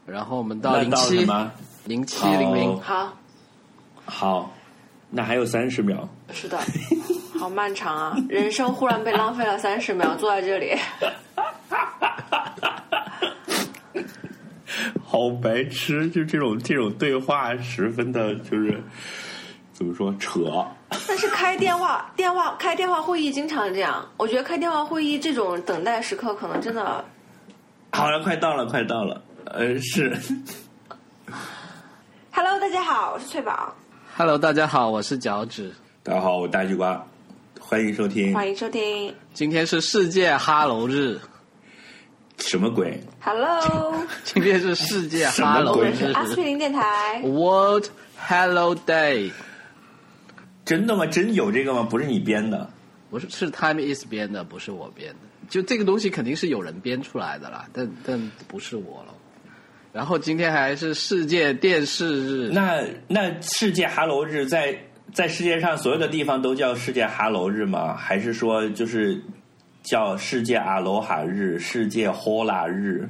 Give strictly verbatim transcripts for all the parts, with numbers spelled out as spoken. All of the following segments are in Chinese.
然后我们到零七零七零零， 好， 好，那还有三十秒。 是的，好漫长啊！人生忽然被浪费了三十秒，坐在这里， 好白痴！就这种这种对话，十分的就是怎么说扯。 但是开电话电话开电话会议经常这样，我觉得开电话会议这种等待时刻可能真的。 好了，快到了，快到了。呃，是。 Hello， 大家好，我是翠宝。 Hello， 大家好，我是脚趾。 大家好，我大西瓜，欢迎收听。 欢迎收听。 今天是世界哈喽日。 什么鬼 ？Hello， 今天是世界哈喽日。 阿司匹林电台。 World Hello Day。 真的吗？真有这个吗？不是你编的？ 不是，是 Time Is 编的，不是我编的。就这个东西肯定是有人编出来的啦，但但不是我了。然后今天还是世界电视日。 那那世界哈喽日在在世界上所有的地方都叫世界哈喽日吗？还是说就是叫世界阿罗哈日、世界 Hola 日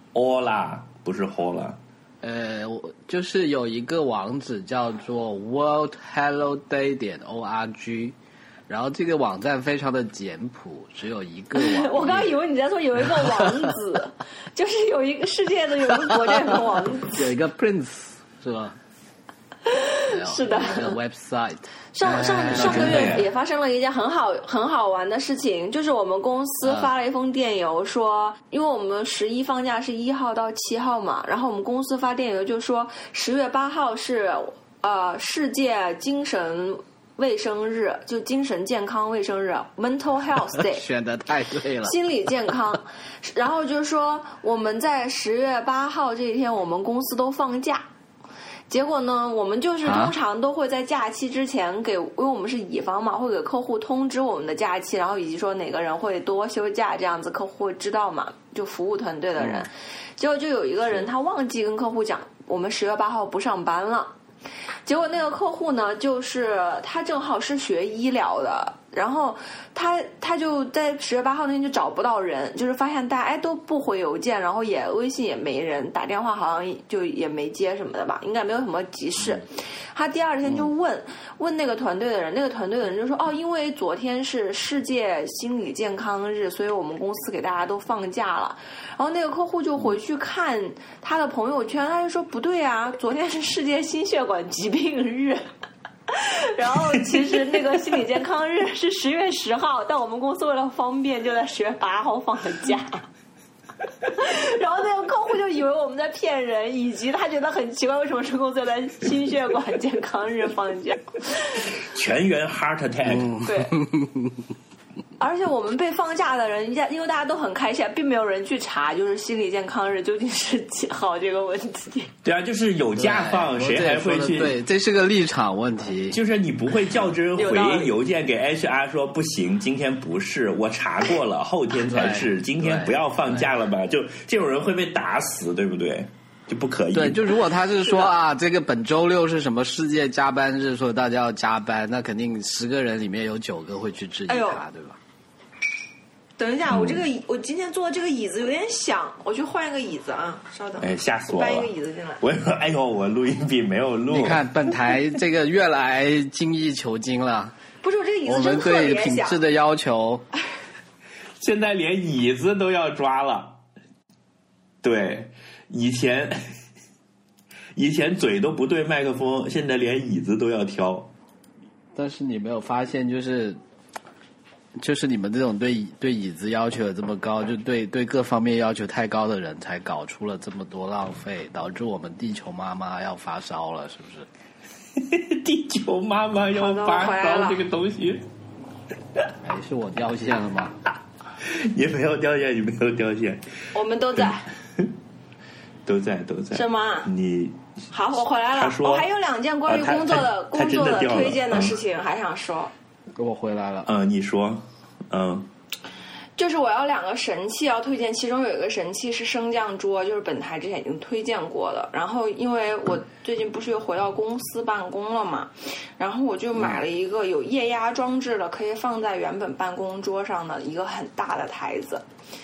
？Hola 不是 Hola。 呃，就是有一个网址叫做 world hello day 点 org， 然后这个网站非常的简朴，只有一个网。 我刚刚以为你在说有一个王子，就是有一个世界的有一个国家有个王子， 有一个 prince 是吧？ 是的， 一个 website。 上上上个月也发生了一件很好很好玩的事情，就是我们公司发了一封电邮说，因为我们十一放假是一号到七号嘛，然后我们公司发电邮就说十月八号是呃世界精神卫生日，就精神健康卫生日 Mental Health Day。 选得太对了， 心理健康。然后就说我们在十月八号这一天我们公司都放假，结果呢我们就是通常都会在假期之前给、啊、因为我们是乙方嘛，会给客户通知我们的假期，然后以及说哪个人会多休假，这样子客户会知道嘛，就服务团队的人、嗯、结果就有一个人他忘记跟客户讲我们十月八号不上班了，结果那个客户呢就是他正好是学医疗的，然后他他就在十月八号那天就找不到人，就是发现大家哎都不回邮件，然后也微信也没人，打电话好像就也没接什么的吧，应该没有什么急事。他第二天就问、嗯、问那个团队的人，那个团队的人就说哦，因为昨天是世界心理健康日，所以我们公司给大家都放假了。然后那个客户就回去看他的朋友圈，他就说不对啊，昨天是世界心血管疾病日。然后其实那个心理健康日是十月十号，但我们公司为了方便就在十月八号放了假。然后那个客户就以为我们在骗人，以及他觉得很奇怪，为什么是公司在心血管健康日放假？ 全员 heart attack、嗯、 对。而且我们被放假的人，因为大家都很开心，并没有人去查就是心理健康日究竟是几号这个问题。 对啊，就是有假放谁还会去？ 对，这是个立场问题。 就是你不会较真回邮件给 H R 说不行，今天不是，我查过了，后天才是，今天不要放假了吧？就这种人会被打死，对不对？就不可以。 对，就如果他是说啊，这个本周六是什么世界加班日，说大家要加班，那肯定十个人里面有九个会去质疑他，哎、对吧？ 等一下，我这个我今天坐的这个椅子有点响，我去换一个椅子啊，稍等。 哎，吓死我了！ 搬一个椅子进来。 我说，哎呦，我录音笔没有录。 你看，本台这个越来精益求精了。 不是，我这个椅子真特别响。我们对品质的要求， 现在连椅子都要抓了。对，以前以前嘴都不对麦克风，现在连椅子都要挑。 但是你没有发现，就是。就是你们这种对对椅子要求有这么高，就对对各方面要求太高的人，才搞出了这么多浪费，导致我们地球妈妈要发烧了，是不是？ 地球妈妈要发烧这个东西， 哎，是我掉线了吗？ 你没有掉线，你没有掉线， 我们都在， 都在都在。 什么？ 你好，我回来了。我还有两件关于工作的、啊、工作的推荐的事情，嗯、还想说。 我回来了。 嗯，你说，嗯， 就是我要两个神器要推荐，其中有一个神器是升降桌，就是本台之前已经推荐过的。然后因为我最近不是又回到公司办公了嘛，然后我就买了一个有液压装置的，可以放在原本办公桌上的一个很大的台子。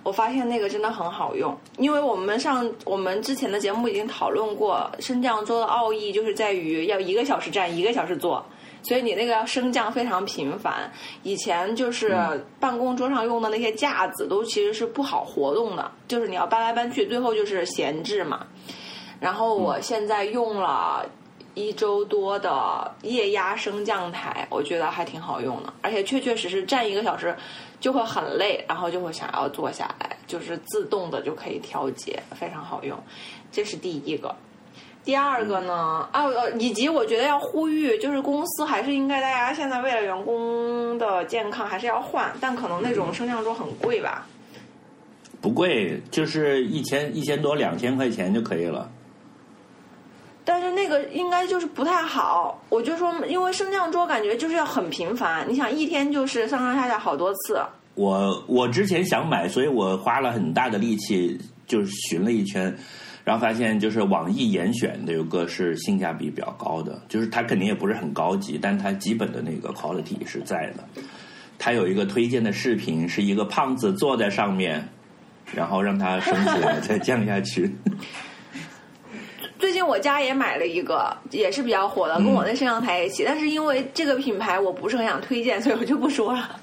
我发现那个真的很好用，因为我们上我们之前的节目已经讨论过，升降桌的奥义就是在于要一个小时站，一个小时坐。所以你那个要升降非常频繁，以前就是办公桌上用的那些架子都其实是不好活动的，就是你要搬来搬去，最后就是闲置嘛。然后我现在用了一周多的液压升降台，我觉得还挺好用的，而且确确实实站一个小时就会很累，然后就会想要坐下来，就是自动的就可以调节，非常好用。这是第一个。第二个呢，啊呃，以及我觉得要呼吁，就是公司还是应该大家现在为了员工的健康还是要换，但可能那种升降桌很贵吧？ 不贵，就是一千一千多两千块钱就可以了。 但是那个应该就是不太好，我就说，因为升降桌感觉就是要很频繁，你想一天就是上上下下好多次。 我我之前想买，所以我花了很大的力气，就是寻了一圈。然后发现就是网易严选的有个是性价比比较高的，就是它肯定也不是很高级，但它基本的那个 quality 是在的。它有一个推荐的视频，是一个胖子坐在上面，然后让它升起来再降下去。 最近我家也买了一个，也是比较火的，跟我那升降台一起，嗯、但是因为这个品牌我不是很想推荐，所以我就不说了。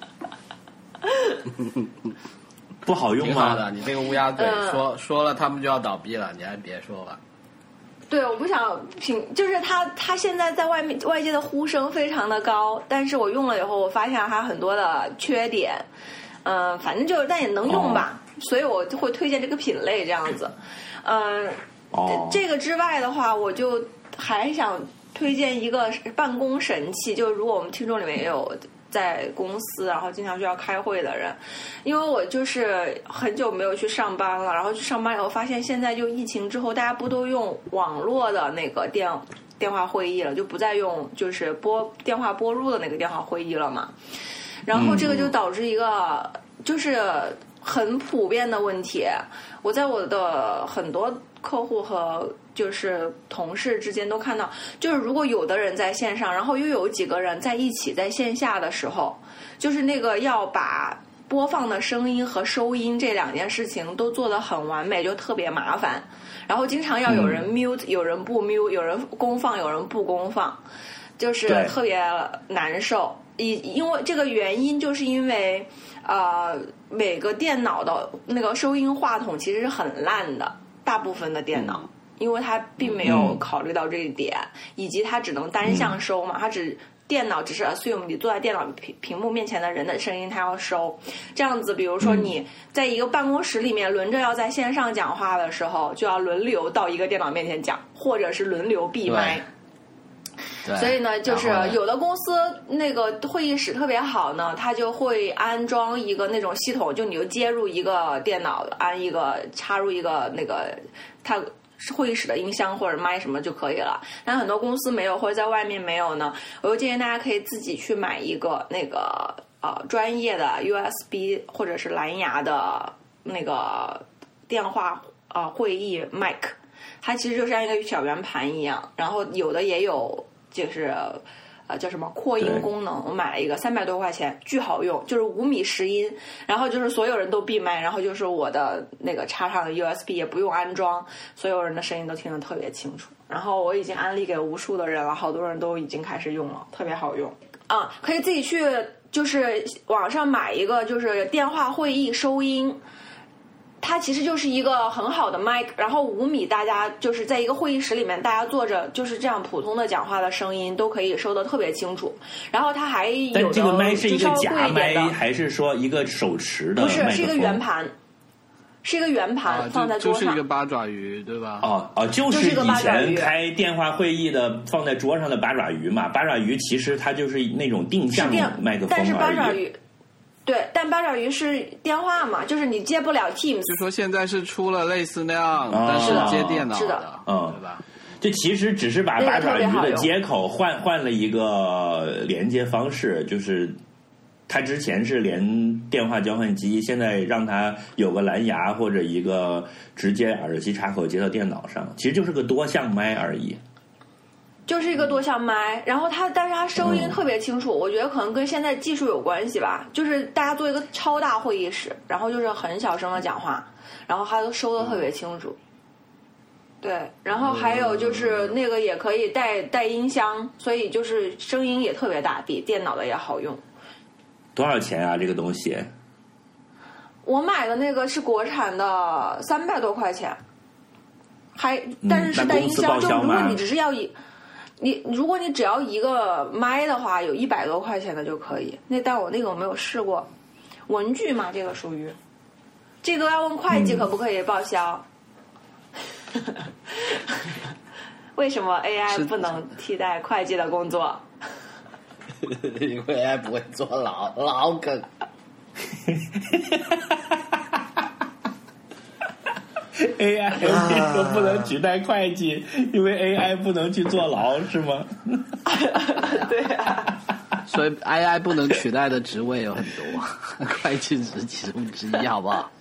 不好用吗？ 挺好的，你这个乌鸦嘴、 嗯、 说说了他们就要倒闭了，你还别说了。 对，我不想评，就是它它现在在外面外界的呼声非常的高，但是我用了以后，我发现它很多的缺点，嗯、呃，反正就是但也能用吧，哦、所以我会推荐这个品类这样子，嗯、呃，哦、这个之外的话，我就还想推荐一个办公神器，就如果我们听众里面也有在公司然后经常需要开会的人，因为我就是很久没有去上班了，然后去上班以后发现现在就疫情之后大家不都用网络的那个电电话会议了，就不再用就是拨电话拨入的那个电话会议了嘛，然后这个就导致一个就是很普遍的问题，我在我的很多客户和就是同事之间都看到，就是如果有的人在线上，然后又有几个人在一起在线下的时候，就是那个要把播放的声音和收音这两件事情都做得很完美，就特别麻烦，然后经常要有人 mute、嗯、有人不 mute， 有人公放有人不公放，就是特别难受。因因为这个原因就是因为呃每个电脑的那个收音话筒其实是很烂的，大部分的电脑、嗯因为它并没有考虑到这一点、嗯、以及它只能单向收嘛，它只电脑只是 assume 你坐在电脑屏屏幕面前的人的声音它要收，这样子比如说你在一个办公室里面轮着要在线上讲话的时候，就要轮流到一个电脑面前讲，或者是轮流闭麦。所以呢就是有的公司那个会议室特别好呢，它就会安装一个那种系统，就你就接入一个电脑，安一个插入一个那个它会议室的音箱或者麦什么就可以了，但很多公司没有或者在外面没有呢，我就建议大家可以自己去买一个那个呃专业的 U S B 或者是蓝牙的那个电话呃会议麦克，它其实就像一个小圆盘一样，然后有的也有就是呃叫什么扩音功能，我买了一个三百多块钱，巨好用，就是五米拾音，然后就是所有人都闭麦，然后就是我的那个插上的 U S B 也不用安装，所有人的声音都听得特别清楚，然后我已经安利给无数的人了，好多人都已经开始用了，特别好用啊，可以自己去就是网上买一个就是电话会议收音，它其实就是一个很好的麦，然后五米大家就是在一个会议室里面大家坐着就是这样普通的讲话的声音都可以收得特别清楚，然后它还有的但这个麦是一个假麦还是说一个手持的？ 不是，是一个圆盘，是一个圆盘、啊、放在桌上， 就是一个八爪鱼对吧？ 哦哦，就是以前开电话会议的放在桌上的八爪鱼嘛，八爪鱼其实它就是那种定向麦克风而已， 但是八爪鱼对，但八爪鱼是电话嘛，就是你接不了 Teams。 就说现在是出了类似那样，哦、但是接电脑的， 是的， 嗯， 对吧？ 就其实只是把八爪鱼的接口换换了一个连接方式，就是它之前是连电话交换机，现在让它有个蓝牙或者一个直接耳机插口接到电脑上，其实就是个多项麦而已。 就是一个多项麦，然后它但是它收音特别清楚，嗯、我觉得可能跟现在技术有关系吧。就是大家做一个超大会议室，然后就是很小声的讲话，然后它都收的特别清楚。对，然后还有就是那个也可以带带音箱，所以就是声音也特别大，比电脑的也好用。 多少钱啊？这个东西？ 我买的那个是国产的，三百多块钱，还但是是带音箱。嗯、就如果你只是要一。你如果你只要一个麦的话，有一百多块钱的就可以。那但我那个我没有试过，文具嘛，这个属于，这个要问会计可不可以报销？嗯、为什么 A I 不能替代会计的工作？ 因为 A I 不会做老老梗。 A I 为什么不能取代会计？因为 A I 不能去坐牢，是吗？ 对啊， 所以 A I 不能取代的职位有很多，会计只是其中之一，好不好？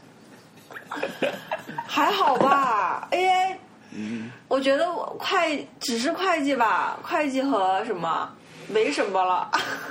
还好吧 ，A I， 嗯，我觉得会只是会计吧，会计和什么没什么了。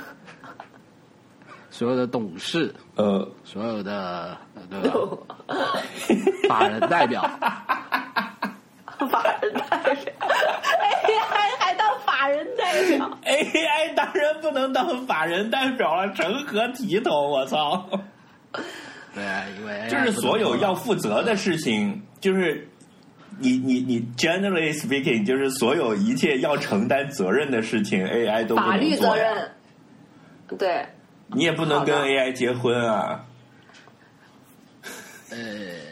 所有的董事， 呃， 所有的对吧？法人代表， 法人代表 ，A I 还当法人代表 ，A I 当然不能当法人代表了，成何体统？我操！ 对啊，因为就是所有要负责的事情，就是你你你 ，generally speaking， 就是所有一切要承担责任的事情 ，A I 都不能做。 法律责任，对。 你也不能跟 A I 结婚啊！ 呃，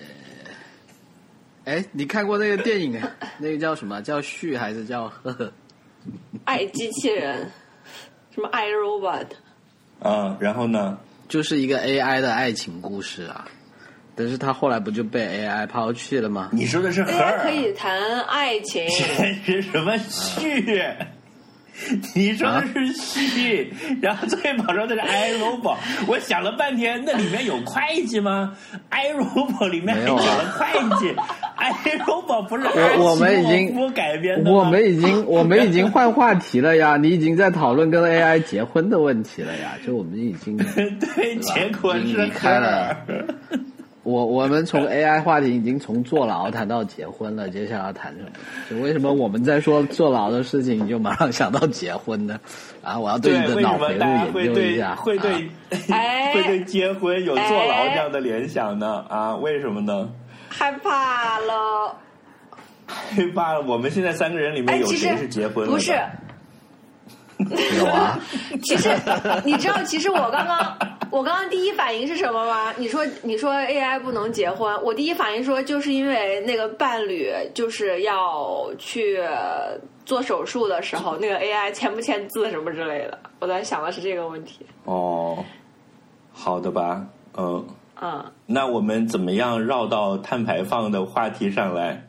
哎，你看过那个电影？那个叫什么？叫续还是叫呵呵？ 爱机器人，什么爱 robot？ 啊，然后呢？ 就是一个 A I 的爱情故事啊，但是他后来不就被 A I 抛弃了吗？ 你说的是 her 可以谈爱情， 这是什么续？啊你说的是续，啊、然后最保说的是 iRobot， 我想了半天，那里面有会计吗 ？iRobot 里面还有了会计、啊、，iRobot 不是阿我们已经改编的吗？ 我们已经我们已经换话题了呀，你已经在讨论跟 A I 结婚的问题了呀，就我们已经对，结果是离开了。我我们从 A I 话题已经从坐牢谈到结婚了，接下来要谈什么？就为什么我们在说坐牢的事情，你就马上想到结婚呢？啊，我要对你的脑回路研究一下。 会对会对、啊、会对结婚有坐牢这样的联想呢？啊，为什么呢？ 害怕了， 害怕了。我们现在三个人里面有谁是结婚了？ 不是。 有啊， 其实你知道，其实我刚刚我刚刚第一反应是什么吗？你说你说 A I 不能结婚，我第一反应说就是因为那个伴侣就是要去做手术的时候，那个 A I 签不签字什么之类的，我在想的是这个问题。 哦，好的吧，嗯嗯， 那我们怎么样绕到碳排放的话题上来？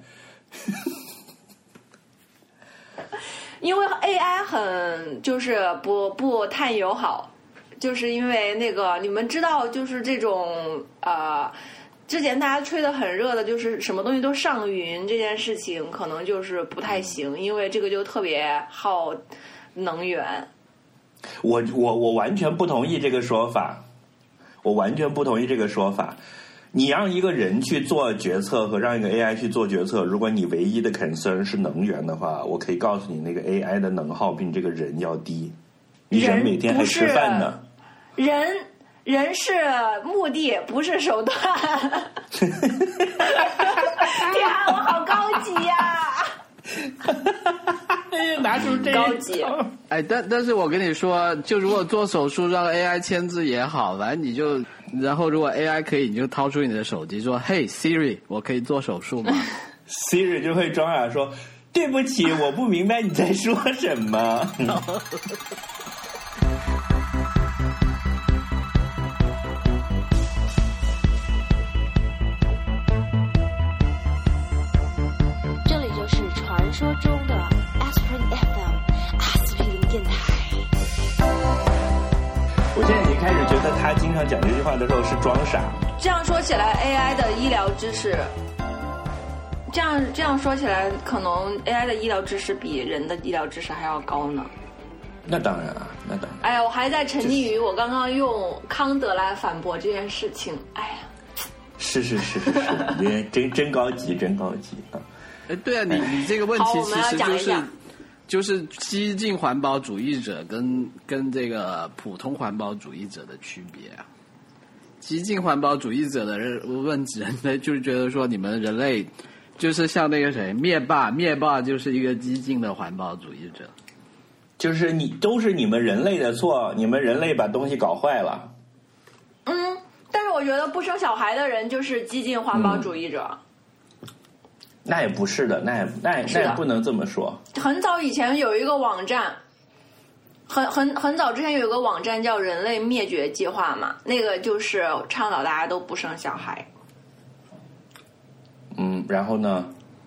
因为 A I 很就是不不碳友好，就是因为那个你们知道，就是这种呃，之前大家吹得很热的，就是什么东西都上云这件事情，可能就是不太行，因为这个就特别耗能源。 我我我完全不同意这个说法，我完全不同意这个说法。你让一个人去做决策和让一个 A I 去做决策，如果你唯一的 concern 是能源的话，我可以告诉你，那个 A I 的能耗比你这个人要低。你人每天还吃饭呢。 人人是目的，不是手段。天啊，我好高级呀、 啊！拿出这高级。 哎，但但是我跟你说，就如果做手术让 A I 签字也好，反正你就。然后，如果 A I 可以，你就掏出你的手机说：“嘿 Siri， 我可以做手术吗？” Siri 就会装傻说：“对不起，我不明白你在说什么。” 这里就是传说中的 Aspirin F M 阿司匹林电台。 我现在已经开始觉得他经常讲这句话的时候是装傻。 这样说起来 ，A I 的医疗知识这样这样说起来，可能 A I 的医疗知识比人的医疗知识还要高呢。 那当然啊，那当然。 哎呀，我还在沉溺于我刚刚用康德来反驳这件事情。哎呀， 是是是是是，你真真高级，真高级啊！ 哎，对啊，你你这个问题好其实就是我们要讲一讲就是激进环保主义者跟跟这个普通环保主义者的区别啊。激进环保主义者的问题呢，就是觉得说你们人类就是像那个谁灭霸，灭霸就是一个激进的环保主义者， 就是你都是你们人类的错，你们人类把东西搞坏了。 嗯，但是我觉得不生小孩的人就是激进环保主义者。 嗯、那也不是的，那也那也那也不能这么说。 很早以前有一个网站。很很很早之前有一个网站叫人类灭绝计划嘛，那个就是倡导大家都不生小孩。 嗯，然后呢？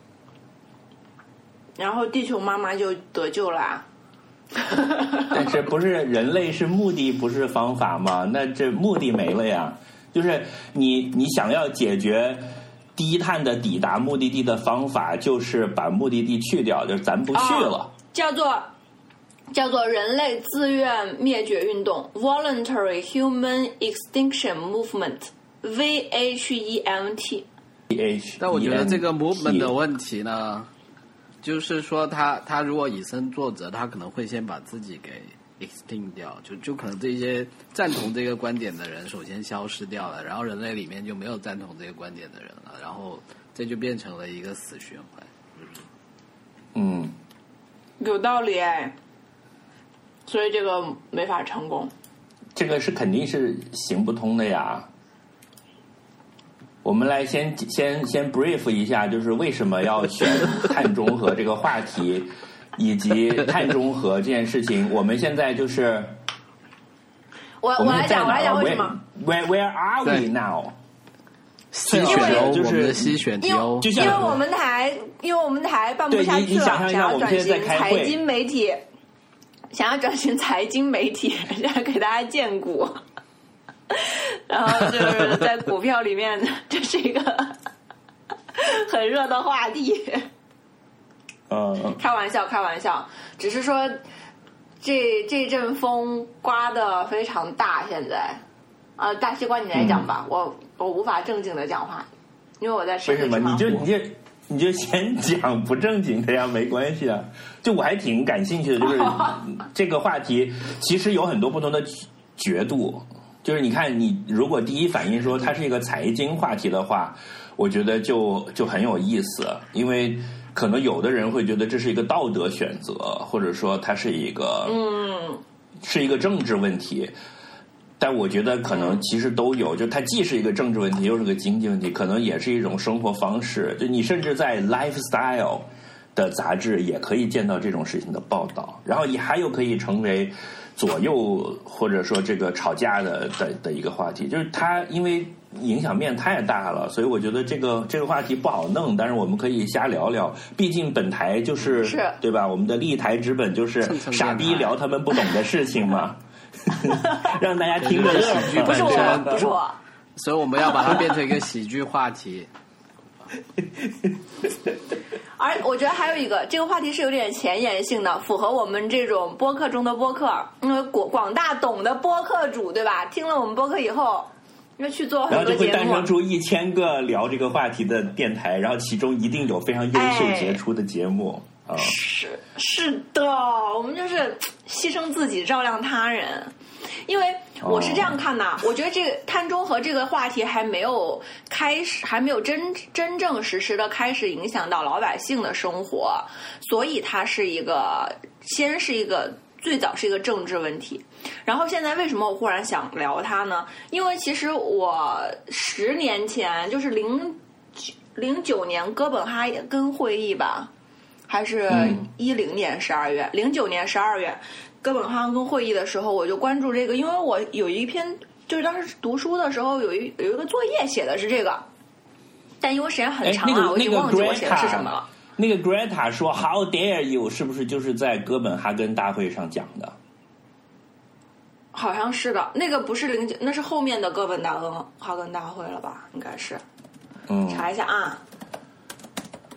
然后地球妈妈就得救啦。 但是不是人类是目的不是方法吗？那这目的没了呀。就是你你想要解决低碳的抵达目的地的方法，就是把目的地去掉，就是咱不去了。 哦、叫做。叫做人类自愿灭绝运动 Voluntary Human Extinction Movement V H E M T。 但我觉得这个 movement 的问题呢，就是说他他如果以身作则，他可能会先把自己给 extinct 掉，就就可能这些赞同这个观点的人首先消失掉了，然后人类里面就没有赞同这个观点的人了，然后这就变成了一个死循环。 嗯， 有道理哎。所以这个没法成功， 这个是肯定是行不通的呀。我们来先先先 brief 一下，就是为什么要选碳中和这个话题，以及碳中和这件事情。我们现在就是我我来讲，我来讲为什么 ？Where Where are we now？ 西选欧，我们的西选题欧， 因为我们台因为我们台办不下去了，想要转型财经媒体。想要转型财经媒体，想要给大家荐股，然后就是在股票里面，这是一个很热的话题。 嗯， 开玩笑，开玩笑，只是说这这阵风刮得非常大，现在啊、呃，大西瓜你来讲吧，嗯、我我无法正经的讲话，因为我在吃。 为什么？你就你就。你就先讲不正经的呀，没关系啊。就我还挺感兴趣的，就是这个话题其实有很多不同的角度。就是你看，你如果第一反应说它是一个财经话题的话，我觉得就就很有意思，因为可能有的人会觉得这是一个道德选择，或者说它是一个嗯是一个政治问题。但我觉得可能其实都有，就它既是一个政治问题，又是个经济问题，可能也是一种生活方式。就你甚至在 lifestyle 的杂志也可以见到这种事情的报道，然后也还有可以成为左右或者说这个吵架的的的一个话题。就是它因为影响面太大了，所以我觉得这个这个话题不好弄，但是我们可以瞎聊聊。毕竟本台就是是对吧？我们的立台之本就是傻逼聊他们不懂的事情嘛。让大家听着喜剧不是我，不是我， 所以我们要把它变成一个喜剧话题。 而我觉得还有一个，这个话题是有点前沿性的，符合我们这种播客中的播客，因为广广大懂的播客主，对吧？听了我们播客以后，要去做很多节目， 然后就会诞生出一千个聊这个话题的电台，然后其中一定有非常优秀杰出的节目。 哎哦、是是的，我们就是牺牲自己照亮他人，因为我是这样看的，哦、我觉得这个碳中和这个话题还没有开始，还没有真真正实实的开始影响到老百姓的生活，所以它是一个先是一个最早是一个政治问题，然后现在为什么我忽然想聊它呢？因为其实我十年前就是零零九年哥本哈根会议吧。还是一零年十二月，零九年十二月，哥本哈根会议的时候，我就关注这个，因为我有一篇，就是当时读书的时候有一有一个作业写的是这个，但因为时间很长啊， 那个、 我已经忘记我写的是什么了。 那个 Greta 说 How dare you 是不是就是在哥本哈根大会上讲的？ 好像是的，那个不是零九，那是后面的哥本哈根大会了吧？应该是， 嗯， 查一下啊。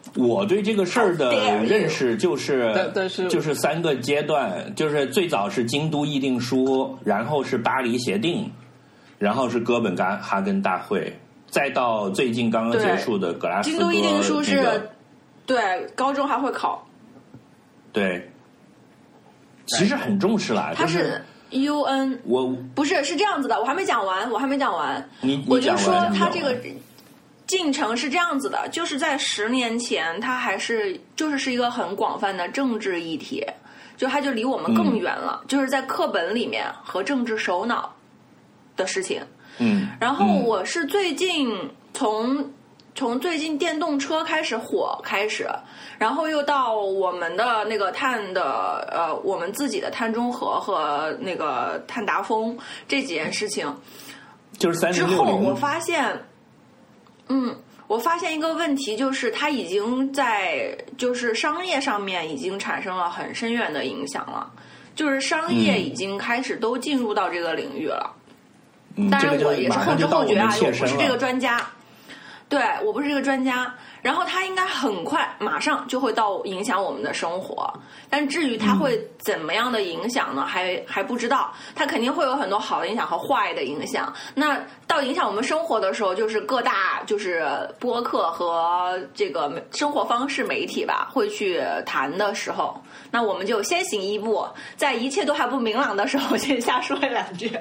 我对这个事儿的认识就是， 但但是就是三个阶段，就是最早是京都议定书，然后是巴黎协定，然后是哥本哈根大会，再到最近刚刚结束的格拉斯哥、那个。 京都议定书是，对，高中还会考。 对，其实很重视啦。 它是 U N， 我不是是这样子的，我还没讲完，我还没讲完。 你我就说它这个进程是这样子的，就是在十年前，它还是就是是一个很广泛的政治议题，就它就离我们更远了，嗯、就是在课本里面和政治首脑的事情。 嗯， 然后我是最近从。从最近电动车开始火开始，然后又到我们的那个碳的呃，我们自己的碳中和和那个碳达峰这几件事情， 就是三零六零。 之后我发现，嗯，我发现一个问题，就是它已经在就是商业上面已经产生了很深远的影响了，就是商业已经开始都进入到这个领域了。 嗯、 当然，我也是后知后觉啊， 我不是这个专家。对，我不是这个专家，然后它应该很快马上就会到影响我们的生活，但至于它会怎么样的影响呢？嗯、还还不知道。它肯定会有很多好的影响和坏的影响。那到影响我们生活的时候，就是各大就是播客和这个生活方式媒体吧会去谈的时候，那我们就先行一步，在一切都还不明朗的时候，先瞎说两句。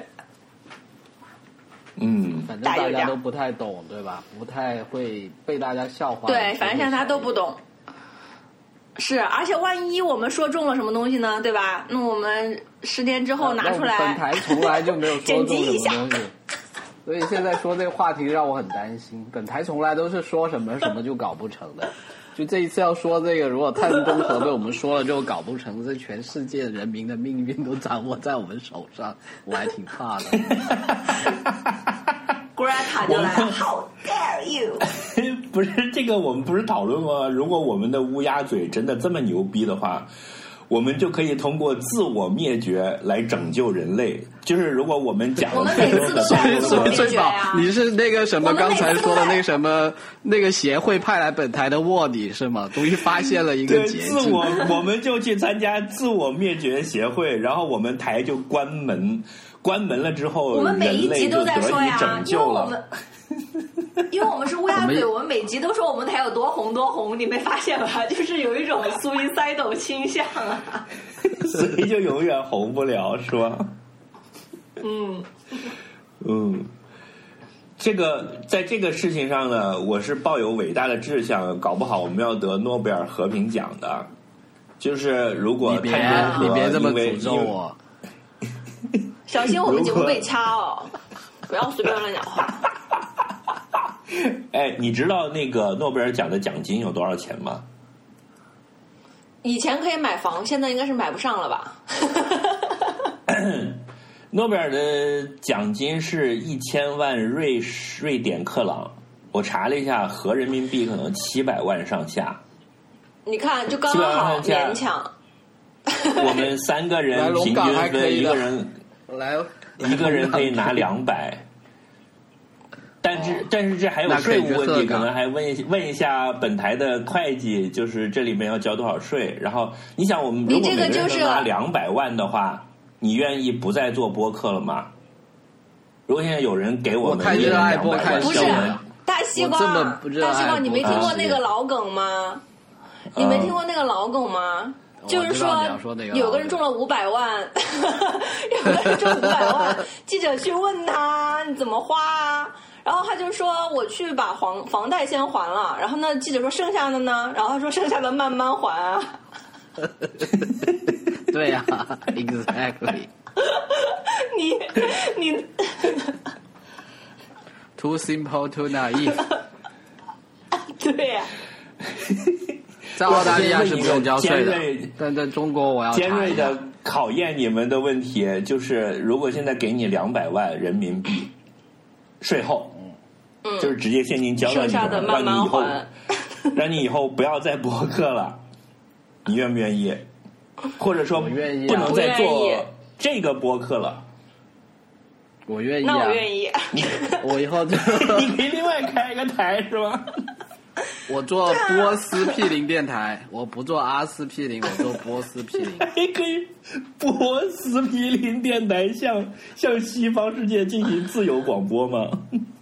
嗯， 反正大家都不太懂，对吧？不太会被大家笑话。 对，反正现在大家都不懂。是，而且万一我们说中了什么东西呢，对吧？那我们十年之后拿出来， 本台从来就没有说中什么东西，所以现在说这个话题让我很担心。本台从来都是说什么什么就搞不成的。就这一次要说这个，如果碳中和被我们说了就搞不成，这全世界人民的命运都掌握在我们手上，我还挺怕的。 Greta 就来了 ，How dare you！ 不是这个，我们不是讨论吗？如果我们的乌鸦嘴真的这么牛逼的话，我们就可以通过自我灭绝来拯救人类。就是如果我们讲， 我们每次都在自我灭绝呀。 你是那个什么刚才说的那个什么那个协会派来本台的卧底是吗？终于发现了一个捷径。 自我，我们就去参加自我灭绝协会，然后我们台就关门。关门了之后， 我们每一集都在说呀， 拯救了。 因为我们是乌鸦嘴，我们每集都说我们台有多红多红，你没发现吧？就是有一种 suicidal 倾向啊， 所以就永远红不了，是吧？ 嗯嗯，这个在这个事情上呢，我是抱有伟大的志向，搞不好我们要得诺贝尔和平奖的。就是如果你别你别这么诅咒我。 小心我们节目被掐哦！不要随便乱讲话。 哎，你知道那个诺贝尔奖的奖金有多少钱吗？ 以前可以买房，现在应该是买不上了吧？ 诺贝尔的奖金是一千万瑞瑞典克朗，我查了一下，合人民币可能七百万上下。 你看，就刚刚好勉强。 我们三个人平均分一个人。 来， 一个人可以拿两百，但是、哦、但是这还有税务问题，可能还问问一下本台的会计，就是这里面要交多少税。然后你想，我们如果每个人能拿两百万的话，你愿意不再做播客了吗？如果现在有人给我们太热爱播客， 不是大西瓜，大西瓜，你没听过那个老梗吗？你没听过那个老梗吗？就是说，有个人中了五百万，有个人中五百万，记者去问他你怎么花啊？然后他就说我去把房房贷先还了，然后呢，记者说剩下的呢？然后他说剩下的慢慢还啊。 对呀、啊、，exactly 你。你你 ，too simple too naive 。 对呀、啊。 在澳大利亚是不用交税的，但在中国我要尖锐的考验你们的问题就是，如果现在给你两百万人民币税后， 嗯， 就是直接现金交到你手上，让你以后，让你以后不要再播客了，你愿不愿意？或者说，不能再做这个播客了？ 我愿意、啊， 那我愿意。 我以后就你可以另外开一个台是吧？ 我做波斯毗邻电台，我不做阿司匹林，我做波斯毗邻。 还可以波斯毗邻电台向向西方世界进行自由广播吗？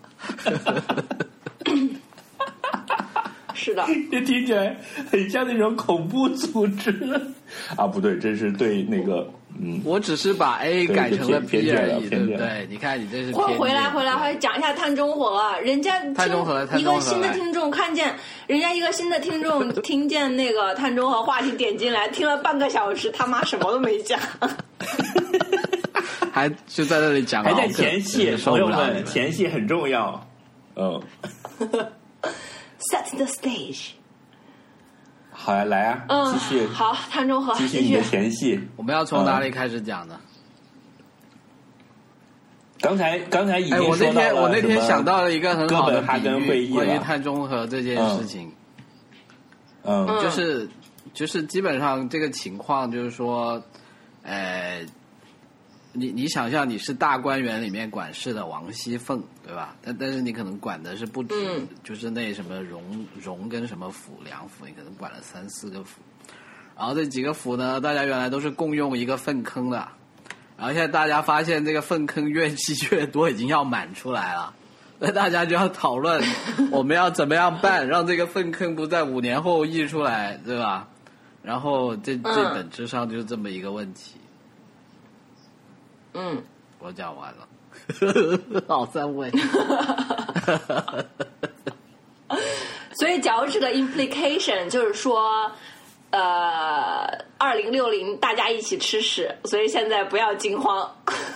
是的， 这听起来很像那种恐怖组织啊！不对，这是对那个嗯， 我只是把 A 改成了 B 而已，对不对？你看你这是回回来回来，回来讲一下碳中和啊！人家碳中和， 一个新的听众看见人家一个新的听众听见那个碳中和话题点进来，听了半个小时，他妈什么都没讲， 还就在那里讲， 还在前戏，朋友们，前戏很重要，嗯。 Set the stage。 好呀，来啊， 嗯， 继续。 好，碳中和， 继续你的前戏。 我们要从哪里开始讲呢？ 刚才刚才已经哎，我那天我那天想到了一个很好的比喻， 关于碳中和这件事情。 嗯， 嗯就是就是基本上这个情况就是说，呃。你你想象你是大观园里面管事的王熙凤，对吧？但但是你可能管的是不止，嗯、就是那什么荣荣跟什么府两府，你可能管了三四个府。然后这几个府呢，大家原来都是共用一个粪坑的，然后现在大家发现这个粪坑越积越多，已经要满出来了。那大家就要讨论我们要怎么样办，让这个粪坑不在五年后溢出来，对吧？然后这这本质上就是这么一个问题。 嗯， 我讲完了，好三位。 所以，假如这个 implication 就是说，呃，二零六零大家一起吃屎，所以现在不要惊慌。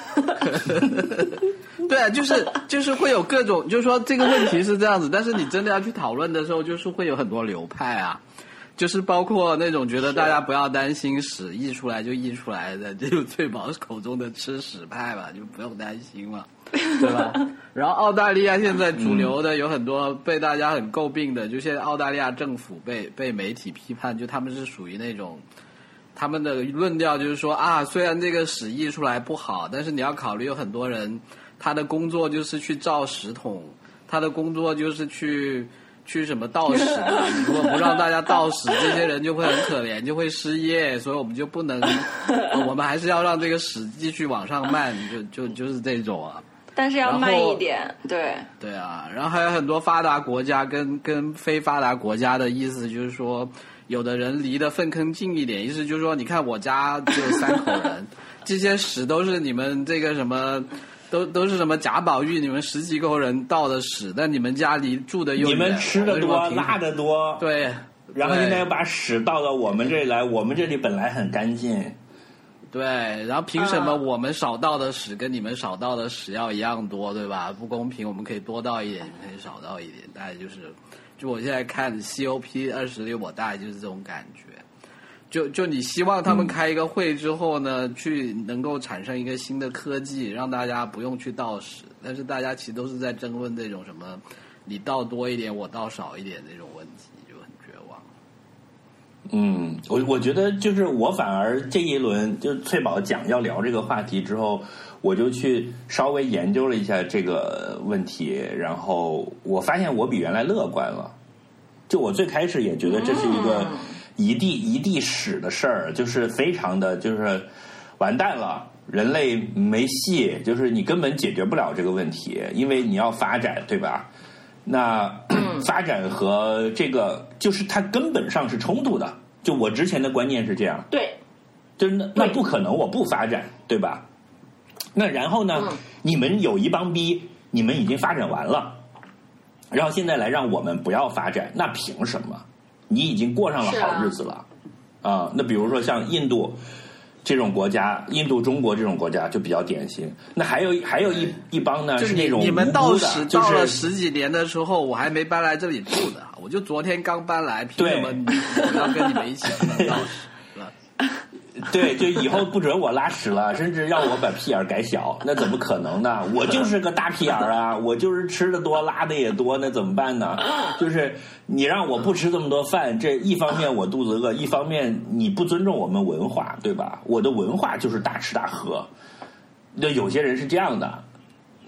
对啊，就是就是会有各种，就是说这个问题是这样子，但是你真的要去讨论的时候，就是会有很多流派啊。就是包括那种觉得大家不要担心屎溢出来就溢出来的，这就翠宝口中的吃屎派吧，就不用担心嘛，对吧？然后澳大利亚现在主流的有很多被大家很诟病的，就现在澳大利亚政府被被媒体批判，就他们是属于那种他们的论调就是说啊，虽然这个屎溢出来不好，但是你要考虑有很多人他的工作就是去造屎桶，他的工作就是去。去什么倒屎啊？你如果不让大家倒屎，这些人就会很可怜，就会失业，所以我们就不能，呃、我们还是要让这个屎继续往上漫，就就就是这种啊。 但是要慢一点，对。 对啊，然后还有很多发达国家跟跟非发达国家的意思就是说，有的人离得粪坑近一点，意思就是说，你看我家只有三口人，这些屎都是你们这个什么。都都是什么贾宝玉你们十几口人倒的屎，但你们家离住的又远， 你们吃的多拉的多， 对， 然后现在又把屎倒到我们这里来，我们这里本来很干净， 对，然后凭什么我们少倒的屎跟你们少倒的屎要一样多，对吧？不公平，我们可以多倒一点，你们可以少倒一点，大概就是就我现在看 C O P 二十六，我大概就是这种感觉。就就你希望他们开一个会之后呢，嗯、去能够产生一个新的科技，让大家不用去倒屎，但是大家其实都是在争论这种什么，你倒多一点，我倒少一点这种问题，就很绝望。 嗯，我我觉得就是我反而这一轮就翠宝讲要聊这个话题之后，我就去稍微研究了一下这个问题，然后我发现我比原来乐观了。就我最开始也觉得这是一个。一地一地屎的事儿，就是非常的就是完蛋了，人类没戏，就是你根本解决不了这个问题，因为你要发展，对吧？那发展和这个就是它根本上是冲突的。就我之前的观念是这样， 对， 就是那那不可能，我不发展，对吧？那然后呢，嗯、你们有一帮逼，你们已经发展完了，然后现在来让我们不要发展，那凭什么？你已经过上了好日子了，啊、呃，那比如说像印度这种国家，印度、中国这种国家就比较典型。那还有还有一一帮呢是那种你们倒屎就是倒了十几年的时候，我还没搬来这里住的，我就昨天刚搬来，凭什么我要跟你们一起倒屎？ 对，就以后不准我拉屎了，甚至让我把屁眼改小，那怎么可能呢？我就是个大屁眼啊，我就是吃的多，拉的也多，那怎么办呢？就是你让我不吃这么多饭，这一方面我肚子饿，一方面你不尊重我们文化，对吧？我的文化就是大吃大喝，那有些人是这样的。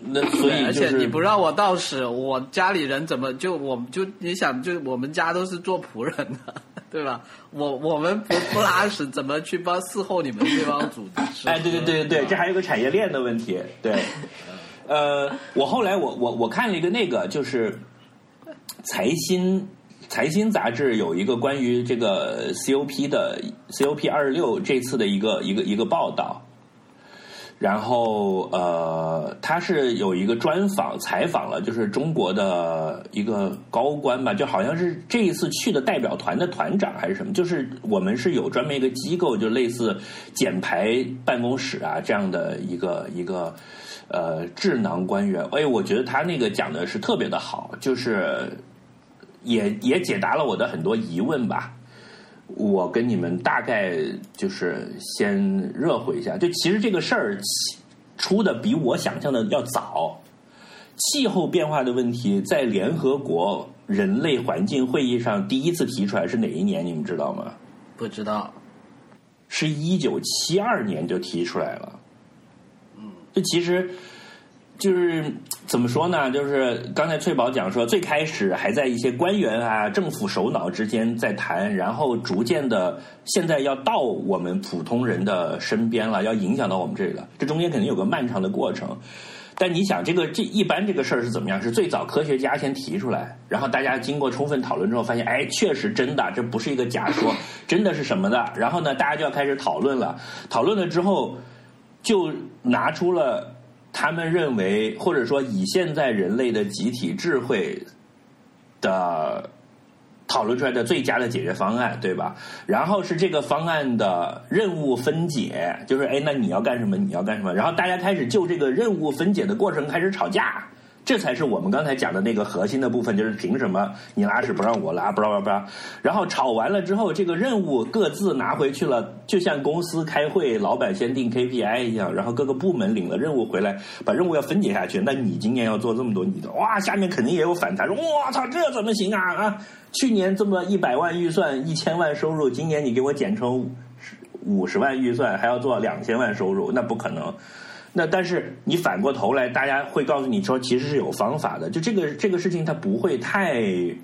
那所以、就是、 而且你不让我倒屎，我家里人怎么就我就你想就我们家都是做仆人的，对吧？我我们不不拉屎，怎么去帮伺候你们这帮组织？ 哎，对对对对对，这还有个产业链的问题。对，呃，我后来我我我看了一个那个就是财新财新杂志有一个关于这个 C O P 的 C O P 二十六这次的一个一个一个报道。然后呃，他是有一个专访采访了，就是中国的一个高官吧，就好像是这一次去的代表团的团长还是什么，就是我们是有专门一个机构，就类似减排办公室啊这样的一个一个呃智囊官员。哎，我觉得他那个讲的是特别的好，就是也也解答了我的很多疑问吧。我跟你们大概就是先热乎一下，就其实这个事儿出的比我想象的要早。气候变化的问题在联合国人类环境会议上第一次提出来是哪一年？你们知道吗？ 不知道， 是一九七二年就提出来了。嗯，这其实。就是怎么说呢？就是刚才翠宝讲说，最开始还在一些官员啊、政府首脑之间在谈，然后逐渐的，现在要到我们普通人的身边了，要影响到我们这里了。这中间肯定有个漫长的过程。但你想，这个这一般这个事儿是怎么样？是最早科学家先提出来，然后大家经过充分讨论之后，发现，哎，确实真的，这不是一个假说，真的是什么的。然后呢，大家就要开始讨论了。讨论了之后，就拿出了。他们认为，或者说以现在人类的集体智慧的讨论出来的最佳的解决方案，对吧？然后是这个方案的任务分解，就是哎，那你要干什么？你要干什么？然后大家开始就这个任务分解的过程开始吵架。这才是我们刚才讲的那个核心的部分，就是凭什么你拉屎不让我拉，不拉不拉。然后吵完了之后，这个任务各自拿回去了，就像公司开会，老板先定 K P I 一样，然后各个部门领了任务回来，把任务要分解下去。那你今年要做这么多，你的哇，下面肯定也有反弹，说哇操，这怎么行啊啊！去年这么一百万预算，一千万收入，今年你给我减成五十万预算，还要做两千万收入，那不可能。那但是你反过头来，大家会告诉你说，其实是有方法的。就这个这个事情，它不会太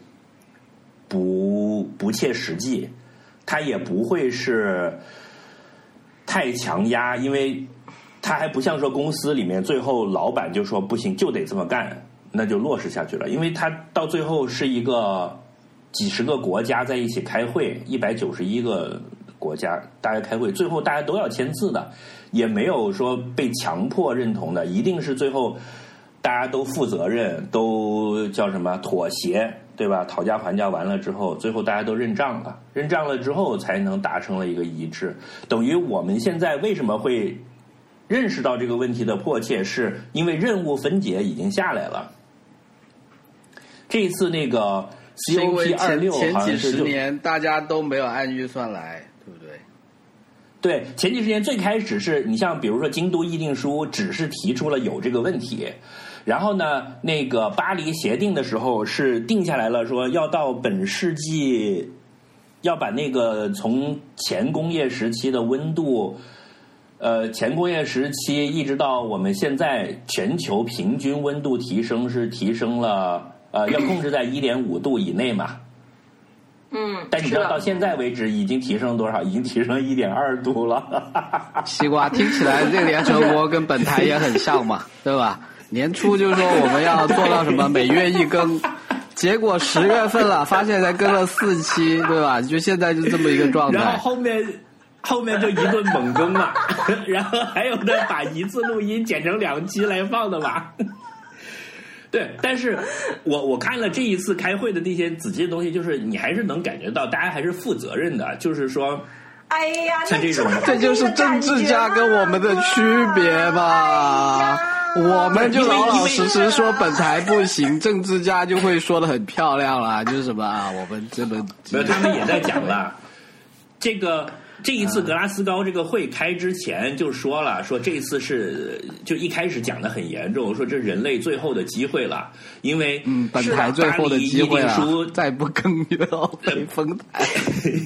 不不切实际，它也不会是太强压，因为它还不像说公司里面最后老板就说不行，就得这么干，那就落实下去了。因为它到最后是一个几十个国家在一起开会，一百九十一个国家大家开会，最后大家都要签字的。也没有说被强迫认同的，一定是最后大家都负责任，都叫什么妥协，对吧？讨价还价完了之后，最后大家都认账了，认账了之后才能达成了一个一致。等于我们现在为什么会认识到这个问题的迫切，是因为任务分解已经下来了。这一次那个 C O P 二十六前几十年大家都没有按预算来，对不对？ 对，前几十年最开始是你像比如说京都议定书只是提出了有这个问题，然后呢那个巴黎协定的时候是定下来了，说要到本世纪要把那个从前工业时期的温度呃前工业时期一直到我们现在全球平均温度提升是提升了呃要控制在 一点五 度以内嘛。 嗯， 但你知道到现在为止已经提升多少？已经提升 一点二 度了。 西瓜听起来这个联合国跟本台也很像嘛，对吧？年初就说我们要做到什么每月一更，结果十月份了，发现才更了四期，对吧？就现在就这么一个状态。 然后后面后面就一顿猛更嘛，然后还有的把一次录音剪成两期来放的嘛。对，但是我我看了这一次开会的那些仔细的东西，就是你还是能感觉到大家还是负责任的，就是说， 哎呀， 像这种， 这就是政治家跟我们的区别吧。我们就老老实实说本台不行，政治家就会说的很漂亮啦，就是什么啊，我们这么没有，他们也在讲了，这个。这一次格拉斯高这个会开之前就说了，说这次是就一开始讲的很严重，说这人类最后的机会了，因为嗯，本台最后的机会了，再不更就要被封台。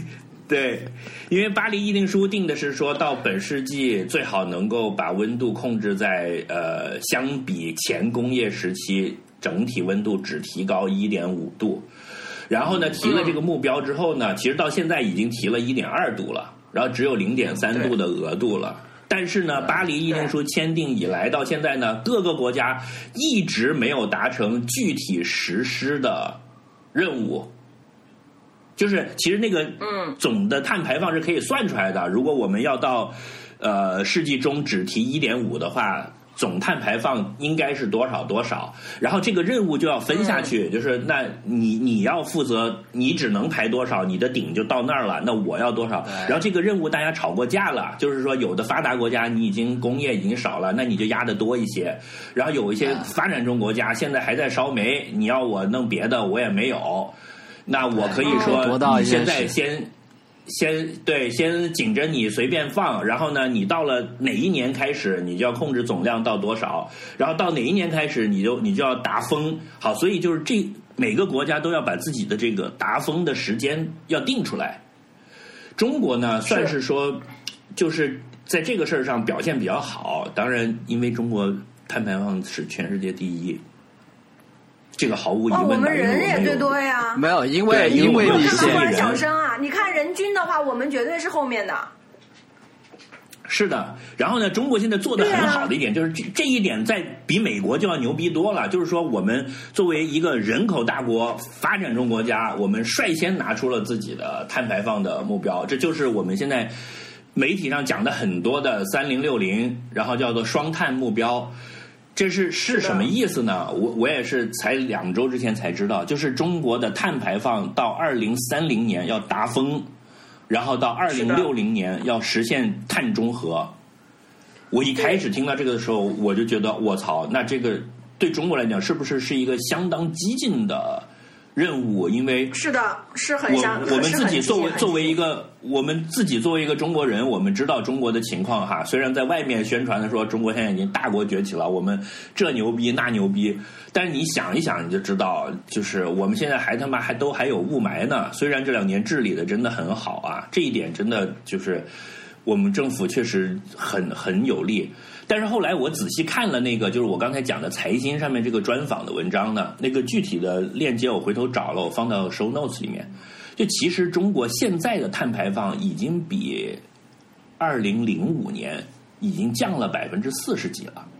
对，因为巴黎议定书定的是说到本世纪最好能够把温度控制在呃相比前工业时期整体温度只提高 一点五 度。然后呢，提了这个目标之后呢，其实到现在已经提了 一点二 度了，然后只有 零点三 度的额度了。但是呢，巴黎议定书签订以来到现在呢，各个国家一直没有达成具体实施的任务。就是其实那个总的碳排放是可以算出来的，如果我们要到呃世纪中只提 一点五 的话，总碳排放应该是多少多少，然后这个任务就要分下去，就是那你你要负责，你只能排多少，你的顶就到那儿了，那我要多少，然后这个任务大家吵过架了，就是说有的发达国家你已经工业已经少了，那你就压得多一些，然后有一些发展中国家现在还在烧煤，你要我弄别的我也没有，那我可以说你现在先先对，先紧着你随便放，然后呢，你到了哪一年开始，你就要控制总量到多少，然后到哪一年开始，你就你就要达峰。好，所以就是这每个国家都要把自己的这个达峰的时间要定出来。中国呢，算是说就是在这个事儿上表现比较好，当然，因为中国碳排放是全世界第一。这个毫无疑问的， 哦，我们人也最多呀。 没有，因为因为你这么小声啊！你看人均的话，我们绝对是后面的。 是的，然后呢，中国现在做的很好的一点、啊、就是这这一点，在比美国就要牛逼多了。就是说，我们作为一个人口大国、发展中国家，我们率先拿出了自己的碳排放的目标，这就是我们现在媒体上讲的很多的三零六零，然后叫做双碳目标。这是是什么意思呢？我我也是才两周之前才知道，就是中国的碳排放到二零三零年要达峰，然后到二零六零年要实现碳中和。我一开始听到这个的时候，我就觉得我操，那这个对中国来讲是不是是一个相当激进的任务？因为是的，是很像我我们自己作为作为一个我们自己作为一个中国人，我们知道中国的情况哈。虽然在外面宣传的说中国现在已经大国崛起了，我们这牛逼那牛逼，但是你想一想你就知道，就是我们现在还他妈还都还有雾霾呢。虽然这两年治理的真的很好啊，这一点真的就是我们政府确实很很有力。但是后来我仔细看了那个，就是我刚才讲的财新上面这个专访的文章呢，那个具体的链接我回头找了，我放到 show notes 里面。就其实中国现在的碳排放已经比二零零五年已经降了百分之四十几了。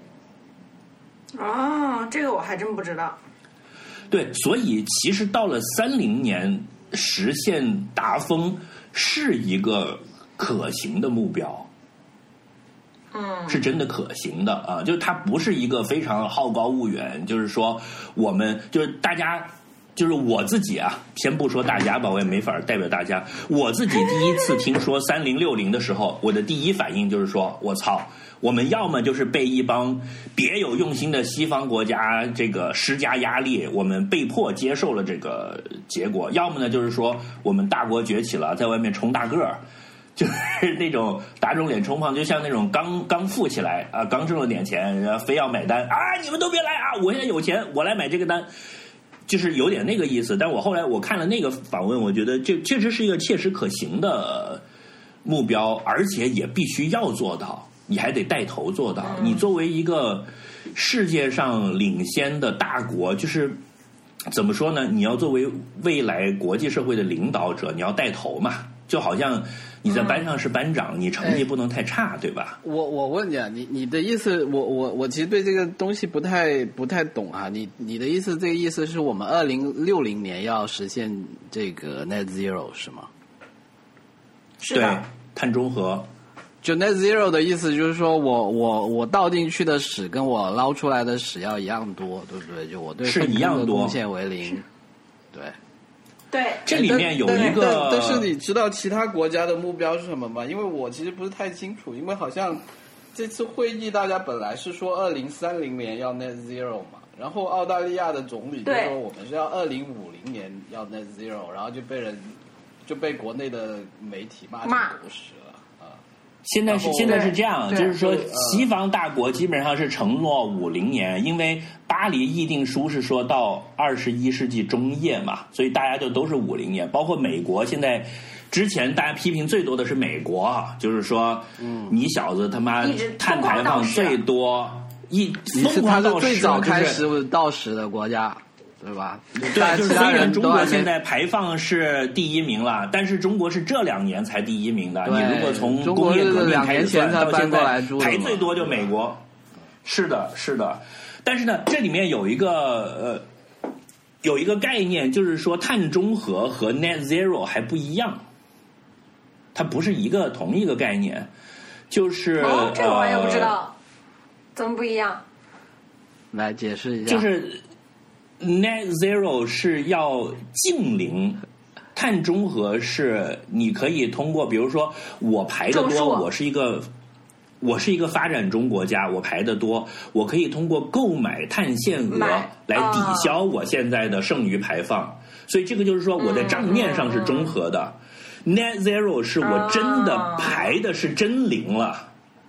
哦，这个我还真不知道。 对，所以其实到了三零年实现达峰是一个可行的目标。 嗯， 是真的可行的啊，就是它不是一个非常好高骛远，就是说我们就是大家，就是我自己啊，先不说大家吧，我也没法代表大家。我自己第一次听说三零六零的时候，我的第一反应就是说，我操，我们要么就是被一帮别有用心的西方国家这个施加压力，我们被迫接受了这个结果；要么呢，就是说我们大国崛起了，在外面冲大个儿。就是那种打肿脸充胖，就像那种刚刚富起来啊，刚挣了点钱，然后非要买单啊！你们都别来啊！我现在有钱，我来买这个单，就是有点那个意思。但我后来我看了那个访问，我觉得这确实是一个切实可行的目标，而且也必须要做到，你还得带头做到。你作为一个世界上领先的大国，就是怎么说呢？你要作为未来国际社会的领导者，你要带头嘛。就好像你在班上是班长，嗯、你成绩不能太差，对吧？ 我我问你啊，你你的意思，我我我其实对这个东西不太不太懂啊。你你的意思，这个意思是我们二零六零年要实现这个 net zero 是吗？ 是的， 对，碳中和。 就 net zero 的意思就是说我我我倒进去的屎跟我捞出来的屎要一样多，对不对？就我对是一样多， 贡献为零，对。 对， 这里面有一个， 但是你知道其他国家的目标是什么吗？因为我其实不是太清楚，因为好像这次会议大家本来是说二零三零年要 net zero 嘛，然后澳大利亚的总理就说我们是要二零五零年要 net zero， 然后就被人就被国内的媒体骂成狗屎了啊。 现在是现在是这样，就是说西方大国基本上是承诺五零年，因为巴黎议定书是说到二十一世纪中叶嘛，所以大家就都是五零年，包括美国现在之前大家批评最多的是美国，就是说，嗯，你小子他妈碳排放最多，一疯狂到最早开始到十的国家，对吧？ 对，就是虽然中国现在排放是第一名了，但是中国是这两年才第一名的。你如果从工业革命开始算，到现在排最多就美国。是的，是的。但是呢，这里面有一个呃，有一个概念，就是说碳中和和 net zero 还不一样。它不是一个同一个概念，就是、 哦、这个我也不知道、 呃、 怎么不一样， 来解释一下。 就是 net zero 是要净零，碳中和是你可以通过比如说我排得多，我是一个我是一个发展中国家，我排得多，我可以通过购买碳限额来抵消我现在的剩余排放、哦、所以这个就是说我在账面上是中和的、嗯嗯Net zero 是我真的排的是真零了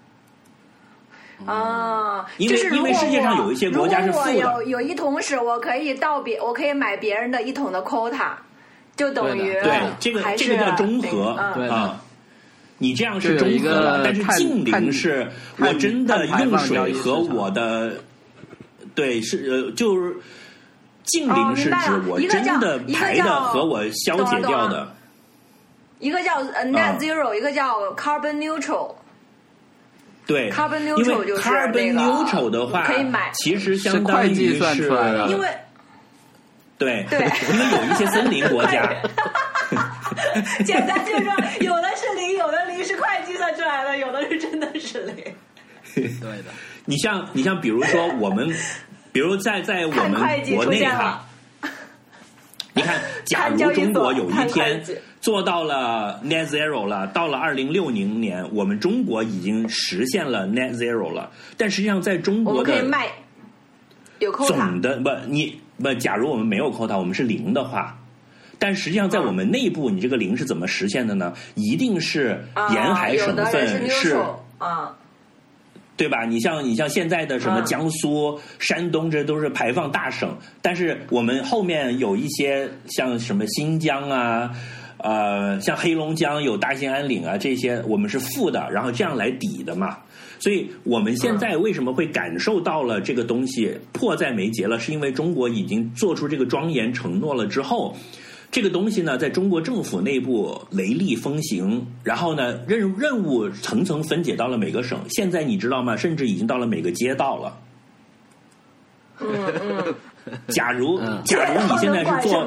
啊， 因为因为世界上有一些国家是负的。 如果我有有一桶水，我可以倒别，我可以买别人的一桶的 quota， 就等于对这个这个叫中和啊。你这样是中和了，但是净零是我真的用水和我的对是呃就是净零是指我真的排的和我消解掉的。 一个叫 net zero、嗯、一个叫 carbon neutral。 对 ，carbon neutral 就是 carbon neutral 的话， 可以买， 其实相当于是， 是因为对对， 因为有一些森林国家， 简单就是说，有的是零，有的零是会计算出来的，有的是真的是零。 对的， 你像你像比如说我们，比如在在我们国内哈。你看，假如中国有一天做到了 net zero 了，到了二零六零年，我们中国已经实现了 net zero 了。但实际上，在中国的我们可以卖有 quota 总的不，你不，假如我们没有 quota， 我们是零的话，但实际上在我们内部，你这个零是怎么实现的呢？一定是沿海省份是啊。 对吧？你像你像现在的什么江苏、嗯、山东，这都是排放大省，但是我们后面有一些像什么新疆啊，呃，像黑龙江有大兴安岭啊，这些我们是负的，然后这样来抵的嘛。所以我们现在为什么会感受到了这个东西迫在眉睫了？是因为中国已经做出这个庄严承诺了之后。这个东西呢，在中国政府内部雷厉风行，然后呢，任任务层层分解到了每个省。现在你知道吗？甚至已经到了每个街道了。 嗯嗯。 假如假如你现在是做，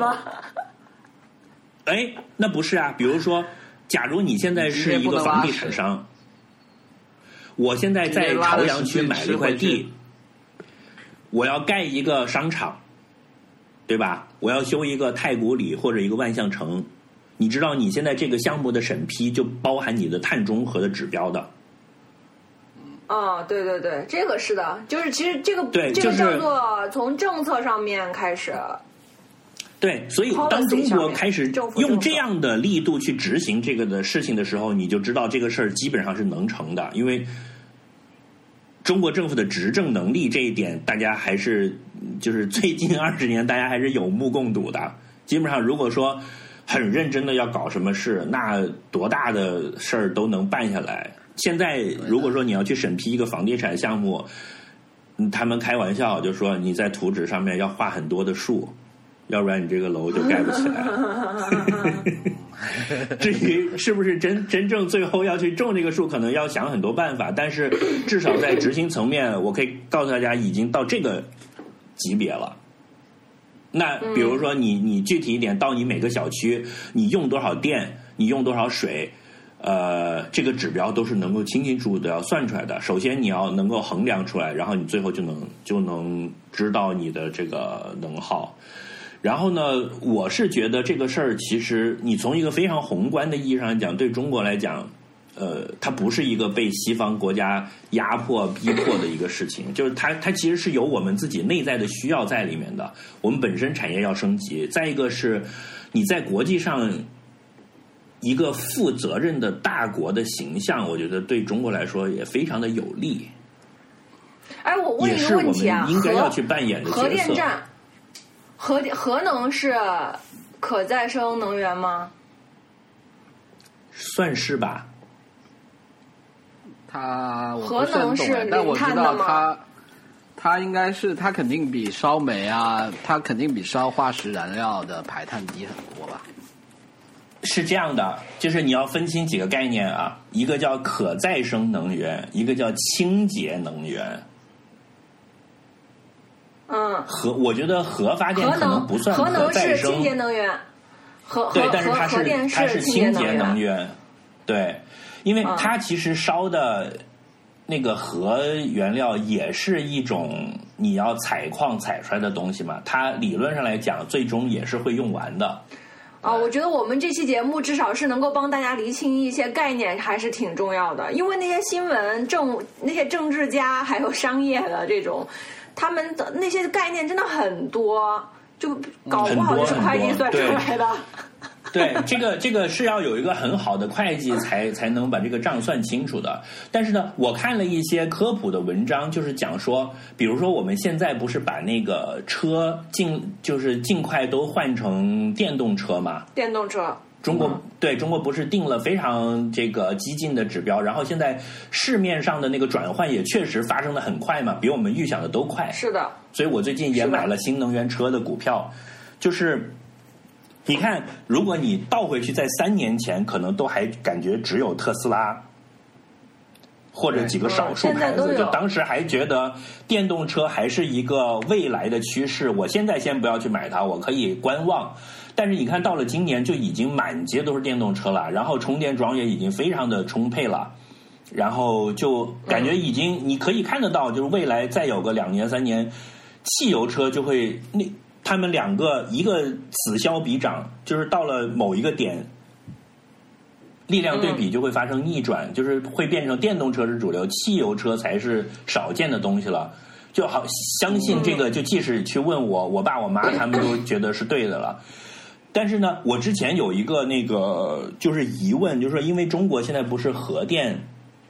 哎，那不是啊。比如说，假如你现在是一个房地产商，我现在在朝阳区买了一块地，我要盖一个商场。对吧？我要修一个太古里或者一个万象城，你知道你现在这个项目的审批就包含你的碳中和的指标的。 哦，对对对，这个是的，就是其实这个对， 这个叫做从政策上面开始。 对，所以当中国开始用这样的力度去执行这个的事情的时候，你就知道这个事儿基本上是能成的，因为。中国政府的执政能力这一点，大家还是就是最近二十年，大家还是有目共睹的。基本上，如果说很认真的要搞什么事，那多大的事儿都能办下来。现在，如果说你要去审批一个房地产项目，他们开玩笑就说你在图纸上面要画很多的树，要不然你这个楼就盖不起来。至于是不是真真正最后要去种这个树，可能要想很多办法，但是至少在执行层面，我可以告诉大家，已经到这个级别了。那比如说你你具体一点，到你每个小区，你用多少电，你用多少水，呃，这个指标都是能够清清楚楚的要算出来的。首先你要能够衡量出来，然后你最后就能就能知道你的这个能耗。然后呢，我是觉得这个事儿其实你从一个非常宏观的意义上来讲，对中国来讲，呃，它不是一个被西方国家压迫逼迫的一个事情，就是它它其实是有我们自己内在的需要在里面的。我们本身产业要升级，再一个是你在国际上一个负责任的大国的形象，我觉得对中国来说也非常的有利。 哎，我问一个问题啊， 也是我们应该要去扮演的角色。 核电站。核核能是可再生能源吗？ 算是吧。 它我核不是很懂能是哎，但我知零碳的吗道它它应该是它肯定比烧煤啊，它肯定比烧化石燃料的排碳低很多吧？ 是这样的，就是你要分清几个概念啊，一个叫可再生能源，一个叫清洁能源。 嗯， 核，我觉得核发电核可能能不算核能再生， 是清洁能源，核对， 核但是它是核电它是清清洁能能源，对，因为它其实烧的那个核原料也是一种你要采矿采出来的东西嘛，它理论上来讲最终也是会用完的。 啊，我觉得我们这期节目至少是能够帮大家厘清一些概念，还是挺重要的。因为那些新闻政那些政治家还有商业的这种，他们的那些概念真的很多，就搞不好就是会计算出来的。 对，这个这个是要有一个很好的会计才才能把这个账算清楚的。但是呢，我看了一些科普的文章，就是讲说，比如说我们现在不是把那个车尽就是尽快都换成电动车嘛？ 电动车。 中国、嗯、对中国不是定了非常这个激进的指标，然后现在市面上的那个转换也确实发生的很快嘛，比我们预想的都快。 是的。 所以我最近也买了新能源车的股票，就是你看，如果你倒回去在三年前，可能都还感觉只有特斯拉或者几个少数牌子，就当时还觉得电动车还是一个未来的趋势。我现在先不要去买它，我可以观望。但是你看到了今年就已经满街都是电动车了，然后充电桩也已经非常的充沛了，然后就感觉已经你可以看得到，就是未来再有个两年三年，汽油车就会那他们两个一个此消彼长，就是到了某一个点，力量对比就会发生逆转，就是会变成电动车是主流，汽油车才是少见的东西了。就好相信这个，就即使去问我我爸我妈，他们都觉得是对的了。但是呢，我之前有一个那个就是疑问，就是说因为中国现在不是核电，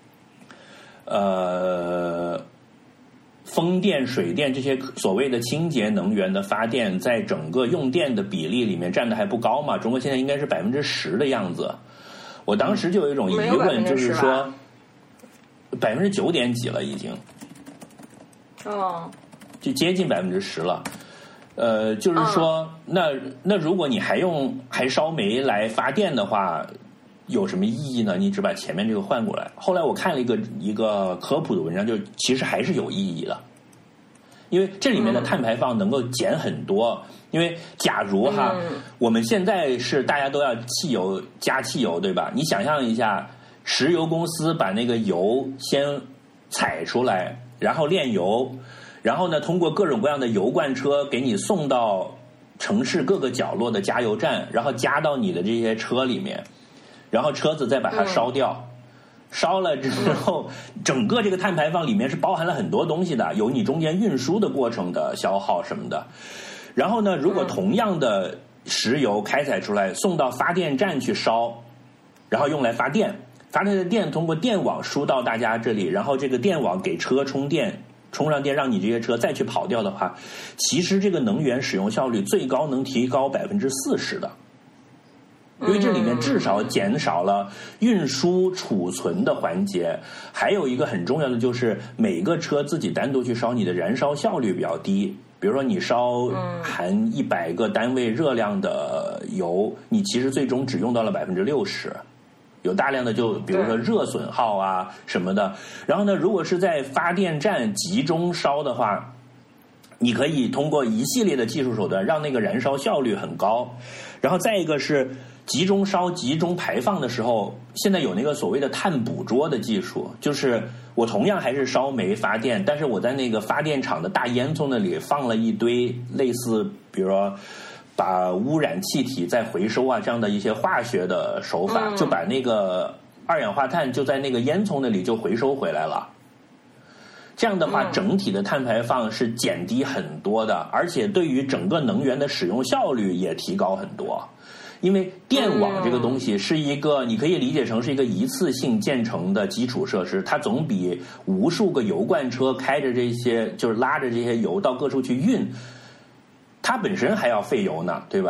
呃，风电、水电这些所谓的清洁能源的发电，在整个用电的比例里面占的还不高嘛？中国现在应该是百分之十的样子。我当时就有一种疑问，就是说百分之九点几了已经， 哦， 就接近百分之十了。呃，就是说，那那如果你还用还烧煤来发电的话，有什么意义呢？你只把前面这个换过来。后来我看了一个一个科普的文章，就其实还是有意义的，因为这里面的碳排放能够减很多。因为假如哈，我们现在是大家都要汽油加汽油，对吧？你想象一下，石油公司把那个油先采出来，然后炼油。然后呢，通过各种各样的油罐车给你送到城市各个角落的加油站，然后加到你的这些车里面，然后车子再把它烧掉。嗯、烧了之后，整个这个碳排放里面是包含了很多东西的，有你中间运输的过程的消耗什么的。然后呢，如果同样的石油开采出来，送到发电站去烧，然后用来发电，发出来的电通过电网输到大家这里，然后这个电网给车充电。充上电让你这些车再去跑掉的话，其实这个能源使用效率最高能提高百分之四十的，因为这里面至少减少了运输储存的环节，还有一个很重要的就是每个车自己单独去烧，你的燃烧效率比较低。比如说你烧含一百个单位热量的油，你其实最终只用到了百分之六十。有大量的就比如说热损耗啊什么的，然后呢，如果是在发电站集中烧的话，你可以通过一系列的技术手段让那个燃烧效率很高。然后再一个是集中烧、集中排放的时候，现在有那个所谓的碳捕捉的技术，就是我同样还是烧煤发电，但是我在那个发电厂的大烟囱那里放了一堆类似，比如说。把污染气体再回收啊，这样的一些化学的手法，就把那个二氧化碳就在那个烟囱那里就回收回来了。这样的话，整体的碳排放是减低很多的，而且对于整个能源的使用效率也提高很多。因为电网这个东西是一个，你可以理解成是一个一次性建成的基础设施，它总比无数个油罐车开着这些，就是拉着这些油到各处去运。它本身还要费油呢，对吧？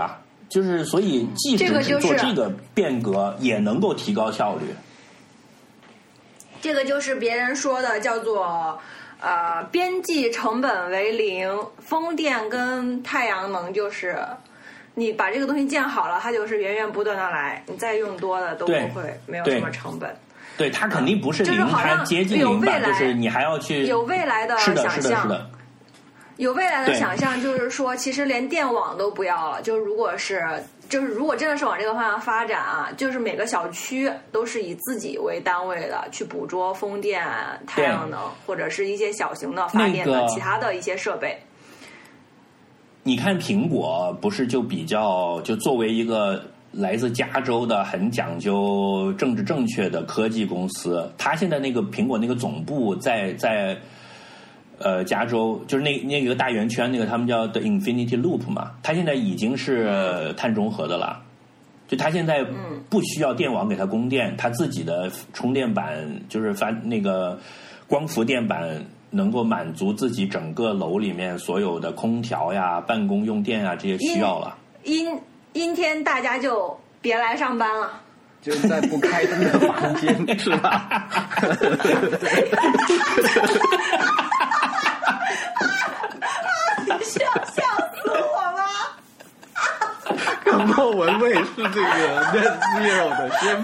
就是所以即使只做这个变革，也能够提高效率。 这个就是别人说的叫做呃边际成本为零，风电跟太阳能就是你把这个东西建好了，它就是源源不断的来，你再用多了都不会没有什么成本。 对，它肯定不是零， 就是好像它接近零吧，就是你还要去有未来的想象。 是的，是的，是的。 有未来的想象，就是说，其实连电网都不要了。就是如果是，就是如果真的是往这个方向发展啊，就是每个小区都是以自己为单位的去捕捉风电、太阳能或者是一些小型的发电的、 那个、 其他的一些设备。 你看苹果不是就比较，就作为一个来自加州的很讲究政治正确的科技公司，它现在那个苹果那个总部在在。呃，加州就是那那个大圆圈，那个他们叫 The Infinity Loop 嘛，它现在已经是碳中和的了。就它现在不需要电网给它供电，它自己的充电板就是发那个光伏电板能够满足自己整个楼里面所有的空调呀、办公用电啊这些需要了。 阴阴天大家就别来上班了。 就是在不开灯的房间，是吧？ 你是要笑死我吗？ 可莫文蔚是这个 Net Zero 的身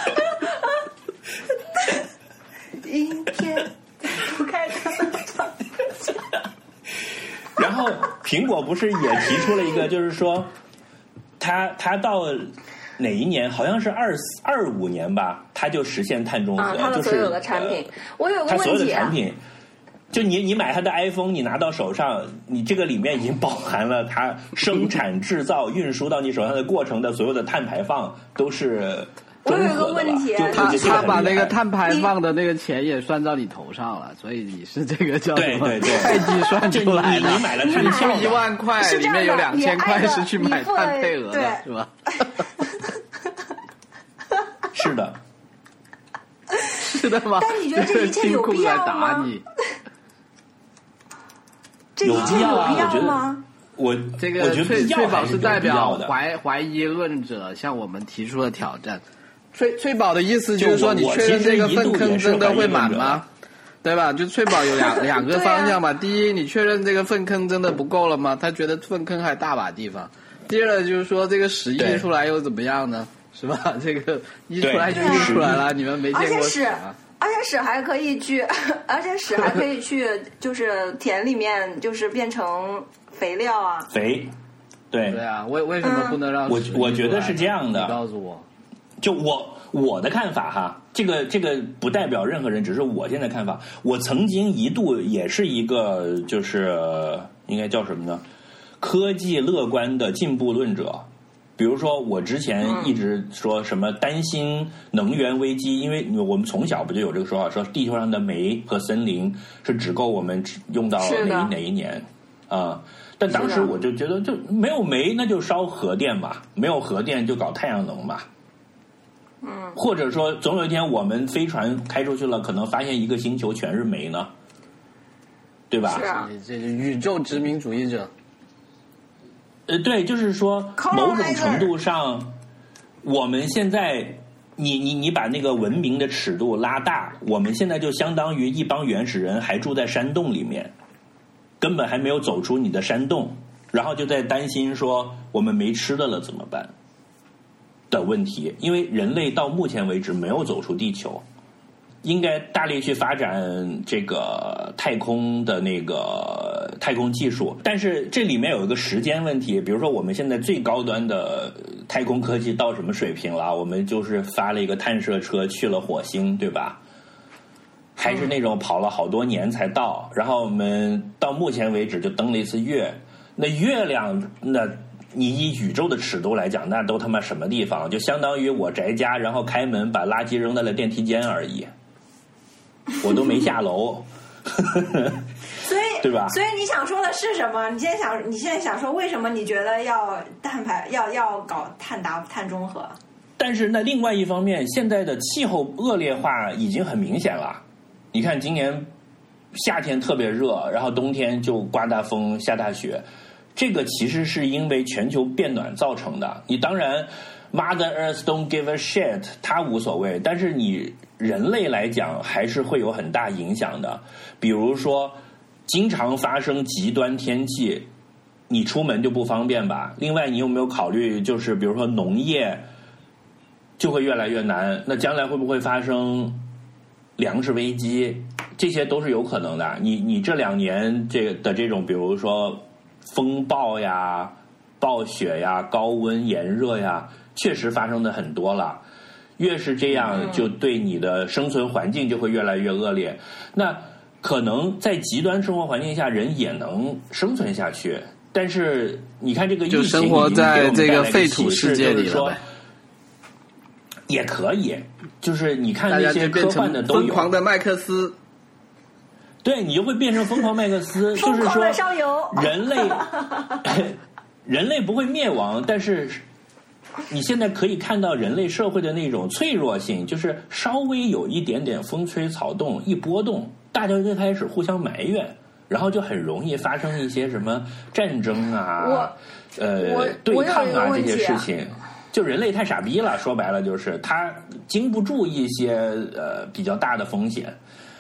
份。阴天不开灯的房间。 然后苹果不是也提出了一个，就是说，它它到。哪一年？好像是二二五年吧，它就实现碳中和。 啊，它的所有的产品， 就是、 我有个问题、啊， 它所有的产品，就你你买它的 iPhone， 你拿到手上，你这个里面已经包含了它生产、制造、运输到你手上的过程的所有的碳排放都是中和的了。 我有个问题、 啊， 他他把那个碳排放的那个钱也算到你头上了，所以你是这个叫什么？ 对对对， 会计算出来的。 你你买了碳票， 一万块里面有两千块是去买碳配额的，是吧？ 是的， 是的吗？ 但你觉得这一切有必要吗？这一切有必要吗？ 我这个翠翠宝是代表怀怀疑论者向我们提出了挑战。翠翠宝的意思就是说，你确认这个粪坑真的会满吗？对吧？就翠宝有两两个方向嘛。啊、第一，你确认这个粪坑真的不够了吗？他觉得粪坑还大把地方。第二就是说，这个屎溢出来又怎么样呢？是吧？这个溢出来就溢出来了，你们没见过屎啊？ 而且屎还可以去，而且屎还可以去，就是田里面，就是变成肥料啊。 肥，对对啊，为为什么不能让、嗯？ 我我觉得是这样的。 你告诉我， 就我我的看法哈，这个这个不代表任何人，只是我现在看法。我曾经一度也是一个，就是应该叫什么呢？科技乐观的进步论者。比如说，我之前一直说什么担心能源危机，因为我们从小不就有这个说法，说地球上的煤和森林是只够我们用到哪哪一年啊、呃？但当时我就觉得，就没有煤，那就烧核电嘛；没有核电，就搞太阳能嘛。 嗯， 或者说，总有一天我们飞船开出去了，可能发现一个星球全是煤呢，对吧？ 是啊， 这是宇宙殖民主义者。 呃，对，就是说，某种程度上，我们现在，你你你把那个文明的尺度拉大，我们现在就相当于一帮原始人还住在山洞里面，根本还没有走出你的山洞，然后就在担心说我们没吃的了怎么办的问题，因为人类到目前为止没有走出地球。应该大力去发展这个太空的那个太空技术，但是这里面有一个时间问题。比如说，我们现在最高端的太空科技到什么水平了？我们就是发了一个探射车去了火星，对吧？还是那种跑了好多年才到。然后我们到目前为止就登了一次月。那月亮，那你以宇宙的尺度来讲，那都他妈什么地方？就相当于我宅家，然后开门把垃圾扔在了电梯间而已。我都没下楼， 所以对吧？ 所以你想说的是什么？你现在想，你现在想说，为什么你觉得要碳排要要搞碳达碳中和？ 但是那另外一方面，现在的气候恶劣化已经很明显了。你看今年夏天特别热，然后冬天就刮大风、下大雪， 这个其实是因为全球变暖造成的。你当然 Mother Earth don't give a shit， 它无所谓，但是你人类来讲还是会有很大影响的。比如说经常发生极端天气，你出门就不方便吧。另外你有没有考虑就是比如说农业就会越来越难，那将来会不会发生粮食危机，这些都是有可能的。你你这两年这的这种比如说风暴呀、暴雪呀、高温炎热呀，确实发生的很多了。越是这样，就对你的生存环境就会越来越恶劣。那可能在极端生活环境下，人也能生存下去。但是你看这个疫情， 就生活在这个废土世界里了呗。 也可以，就是你看那些科幻的都有。 疯狂的麦克斯。 对，你就会变成疯狂麦克斯，就是说人类人类不会灭亡，但是你现在可以看到人类社会的那种脆弱性，就是稍微有一点点风吹草动一波动，大家就开始互相埋怨，然后就很容易发生一些什么战争啊、呃对抗啊这些事情。就人类太傻逼了，说白了就是他经不住一些呃比较大的风险。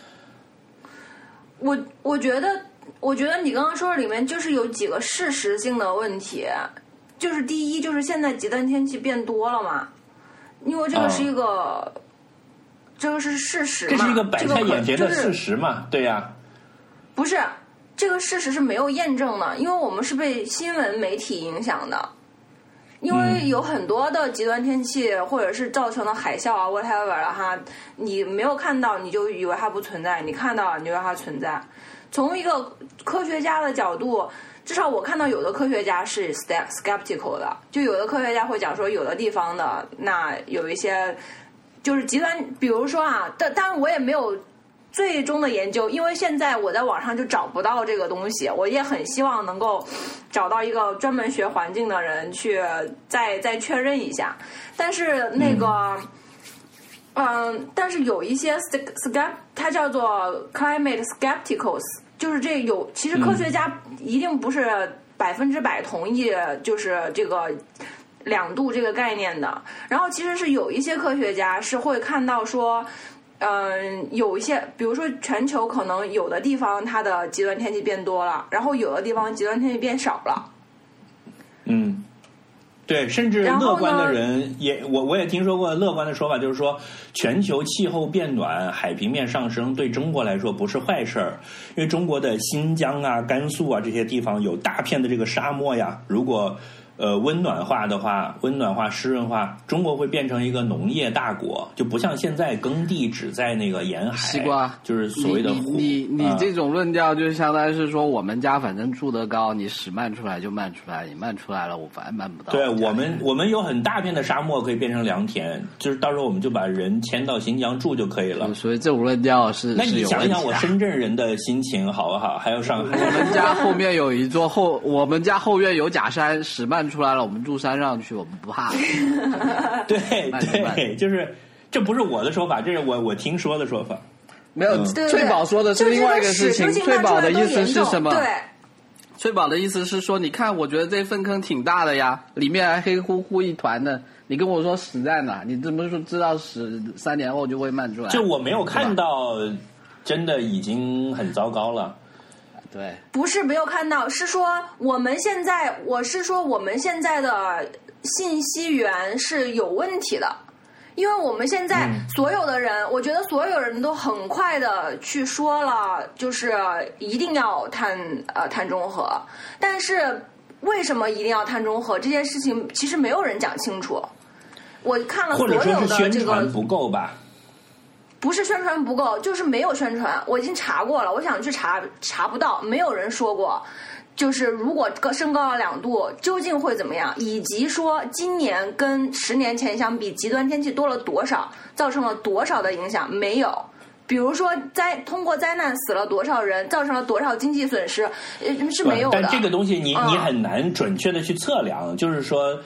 我我觉得，我觉得你刚刚说的里面就是有几个事实性的问题，就是第一，就是现在极端天气变多了嘛，因为这个是一个，哦、这个是事实嘛， 这是一个摆在眼前的事实嘛，就是、对呀、啊。 不是，这个事实是没有验证的，因为我们是被新闻媒体影响的。因为有很多的极端天气或者是造成的海啸啊 whatever 了哈，你没有看到你就以为它不存在，你看到了你就让它存在。从一个科学家的角度，至少我看到有的科学家是 skeptical 的，就有的科学家会讲说有的地方的那有一些就是极端，比如说啊，但当然我也没有最终的研究，因为现在我在网上就找不到这个东西，我也很希望能够找到一个专门学环境的人去再再确认一下。但是那个，嗯、呃，但是有一些 skept， 它叫做 climate skepticals， 就是这有，其实科学家一定不是百分之百同意，就是这个两度这个概念的。然后其实是有一些科学家是会看到说。嗯，有一些，比如说全球可能有的地方它的极端天气变多了，然后有的地方极端天气变少了。 嗯，对，甚至乐观的人也，我我也听说过乐观的说法，就是说全球气候变暖、海平面上升对中国来说不是坏事儿，因为中国的新疆啊、甘肃啊这些地方有大片的这个沙漠呀，如果呃，温暖化的话，温暖化、湿润化，中国会变成一个农业大国，就不像现在耕地只在那个沿海， 西瓜就是所谓的你你你, 你这种论调就相当于是说，我们家反正住得高，你屎漫出来就漫出来，你漫出来了，我反正漫不到。 对我们，我们有很大片的沙漠可以变成良田，就是到时候我们就把人迁到新疆住就可以了。 所以这种论调是， 那你想想我深圳人的心情好不好？还有上海， 我们家后面有一座后，我们家后院有假山，屎漫出来了，我们住山上去，我们不怕。 对对，就是这不是我的说法，这是我我听说的说法。 没有， 嗯、 翠宝说的是另外一个事情。翠宝的意思是什么？ 对， 翠宝的意思是说，你看，我觉得这粪坑挺大的呀，里面还黑乎乎一团的。你跟我说屎在哪？你怎么说知道屎三年后就会漫出来？ 就我没有看到，真的已经很糟糕了。 对， 不是没有看到，是说我们现在，我是说我们现在的信息源是有问题的，因为我们现在所有的人，嗯、我觉得所有人都很快的去说了，就是一定要碳呃碳中和，但是为什么一定要碳中和这件事情，其实没有人讲清楚。我看了所有的这个， 或者说是宣传不够吧。 不是宣传不够，就是没有宣传。我已经查过了，我想去查，查不到，没有人说过。就是如果升高了两度，究竟会怎么样？以及说今年跟十年前相比，极端天气多了多少，造成了多少的影响？没有。比如说灾通过灾难死了多少人，造成了多少经济损失，是没有的。 但这个东西你、 嗯、 你很难准确的去测量，就是说。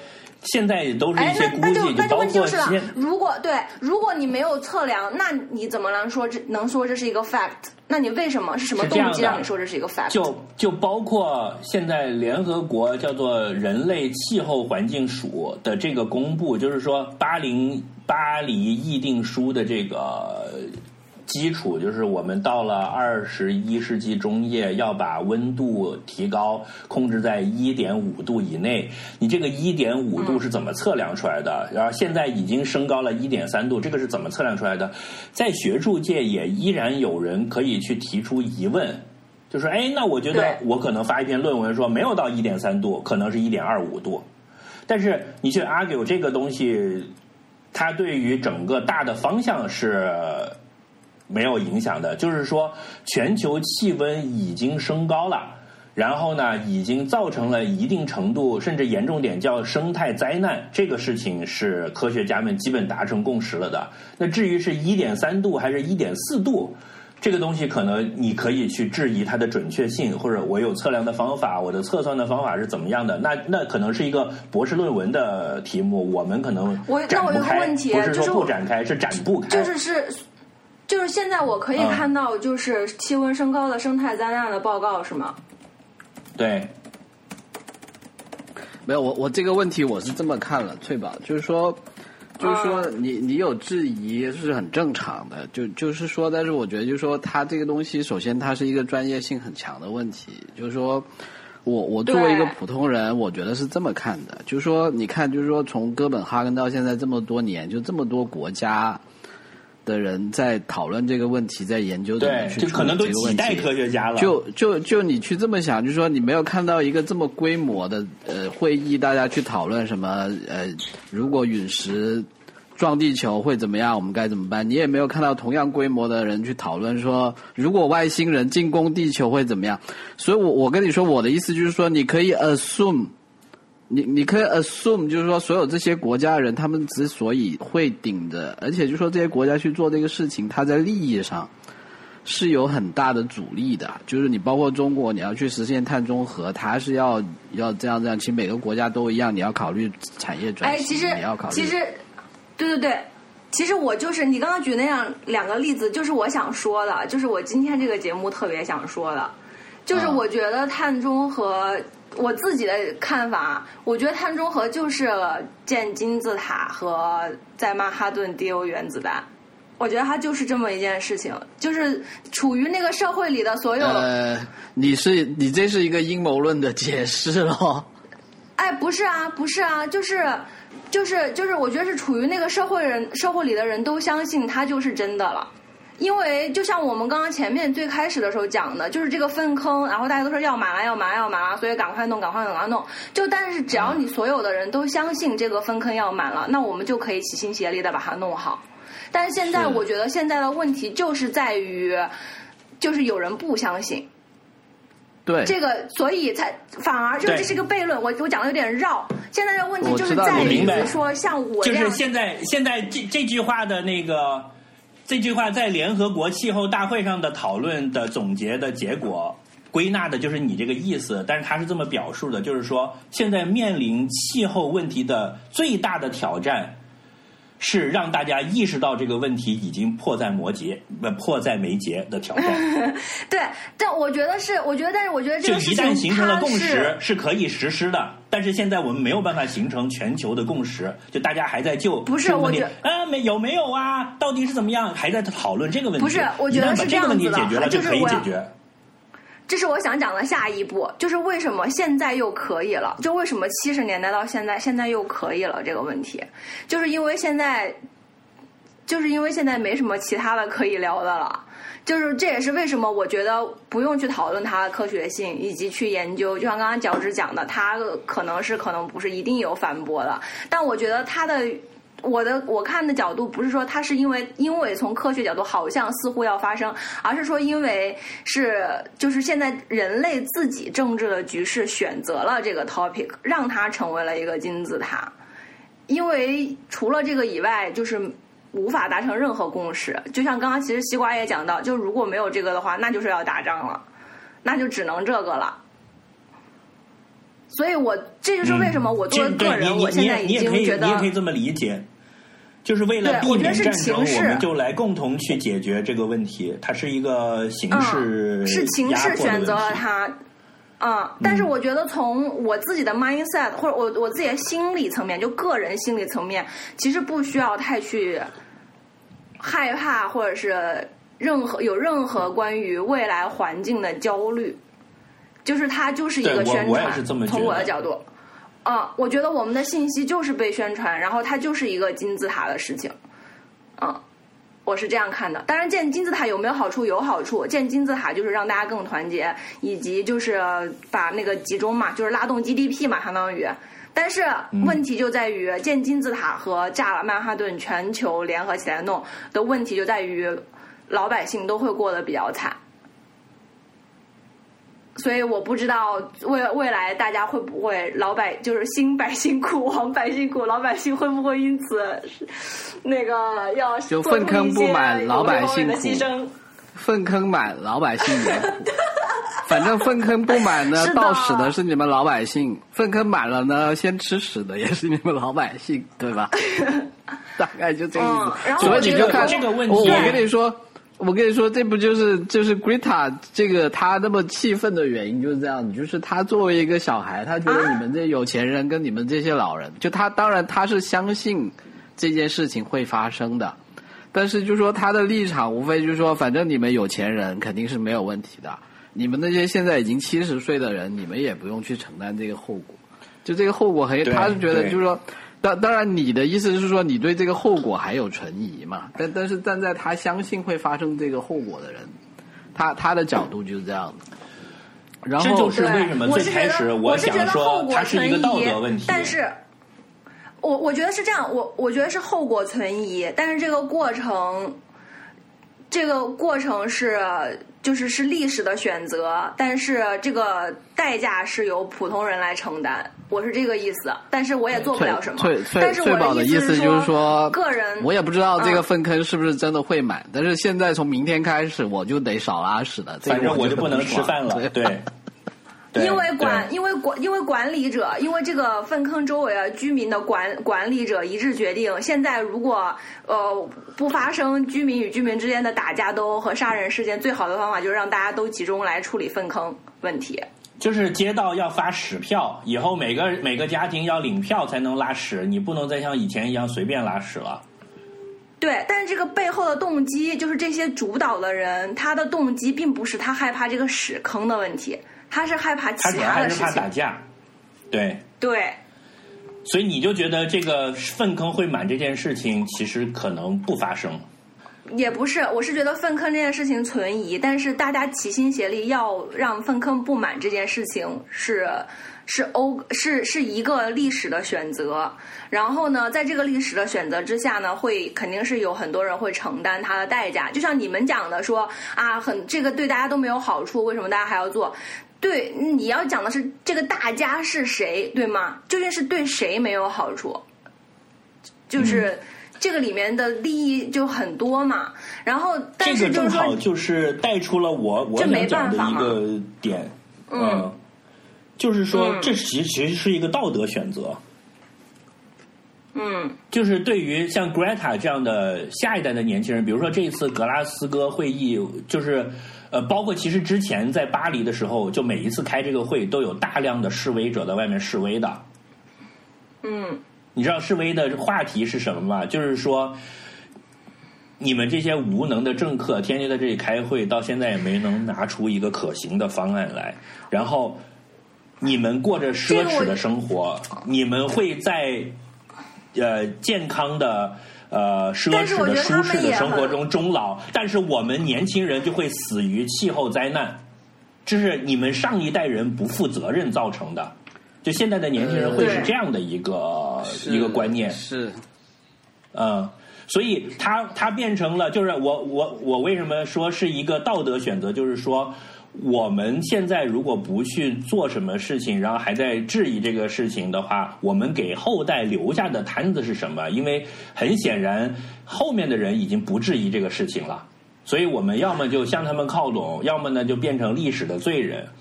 现在都是一些估计， 哎、那那就那就包括问题就是了，如果对，如果你没有测量，那你怎么能说这能说这是一个 fact？ 那你为什么是什么动机让你说这是一个 fact？ 就就包括现在联合国叫做人类气候环境署的这个公布，就是说巴黎巴黎议定书的这个基础，就是我们到了二十一世纪中叶要把温度提高，控制在一点五度以内。你这个一点五度是怎么测量出来的？然后现在已经升高了一点三度，这个是怎么测量出来的？在学术界也依然有人可以去提出疑问，就说：哎，那我觉得我可能发一篇论文说没有到一点三度，可能是一点二五度。但是你去 argue 这个东西，它对于整个大的方向是没有影响的，就是说全球气温已经升高了，然后呢已经造成了一定程度甚至严重点叫生态灾难，这个事情是科学家们基本达成共识了的。那至于是 一点三度还是 一点四度，这个东西可能你可以去质疑它的准确性，或者我有测量的方法，我的测算的方法是怎么样的，那那可能是一个博士论文的题目，我们可能展不开。 我那我有个问题， 不是说不展开， 就是展不开， 就是是就是现在我可以看到就是气温升高的生态灾难的报告是吗？ 对， 没有，我我这个问题我是这么看了，翠宝，就是说，就是说你你有质疑是很正常的，就就是说，但是我觉得就是说，它这个东西首先它是一个专业性很强的问题，就是说我我作为一个普通人，我觉得是这么看的，就是说你看，就是说从哥本哈根到现在这么多年，就这么多国家的人在讨论这个问题，在研究怎么去处理这个问题， 就可能都几代科学家了。 就就就你去这么想，就是说你没有看到一个这么规模的呃会议，大家去讨论什么呃，如果陨石撞地球会怎么样，我们该怎么办？你也没有看到同样规模的人去讨论说，如果外星人进攻地球会怎么样。所以我我跟你说，我的意思就是说，你可以 assume。你你可以 assume 就是说所有这些国家的人他们之所以会顶着，而且就是说这些国家去做这个事情，它在利益上是有很大的阻力的，就是你包括中国你要去实现碳中和，它是要要这样这样，其实每个国家都一样，你要考虑产业转型， 哎，其实你要考虑其实对对对，其实我就是你刚刚举那样两个例子，就是我想说的，就是我今天这个节目特别想说的，就是我觉得碳中和，我自己的看法，我觉得碳中和就是建金字塔和在曼哈顿丢原子弹，我觉得它就是这么一件事情，就是处于那个社会里的所有。 呃，你是你这是一个阴谋论的解释咯。 哎，不是啊，不是啊，就是就是就是，我觉得是处于那个社会人社会里的人都相信它就是真的了。因为就像我们刚刚前面最开始的时候讲的，就是这个粪坑，然后大家都说要满了要满了要满了，所以赶快弄赶快弄赶快弄。就但是只要你所有的人都相信这个粪坑要满了，那我们就可以齐心协力的把它弄好。但是现在我觉得现在的问题就是在于，就是有人不相信。 对这个，所以才反而就这是个悖论。我我讲的有点绕。现在的问题就是在于说，像我这样， 就是现在现在这这句话的那个。这句话在联合国气候大会上的讨论的总结的结果归纳的就是你这个意思，但是他是这么表述的，就是说现在面临气候问题的最大的挑战是让大家意识到这个问题已经迫在眉睫，不迫在眉睫的挑战。 对，但我觉得是，我觉得，但是我觉得这个事情就一旦形成了共识是可以实施的，但是现在我们没有办法形成全球的共识，就大家还在就不是我觉得啊没有没有啊，到底是怎么样，还在讨论这个问题。 不是，我觉得是这样子的， 一旦把这个问题解决了就可以解决。 这是我想讲的下一步，就是为什么现在又可以了？就为什么七十年代到现在，现在又可以了？这个问题，就是因为现在，就是因为现在没什么其他的可以聊的了。就是这也是为什么我觉得不用去讨论它的科学性，以及去研究。就像刚刚脚趾讲的，它可能是可能不是一定有反驳的，但我觉得它的。我的我看的角度不是说它是因为因为从科学角度好像似乎要发生，而是说因为是就是现在人类自己政治的局势选择了这个 topic， 让它成为了一个金字塔。因为除了这个以外，就是无法达成任何共识。就像刚刚其实西瓜也讲到，就如果没有这个的话，那就是要打仗了，那就只能这个了。 所以我这就是为什么我作为个人， 嗯、 我现在已经觉得你也可以这么理解，就是为了避免战争， 我, 我们就来共同去解决这个问题。它是一个形式、 嗯，是情势选择了它。啊、嗯，但是我觉得从我自己的 mindset 或者我我自己的心理层面，就个人心理层面，其实不需要太去害怕，或者是任何有任何关于未来环境的焦虑，就是它就是一个宣传。从我的角度，啊、嗯，我觉得我们的信息就是被宣传，然后它就是一个金字塔的事情，嗯。我是这样看的，当然建金字塔有没有好处？有好处。建金字塔就是让大家更团结，以及就是把那个集中嘛，就是拉动 G D P 嘛，相当于。但是问题就在于建金字塔和炸曼哈顿全球联合起来弄的问题就在于老百姓都会过得比较惨。所以我不知道未未来大家会不会老百就是新百姓苦，亡百姓苦，老百姓会不会因此那个要就粪坑不满，老百姓苦；粪坑满，老百姓也苦。反正粪坑不满呢，倒屎的是你们老百姓；粪坑满了呢，先吃屎的也是你们老百姓，对吧？大概就这个意思。 嗯、 所以你就看这个问题， 我我跟你说。我跟你说，这不就是就是 Greta 这个他那么气愤的原因就是这样，就是他作为一个小孩，他觉得你们这有钱人跟你们这些老人，啊、就他当然他是相信这件事情会发生的，但是就说他的立场无非就是说，反正你们有钱人肯定是没有问题的，你们那些现在已经七十岁的人，你们也不用去承担这个后果，就这个后果很，他是觉得就是说。当当然，你的意思是说你对这个后果还有存疑嘛？但但是站在他相信会发生这个后果的人，他他的角度就是这样的。然后这就是为什么最开始我想说它是一个道德问题。 但是，我我觉得是这样，我我觉得是后果存疑，但是这个过程，这个过程是就是是历史的选择，但是这个代价是由普通人来承担。我是这个意思，但是我也做不了什么。 翠翠翠宝的意思就是说， 个人我也不知道这个粪坑是不是真的会满，嗯、但是现在从明天开始我就得少拉屎了， 反正我就不能吃饭了。对，对因为管因为管因为管理者，因为这个粪坑周围的居民的管管理者一致决定，现在如果呃不发生居民与居民之间的打架斗殴和杀人事件，最好的方法就是让大家都集中来处理粪坑问题。 就是街道要发屎票，以后每个每个家庭要领票才能拉屎，你不能再像以前一样随便拉屎了。 对，但是这个背后的动机，就是这些主导的人，他的动机并不是他害怕这个屎坑的问题，他是害怕其他的事情。 他是怕打架。对。 对。 所以你就觉得这个粪坑会满这件事情，其实可能不发生。 也不是，我是觉得粪坑这件事情存疑，但是大家齐心协力要让粪坑不满这件事情是是欧是是一个历史的选择。然后呢，在这个历史的选择之下呢，会肯定是有很多人会承担它的代价。就像你们讲的说啊，很这个对大家都没有好处，为什么大家还要做？对，你要讲的是这个大家是谁，对吗？究竟是对谁没有好处？就是。嗯这个里面的利益就很多嘛，然后但是就是说， 这个正好就是带出了我我想讲的一个点， 嗯， 嗯就是说、嗯、这其实其实是一个道德选择， 嗯， 就是对于像 Greta 这样的下一代的年轻人，比如说这一次格拉斯哥会议，就是呃，包括其实之前在巴黎的时候，就每一次开这个会都有大量的示威者在外面示威的， 嗯。 你知道示威的话题是什么吗？就是说，你们这些无能的政客天天在这里开会，到现在也没能拿出一个可行的方案来。然后，你们过着奢侈的生活，你们会在呃健康的呃奢侈的舒适的生活中终老，但是我们年轻人就会死于气候灾难，这是你们上一代人不负责任造成的。就现在的年轻人会是这样的一个、呃、一个观念， 是， 嗯，所以它它变成了，就是我我我为什么说是一个道德选择，就是说我们现在如果不去做什么事情，然后还在质疑这个事情的话，我们给后代留下的摊子是什么？因为很显然后面的人已经不质疑这个事情了，所以我们要么就向他们靠拢，要么呢就变成历史的罪人。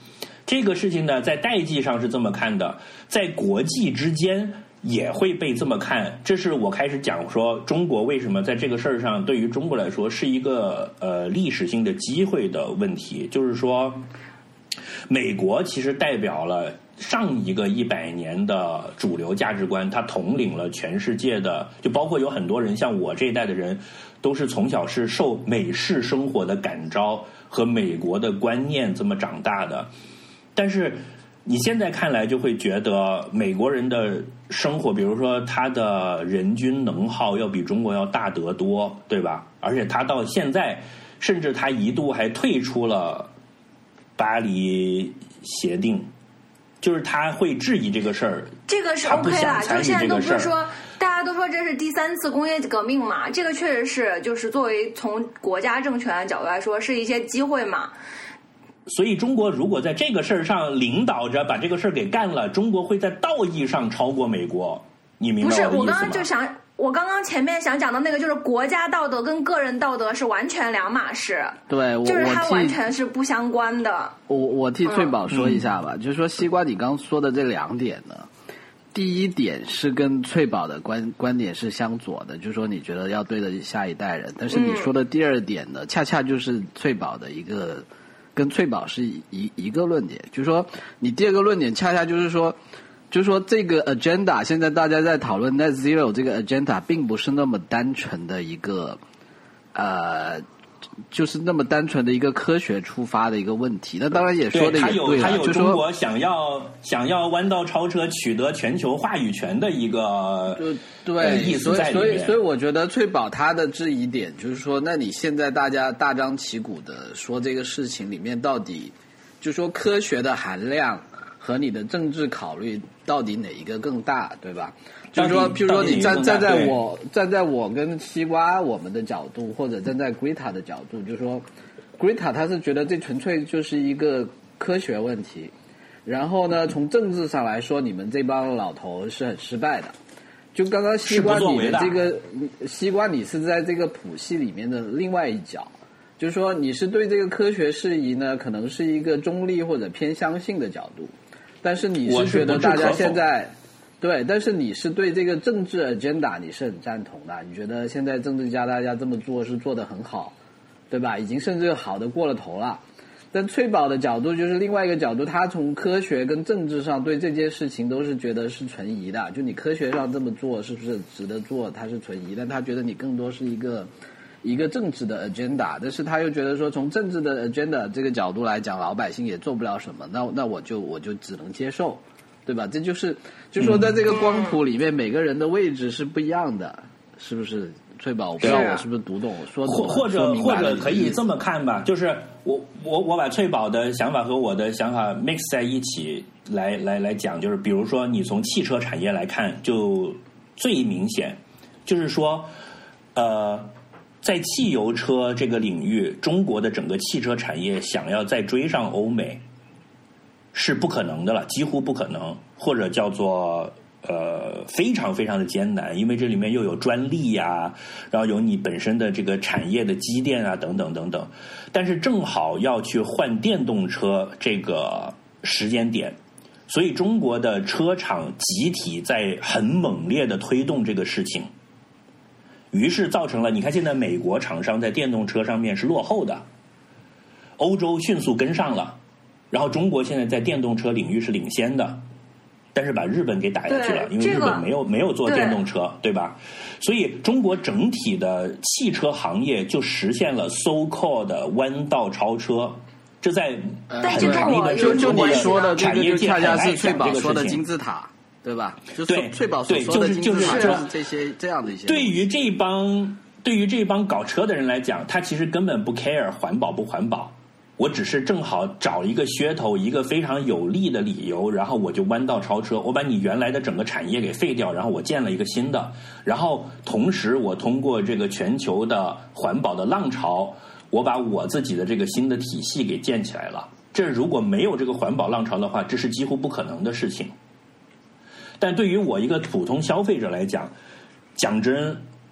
这个事情呢，在代际上是这么看的，在国际之间也会被这么看。这是我开始讲说中国为什么在这个事儿上，对于中国来说是一个呃历史性的机会的问题。就是说，美国其实代表了上一个一百年的主流价值观，它统领了全世界的，就包括有很多人，像我这一代的人，都是从小是受美式生活的感召和美国的观念这么长大的。但是你现在看来就会觉得美国人的生活，比如说他的人均能耗要比中国要大得多，对吧？而且他到现在，甚至他一度还退出了巴黎协定，就是他会质疑这个事儿。 这个是 OK 啦，就现在都不是说大家都说这是第三次工业革命嘛，这个确实是，就是作为从国家政权的角度来说，是一些机会嘛。 所以中国如果在这个事儿上领导着把这个事儿给干了，中国会在道义上超过美国。你明白我的意思吗？ 不是，我刚刚就想，我刚刚前面想讲的那个，就是国家道德跟个人道德是完全两码事。 对，我就是它完全是不相关的。 我我替翠宝说一下吧，嗯、就是说西瓜你刚刚说的这两点呢，第一点是跟翠宝的观观点是相左的，就是说你觉得要对得起下一代人，但是你说的第二点呢，嗯、恰恰就是翠宝的一个。跟翠宝是一一个论点，就是说你第二个论点恰恰就是说，就是说这个 agenda 现在大家在讨论 net zero 这个 agenda 并不是那么单纯的一个呃，就是那么单纯的一个科学出发的一个问题。那当然也说的也对了， 就说中国想要想要弯道超车取得全球话语权的一个对意思在里面。 所以所以我觉得翠宝他的质疑点就是说，那你现在大家大张旗鼓的说这个事情里面到底，就是说科学的含量和你的政治考虑到底哪一个更大，对吧？就是说，譬如说你站站在我站在我跟西瓜我们的角度，或者站在 Greta 的角度，就是说 Greta 他是觉得这纯粹就是一个科学问题，然后呢，从政治上来说，你们这帮老头是很失败的。就刚刚西瓜你的这个西瓜，你是在这个谱系里面的另外一角，就是说你是对这个科学事宜呢，可能是一个中立或者偏相信的角度，但是你是觉得大家现在对，但是你是对这个政治 agenda 你是很赞同的，你觉得现在政治家大家这么做是做得很好，对吧？已经甚至好的过了头了。但翠宝的角度就是另外一个角度，他从科学跟政治上对这件事情都是觉得是存疑的，就你科学上这么做是不是值得做，他是存疑，但他觉得你更多是一个一个政治的 agenda， 但是他又觉得说从政治的 agenda 这个角度来讲，老百姓也做不了什么，那那我就我就只能接受，对吧？这就是就是说在这个光谱里面，每个人的位置是不一样的，是不是？翠宝，我不知道我是不是读懂我说或或者或者可以这么看吧，就是我我我把翠宝的想法和我的想法 mix 在一起来来来讲，就是比如说你从汽车产业来看，就最明显，就是说，呃，在汽油车这个领域，中国的整个汽车产业想要再追上欧美是不可能的了，几乎不可能，或者叫做。呃，非常非常的艰难，因为这里面又有专利呀、啊，然后有你本身的这个产业的积淀啊，等等等等。但是正好要去换电动车这个时间点，所以中国的车厂集体在很猛烈的推动这个事情，于是造成了你看现在美国厂商在电动车上面是落后的，欧洲迅速跟上了，然后中国现在在电动车领域是领先的。但是把日本给打下去了，因为日本没有、这个、没有做电动车， 对, 对吧？所以中国整体的汽车行业就实现了 so called 的弯道超车，这在很长一段就就你说的这个就恰恰是翠宝说的金字塔，对吧？就对翠宝所说的金字塔就是这些这样的一些。 对于这帮对于这帮搞车的人来讲，他其实根本不 care 环保不环保。我只是正好找一个噱头，一个非常有利的理由，然后我就弯道超车，我把你原来的整个产业给废掉，然后我建了一个新的，然后同时我通过这个全球的环保的浪潮，我把我自己的这个新的体系给建起来了。这如果没有这个环保浪潮的话，这是几乎不可能的事情。但对于我一个普通消费者来讲，讲真，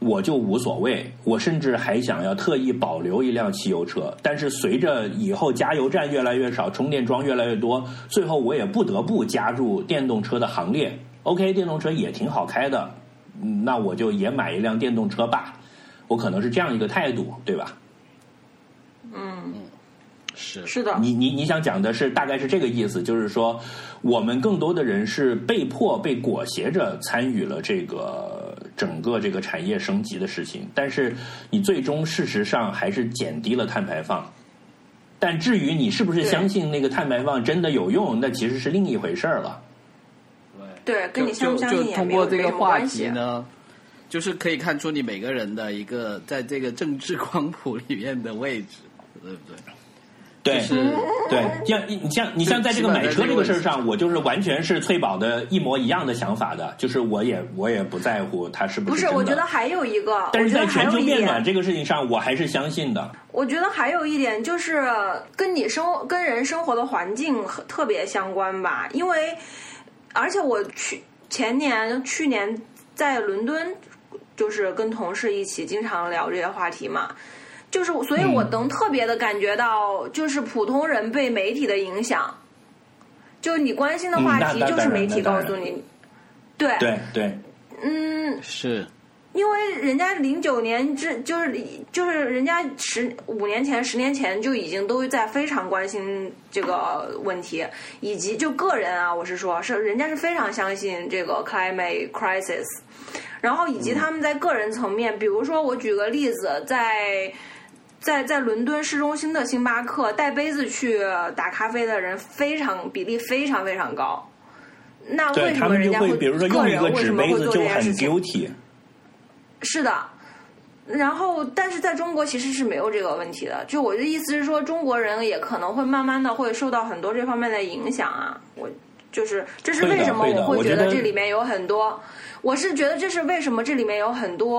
我就无所谓，我甚至还想要特意保留一辆汽油车。但是随着以后加油站越来越少，充电桩越来越多，最后我也不得不加入电动车的行列。OK， 电动车也挺好开的，嗯，那我就也买一辆电动车吧。我可能是这样一个态度，对吧？ 嗯， 是是的。 你你你想讲的是大概是这个意思，就是说我们更多的人是被迫被裹挟着参与了这个整个这个产业升级的事情，但是你最终事实上还是减低了碳排放。但至于你是不是相信那个碳排放真的有用，那其实是另一回事儿了。 对，跟你相不相信也就通过这个话题呢， 呢，就是可以看出你每个人的一个在这个政治光谱里面的位置，对不对？ 对， 就是对，像你像你像在这个买车这个事儿上，我就是完全是翠宝的一模一样的想法的，就是我也我也不在乎它是不是真的。 不是，我觉得还有一个， 但是在全球变暖这个事情上，我还是相信的。 我觉得还有一点就是跟你生跟人生活的环境特别相关吧，因为而且我去前年去年在伦敦，就是跟同事一起经常聊这些话题嘛。就是，所以我能特别的感觉到，就是普通人被媒体的影响，就你关心的话题，就是媒体告诉你，对对对， 嗯， 是， 因为人家零九年之就是就是人家十五年前、十年前就已经都在非常关心这个问题，以及就个人啊，我是说，是人家是非常相信这个 climate crisis， 然后以及他们在个人层面，比如说我举个例子，在。在在伦敦市中心的星巴克，带杯子去打咖啡的人非常比例非常非常高。那为什么人家会比如说用一个纸杯子就很 guilty？ 是的，然后但是在中国其实是没有这个问题的。就我的意思是说，中国人也可能会慢慢的会受到很多这方面的影响啊。我就是这是为什么我会觉得这里面有很多，我是觉得这是为什么这里面有很多。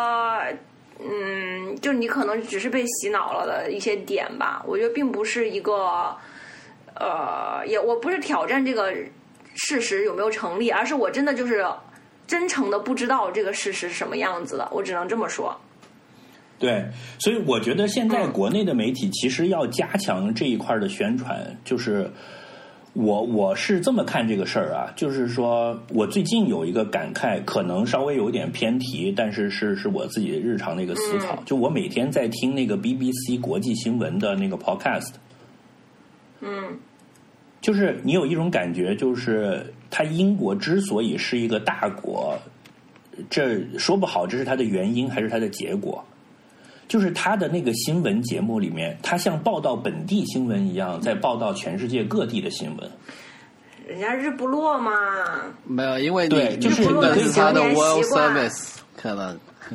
嗯，就你可能只是被洗脑了的一些点吧，我觉得并不是一个，呃，也我不是挑战这个事实有没有成立，而是我真的就是真诚的不知道这个事实是什么样子的，我只能这么说。 对，所以我觉得现在国内的媒体其实要加强这一块的宣传，就是我我是这么看这个事儿啊，就是说我最近有一个感慨，可能稍微有点偏题，但是是是我自己日常的一个思考。嗯、就我每天在听那个 B B C 国际新闻的那个 podcast， 嗯， 就是你有一种感觉，就是它英国之所以是一个大国，这说不好这是它的原因还是它的结果。就是他的那个新闻节目里面，他像报道本地新闻一样，在报道全世界各地的新闻。 人家日不落嘛， 没有，因为你对，就是他的 World Service 可能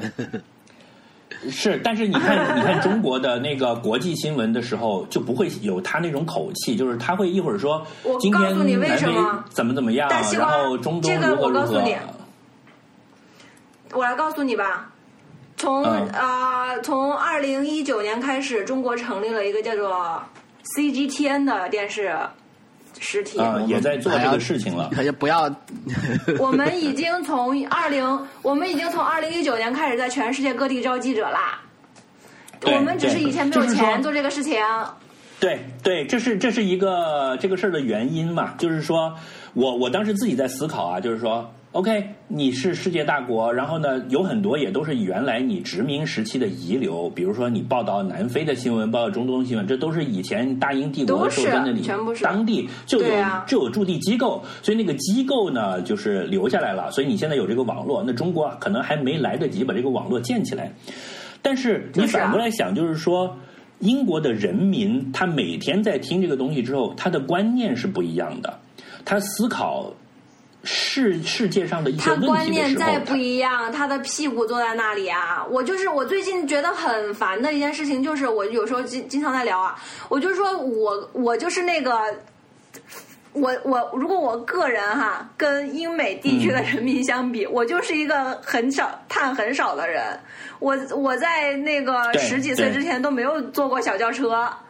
是，但是你看，你看中国的那个国际新闻的时候，就不会有他那种口气，就是他会一会儿说今天南非怎么怎么样，然后中东如何如何。 我来告诉你吧。从啊、嗯呃，从二零一九年开始，中国成立了一个叫做 C G T N 的电视实体， 啊、嗯，也在做这个事情了。 可是不要， 我们已经从二零，我们已经从二零一九年开始在全世界各地招记者啦。我们只是以前没有钱做这个事情。 对对，这是这是一个这个事儿的原因嘛，就是说我我当时自己在思考啊，就是说。OK， 你是世界大国，然后呢，有很多也都是原来你殖民时期的遗留，比如说你报道南非的新闻，报道中东新闻，这都是以前大英帝国的时候在那里当地就有、啊、就有驻地机构，所以那个机构呢就是留下来了，所以你现在有这个网络，那中国可能还没来得及把这个网络建起来，但是你反过来想，就是说。英国的人民他每天在听这个东西之后，他的观念是不一样的，他思考世世界上的一些问题的时候， 他观念再不一样，他的屁股坐在那里啊！我就是我最近觉得很烦的一件事情，就是我有时候经经常在聊啊，我就说我我就是那个。我我如果我个人哈跟英美地区的人民相比，嗯、我就是一个很少碳很少的人。我我在那个十几岁之前都没有坐过小轿车，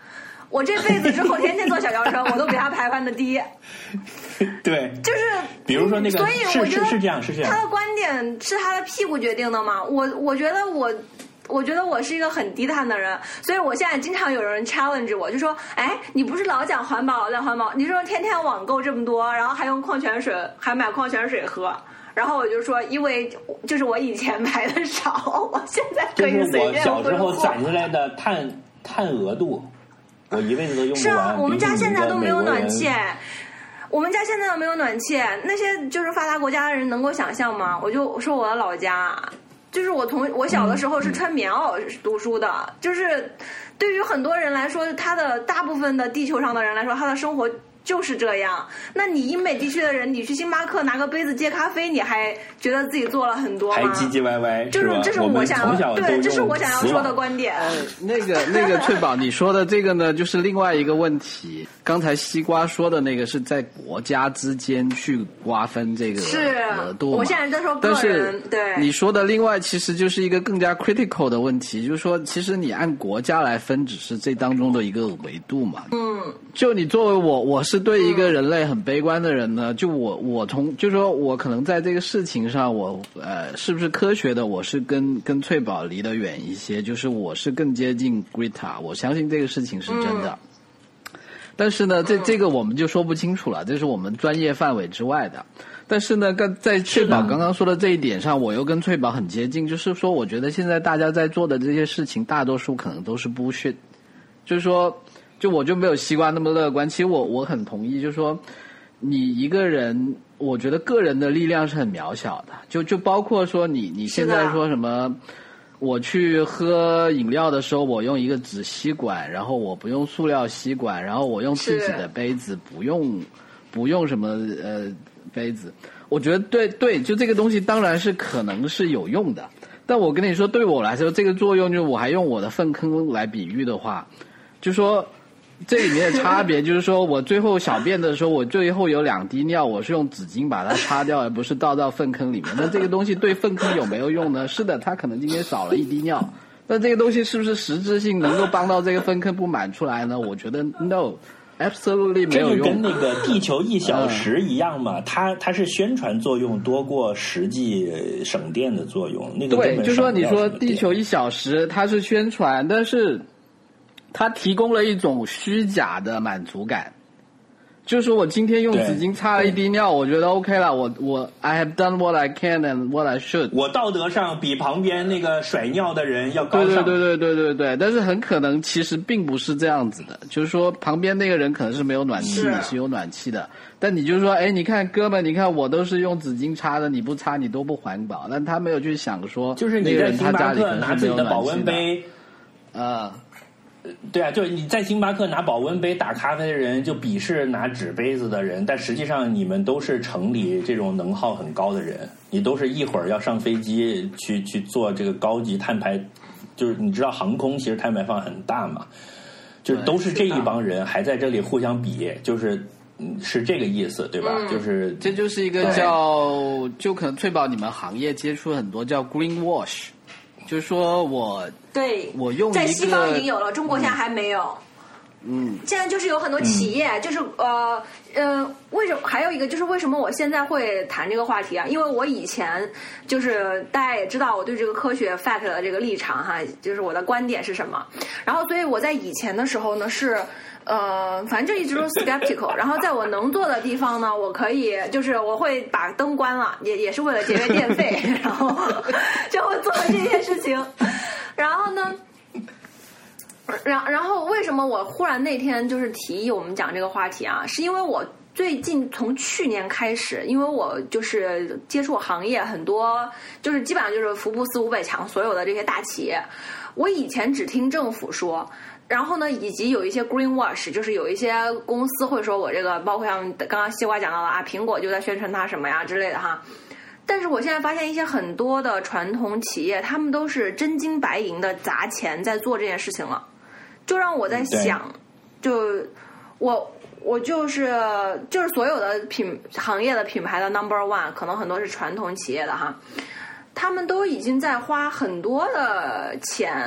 我这辈子之后天天坐小轿车，我都比他排班的低。 对， 就是比如说那个， 所以我觉得是这样，是这样。 他的观点是他的屁股决定的嘛？我我觉得我。我觉得我是一个很低碳的人，所以我现在经常有人 challenge 我，就说：“哎，你不是老讲环保，老讲环保，你说天天网购这么多，然后还用矿泉水，还买矿泉水喝。”然后我就说，因为就是我以前买的少，我现在可以随便挥霍。 就是我小时候攒出来的碳碳额度，我一辈子都用不完。 是啊，我们家现在都没有暖气。我们家现在都没有暖气，那些就是发达国家的人能够想象吗？我就说我的老家。就是我从我小的时候是穿棉袄读书的，嗯、就是对于很多人来说，他的大部分的地球上的人来说，他的生活就是这样。那你英美地区的人，你去星巴克拿个杯子接咖啡，你还觉得自己做了很多吗？ 还唧唧歪歪， 就是这是我想要对，这是我想要说的观点。 呃，那个那个翠宝，你说的这个呢，就是另外一个问题。刚才西瓜说的那个是在国家之间去瓜分这个额度嘛， 我现在在说个人，对。 你说的另外其实就是一个更加 critical 的问题，就是说，其实你按国家来分，只是这当中的一个维度嘛。 嗯。 就你作为我，我是对一个人类很悲观的人呢。就我，我从就说我可能在这个事情上，我呃，是不是科学的，我是跟跟翠宝离得远一些。就是我是更接近 Greta， 我相信这个事情是真的。嗯，但是呢，这这个我们就说不清楚了，这是我们专业范围之外的。但是呢，刚在翠宝刚刚说的这一点上，我又跟翠宝很接近，就是说，我觉得现在大家在做的这些事情，大多数可能都是 bullshit。就是说，就我就没有西瓜那么乐观。其实我我很同意，就是说，你一个人，我觉得个人的力量是很渺小的。就就包括说你你现在说什么。我去喝饮料的时候，我用一个纸吸管，然后我不用塑料吸管，然后我用自己的杯子，不用不用什么呃杯子。我觉得对对，就这个东西当然是可能是有用的，但我跟你说，对我来说，这个作用就是我还用我的粪坑来比喻的话，就说这里面的差别就是说我最后小便的时候，我最后有两滴尿，我是用纸巾把它擦掉，而不是倒到粪坑里面。那这个东西对粪坑有没有用呢？是的，它可能今天少了一滴尿，那这个东西是不是实质性能够帮到这个粪坑不满出来呢？我觉得 no。absolutely 没有用。 这就跟那个地球一小时一样嘛，嗯、它它是宣传作用多过实际省电的作用。那个对，就说你说地球一小时，它是宣传，但是它提供了一种虚假的满足感。就是我今天用纸巾擦了一滴尿，我觉得 OK 了，我我 I have done what I can and what I should。 我道德上比旁边那个甩尿的人要高尚。 对对对对对对对，但是很可能其实并不是这样子的，就是说旁边那个人可能是没有暖气，你是有暖气的，但你就说，哎，你看哥们，你看我都是用纸巾擦的，你不擦你多不环保，但他没有去想说， 就是你在星巴克拿自己的保温杯， 呃。 对啊，就是你在星巴克拿保温杯打咖啡的人，就鄙视拿纸杯子的人，但实际上你们都是城里这种能耗很高的人，你都是一会儿要上飞机去去做这个高级碳排，就是你知道航空其实碳排放很大嘛，就是都是这一帮人还在这里互相比，就是嗯是这个意思对吧？嗯、就是这就是一个叫，就可能翠宝你们行业接触很多叫 green wash。就是说我对我用一个在西方已经有了，中国现在还没有。 嗯， 现在就是有很多企业，嗯、就是呃呃，为什么还有一个就是为什么我现在会谈这个话题啊？因为我以前就是大家也知道我对这个科学 fact 的这个立场哈，就是我的观点是什么。然后所以我在以前的时候呢是。呃，反正就一直都 skeptical， 然后在我能做的地方呢，我可以就是我会把灯关了，也也是为了节约电费，然后就会做这件事情。然后呢，然然后为什么我忽然那天就是提议我们讲这个话题啊？是因为我最近从去年开始，因为我就是接触行业很多，就是基本上就是福布斯五百强所有的这些大企业，我以前只听政府说。然后呢，以及有一些 green wash， 就是有一些公司会说我这个，包括像刚刚西瓜讲到的啊，苹果就在宣传它什么呀之类的哈。但是我现在发现一些很多的传统企业，他们都是真金白银的砸钱在做这件事情了，就让我在想，就我我就是就是所有的品行业的品牌的 number one， 可能很多是传统企业的哈，他们都已经在花很多的钱。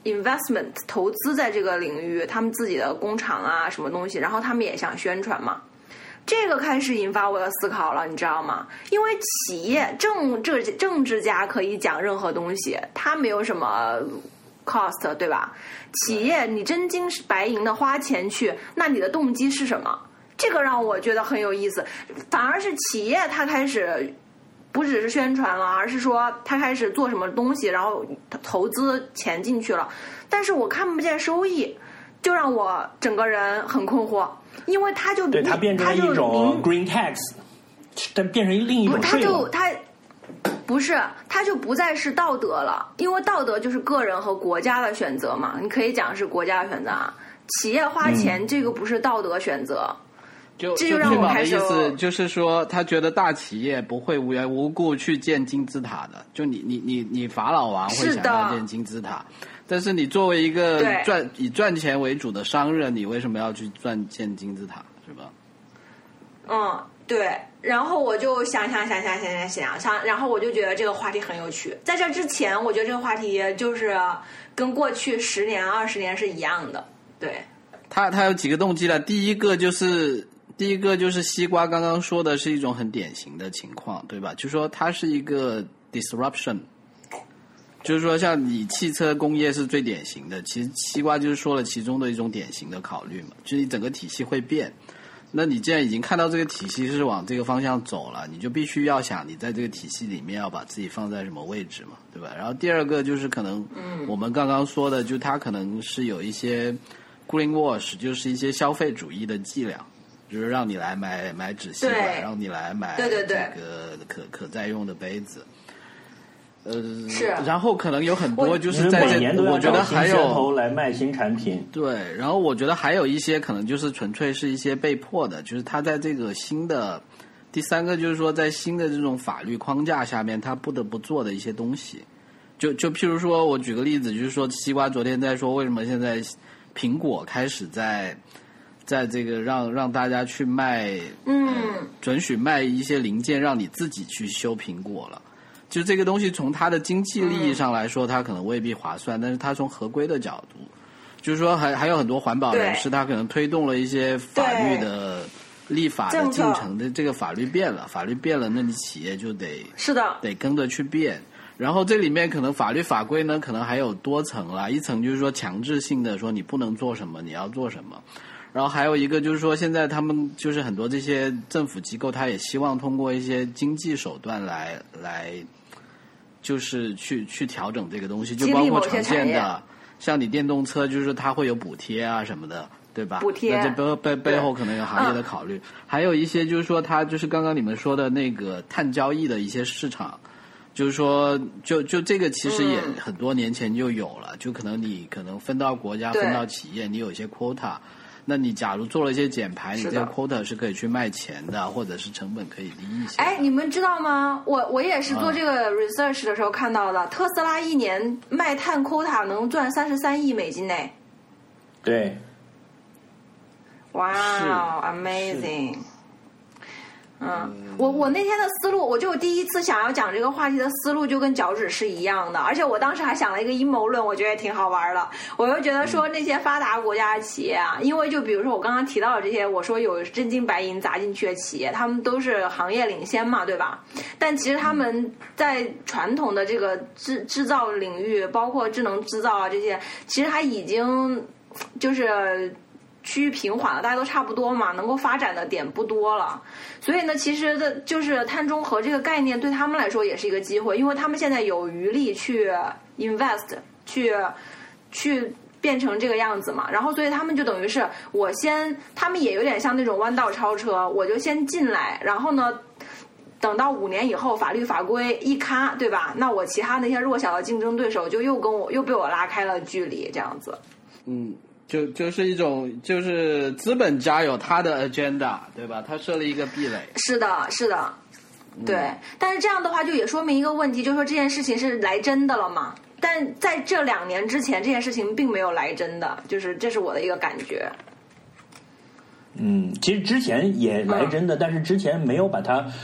investment 投资在这个领域，他们自己的工厂啊什么东西，然后他们也想宣传嘛。这个开始引发我的思考了，你知道吗？因为企业政治政治家可以讲任何东西，他没有什么 cost， 对吧？企业你真金白银的花钱去，那你的动机是什么？这个让我觉得很有意思。反而是企业他开始不只是宣传了，而是说他开始做什么东西，然后投资钱进去了，但是我看不见收益，就让我整个人很困惑。因为他就对它变成了一种 green tax， 但变成另一种税了。 他就他不是，他就不再是道德了，因为道德就是个人和国家的选择嘛，你可以讲是国家的选择啊。企业花钱、嗯、这个不是道德选择， 就这就让我开始。 的意思就是说，他觉得大企业不会无缘无故去建金字塔的，就你你你你法老王会想要建金字塔。但是你作为一个赚以赚钱为主的商人，你为什么要去赚建金字塔，是吧？ 嗯，对。然后我就想想想想想想想想，然后我就觉得这个话题很有趣。在这之前，我觉得这个话题就是跟过去十年、二十年是一样的。对。 他他有几个动机了，第一个就是第一个就是西瓜刚刚说的是一种很典型的情况，对吧？就说它是一个 disruption。就是说像你汽车工业是最典型的，其实西瓜就是说了其中的一种典型的考虑嘛，就是你整个体系会变，那你既然已经看到这个体系是往这个方向走了，你就必须要想你在这个体系里面要把自己放在什么位置嘛，对吧？然后第二个就是可能我们刚刚说的，就它可能是有一些 greenwash， 就是一些消费主义的伎俩，就是让你来买买纸吸管，让你来买这个可可再用的杯子。呃， 是， 然后可能有很多就是在每年都要我觉得还有找新噱头来卖新产品， 对，然后我觉得还有一些可能就是纯粹是一些被迫的，就是他在这个新的第三个就是说在新的这种法律框架下面，他不得不做的一些东西，就就譬如说我举个例子，就是说西瓜昨天在说为什么现在苹果开始在在这个让让大家去卖， 嗯、 呃，准许卖一些零件让你自己去修苹果了。就这个东西从它的经济利益上来说，它可能未必划算，但是它从合规的角度，就是说还还有很多环保人士，他可能推动了一些法律的立法的进程的，这个法律变了，法律变了，那你企业就得是的得跟着去变。然后这里面可能法律法规呢，可能还有多层啦，一层就是说强制性的说你不能做什么，你要做什么。然后还有一个就是说，现在他们就是很多这些政府机构，他也希望通过一些经济手段来来，就是去去调整这个东西，就包括常见的，像你电动车，就是它会有补贴啊什么的，对吧？ 补贴， 那这背背背后可能有行业的考虑，还有一些就是说，它就是刚刚你们说的那个碳交易的一些市场。就是说，就就这个其实也很多年前就有了，嗯、就可能你可能分到国家、分到企业，你有一些 quota， 那你假如做了一些减排，你这个 quota 是可以去卖钱的，或者是成本可以低一些。 哎，你们知道吗？我我也是做这个 research 的时候看到的，嗯、特斯拉一年卖碳 quota 能赚三十三亿美金呢。 对。 哇、wow, ，amazing。嗯，我我那天的思路，我就第一次想要讲这个话题的思路就跟脚趾是一样的，而且我当时还想了一个阴谋论，我觉得也挺好玩的。我就觉得说那些发达国家的企业啊，因为就比如说我刚刚提到的这些，我说有真金白银砸进去的企业，他们都是行业领先嘛，对吧？但其实他们在传统的这个制制造领域，包括智能制造啊这些，其实还已经就是趋于平缓了，大家都差不多嘛，能够发展的点不多了。所以呢，其实的就是碳中和这个概念对他们来说也是一个机会，因为他们现在有余力去 invest， 去去变成这个样子嘛。然后所以他们就等于是我先，他们也有点像那种弯道超车，我就先进来，然后呢等到五年以后法律法规一咔，对吧？那我其他那些弱小的竞争对手就又跟我又被我拉开了距离，这样子。 嗯。就就是一种，就是资本家有他的 agenda， 对吧？他设了一个壁垒。 是的，是的，对。嗯、但是这样的话，就也说明一个问题，就是说这件事情是来真的了嘛？但在这两年之前，这件事情并没有来真的，就是这是我的一个感觉。 嗯，其实之前也来真的，嗯、但是之前没有把它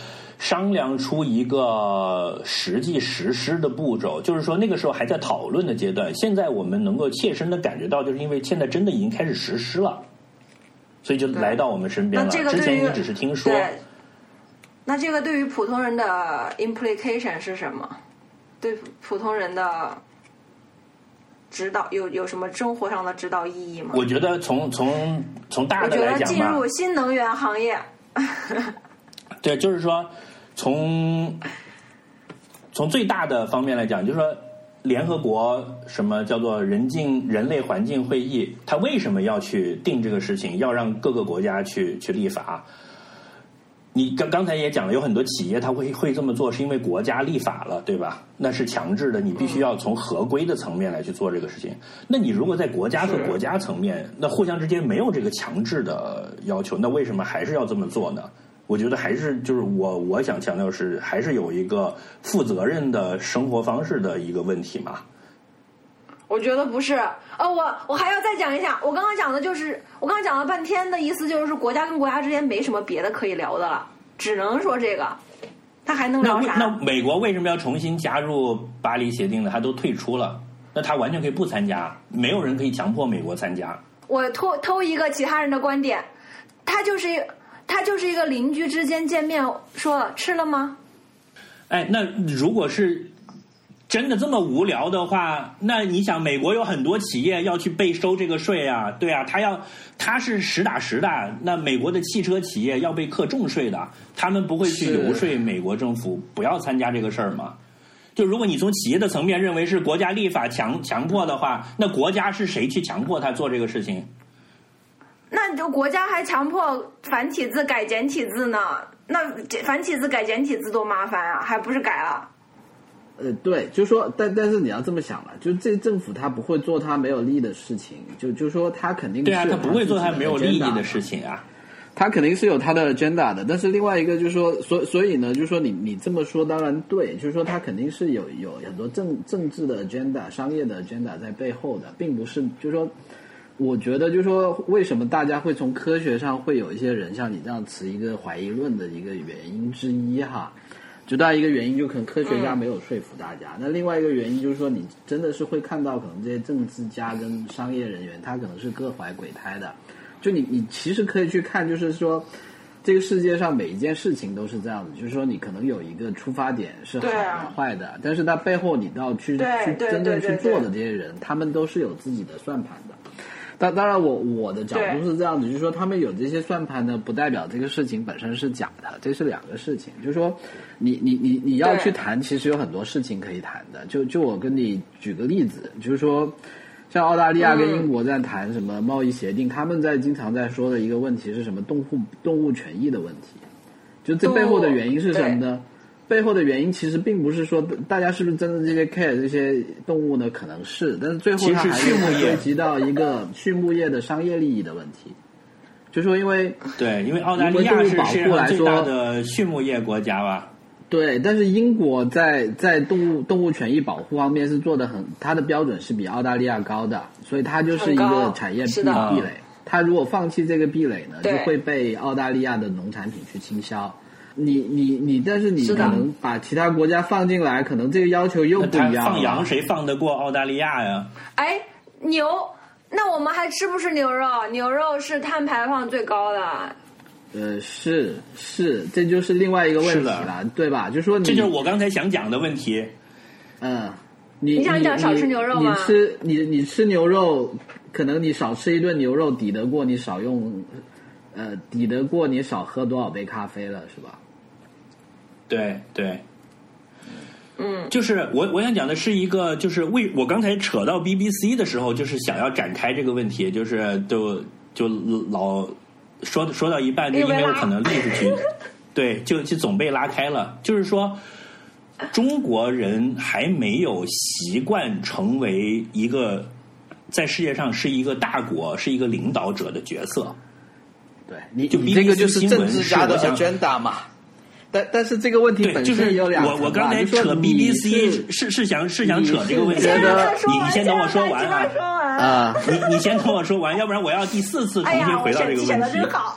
商量出一个实际实施的步骤，就是说那个时候还在讨论的阶段，现在我们能够切身的感觉到，就是因为现在真的已经开始实施了，所以就来到我们身边了。之前你只是听说。 那这个对于普通人的 implication 是什么？对普通人的指导有有什么生活上的指导意义吗？ 我觉得从从从大的来讲吧， 我觉得进入新能源行业。 对，就是说从从最大的方面来讲，就是说联合国什么叫做人境人类环境会议，它为什么要去定这个事情，要让各个国家去去立法？你刚刚才也讲了，有很多企业它会会这么做，是因为国家立法了，对吧？那是强制的，你必须要从合规的层面来去做这个事情。那你如果在国家和国家层面，那互相之间没有这个强制的要求，那为什么还是要这么做呢？我觉得还是就是我我想强调是，还是有一个负责任的生活方式的一个问题嘛。 我觉得不是，呃，我我还要再讲一下，我刚刚讲的就是，我刚刚讲了半天的意思就是国家跟国家之间没什么别的可以聊的了，只能说这个，他还能聊啥？ 那, 那美国为什么要重新加入巴黎协定呢？他都退出了，那他完全可以不参加，没有人可以强迫美国参加。 我偷偷一个其他人的观点，他就是他就是一个邻居之间见面说吃了吗？ 哎，那如果是真的这么无聊的话，那你想，美国有很多企业要去被收这个税啊，对啊，他要他是实打实的。那美国的汽车企业要被课重税的，他们不会去游说美国政府不要参加这个事儿吗？就如果你从企业的层面认为是国家立法强强迫的话，那国家是谁去强迫他做这个事情？ 那你就国家还强迫繁体字改简体字呢？那繁体字改简体字多麻烦啊，还不是改了？ 呃，对，就说，但但是你要这么想了，就这政府他不会做他没有利益的事情，就就说他肯定是对啊，他不会做他没有利益的事情啊， 他肯定是有他的 agenda 的。但是另外一个就是说，所所以呢，就是说你你这么说当然对，就是说他肯定是有有很多政政治的 agenda、商业的 agenda 在背后的，并不是就是说，我觉得就是说，为什么大家会从科学上会有一些人像你这样持一个怀疑论的一个原因之一哈。最大一个原因就可能科学家没有说服大家、嗯、那另外一个原因就是说你真的是会看到可能这些政治家跟商业人员他可能是各怀鬼胎的，就你你其实可以去看，就是说这个世界上每一件事情都是这样子，就是说你可能有一个出发点是好的、啊、坏的，但是它背后你要去去真正去做的这些人他们都是有自己的算盘的。但当然我我的角度是这样子，就是说他们有这些算盘呢，不代表这个事情本身是假的，这是两个事情。就是说你你你你要去谈，其实有很多事情可以谈的。就就我跟你举个例子，就是说像澳大利亚跟英国在谈什么贸易协定、嗯、他们在经常在说的一个问题是什么动物动物权益的问题，就这背后的原因是什么呢？背后的原因其实并不是说大家是不是真的这些 care 这些动物呢，可能是，但是最后它还是涉及到一个畜牧业的商业利益的问题。就说因为对，因为澳大利亚是世界上最大的畜牧业国家吧。 对，但是英国在在动物动物权益保护方面是做的很，它的标准是比澳大利亚高的，所以它就是一个产业壁壁垒。它如果放弃这个壁垒呢，就会被澳大利亚的农产品去倾销。你你你，但是你可能把其他国家放进来，可能这个要求又不一样了。 放羊谁放得过澳大利亚呀？ 哎，牛，那我们还吃不吃牛肉？牛肉是碳排放最高的。 呃，是是，这就是另外一个问题了，对吧？就说你这就是我刚才想讲的问题。 嗯，你你想讲少吃牛肉吗？ 你吃你你吃牛肉，可能你少吃一顿牛肉，抵得过你少用，呃，抵得过你少喝多少杯咖啡了，是吧？ 对对，嗯，就是我我想讲的是一个，就是为我刚才扯到 B B C 的时候，就是想要展开这个问题，就是就就老说说到一半，就因为我可能例子去，对，就就总被拉开了。就是说，中国人还没有习惯成为一个在世界上是一个大国、是一个领导者的角色。 对，你就你这个就是政治家的 agenda 嘛。但但是这个问题本身有两层、 就是、我我刚才扯 B B C 是是是想是想扯这个问题的，你你先等我说完啊啊！你你先等我说完，要不然我要第四次重新回到这个问题。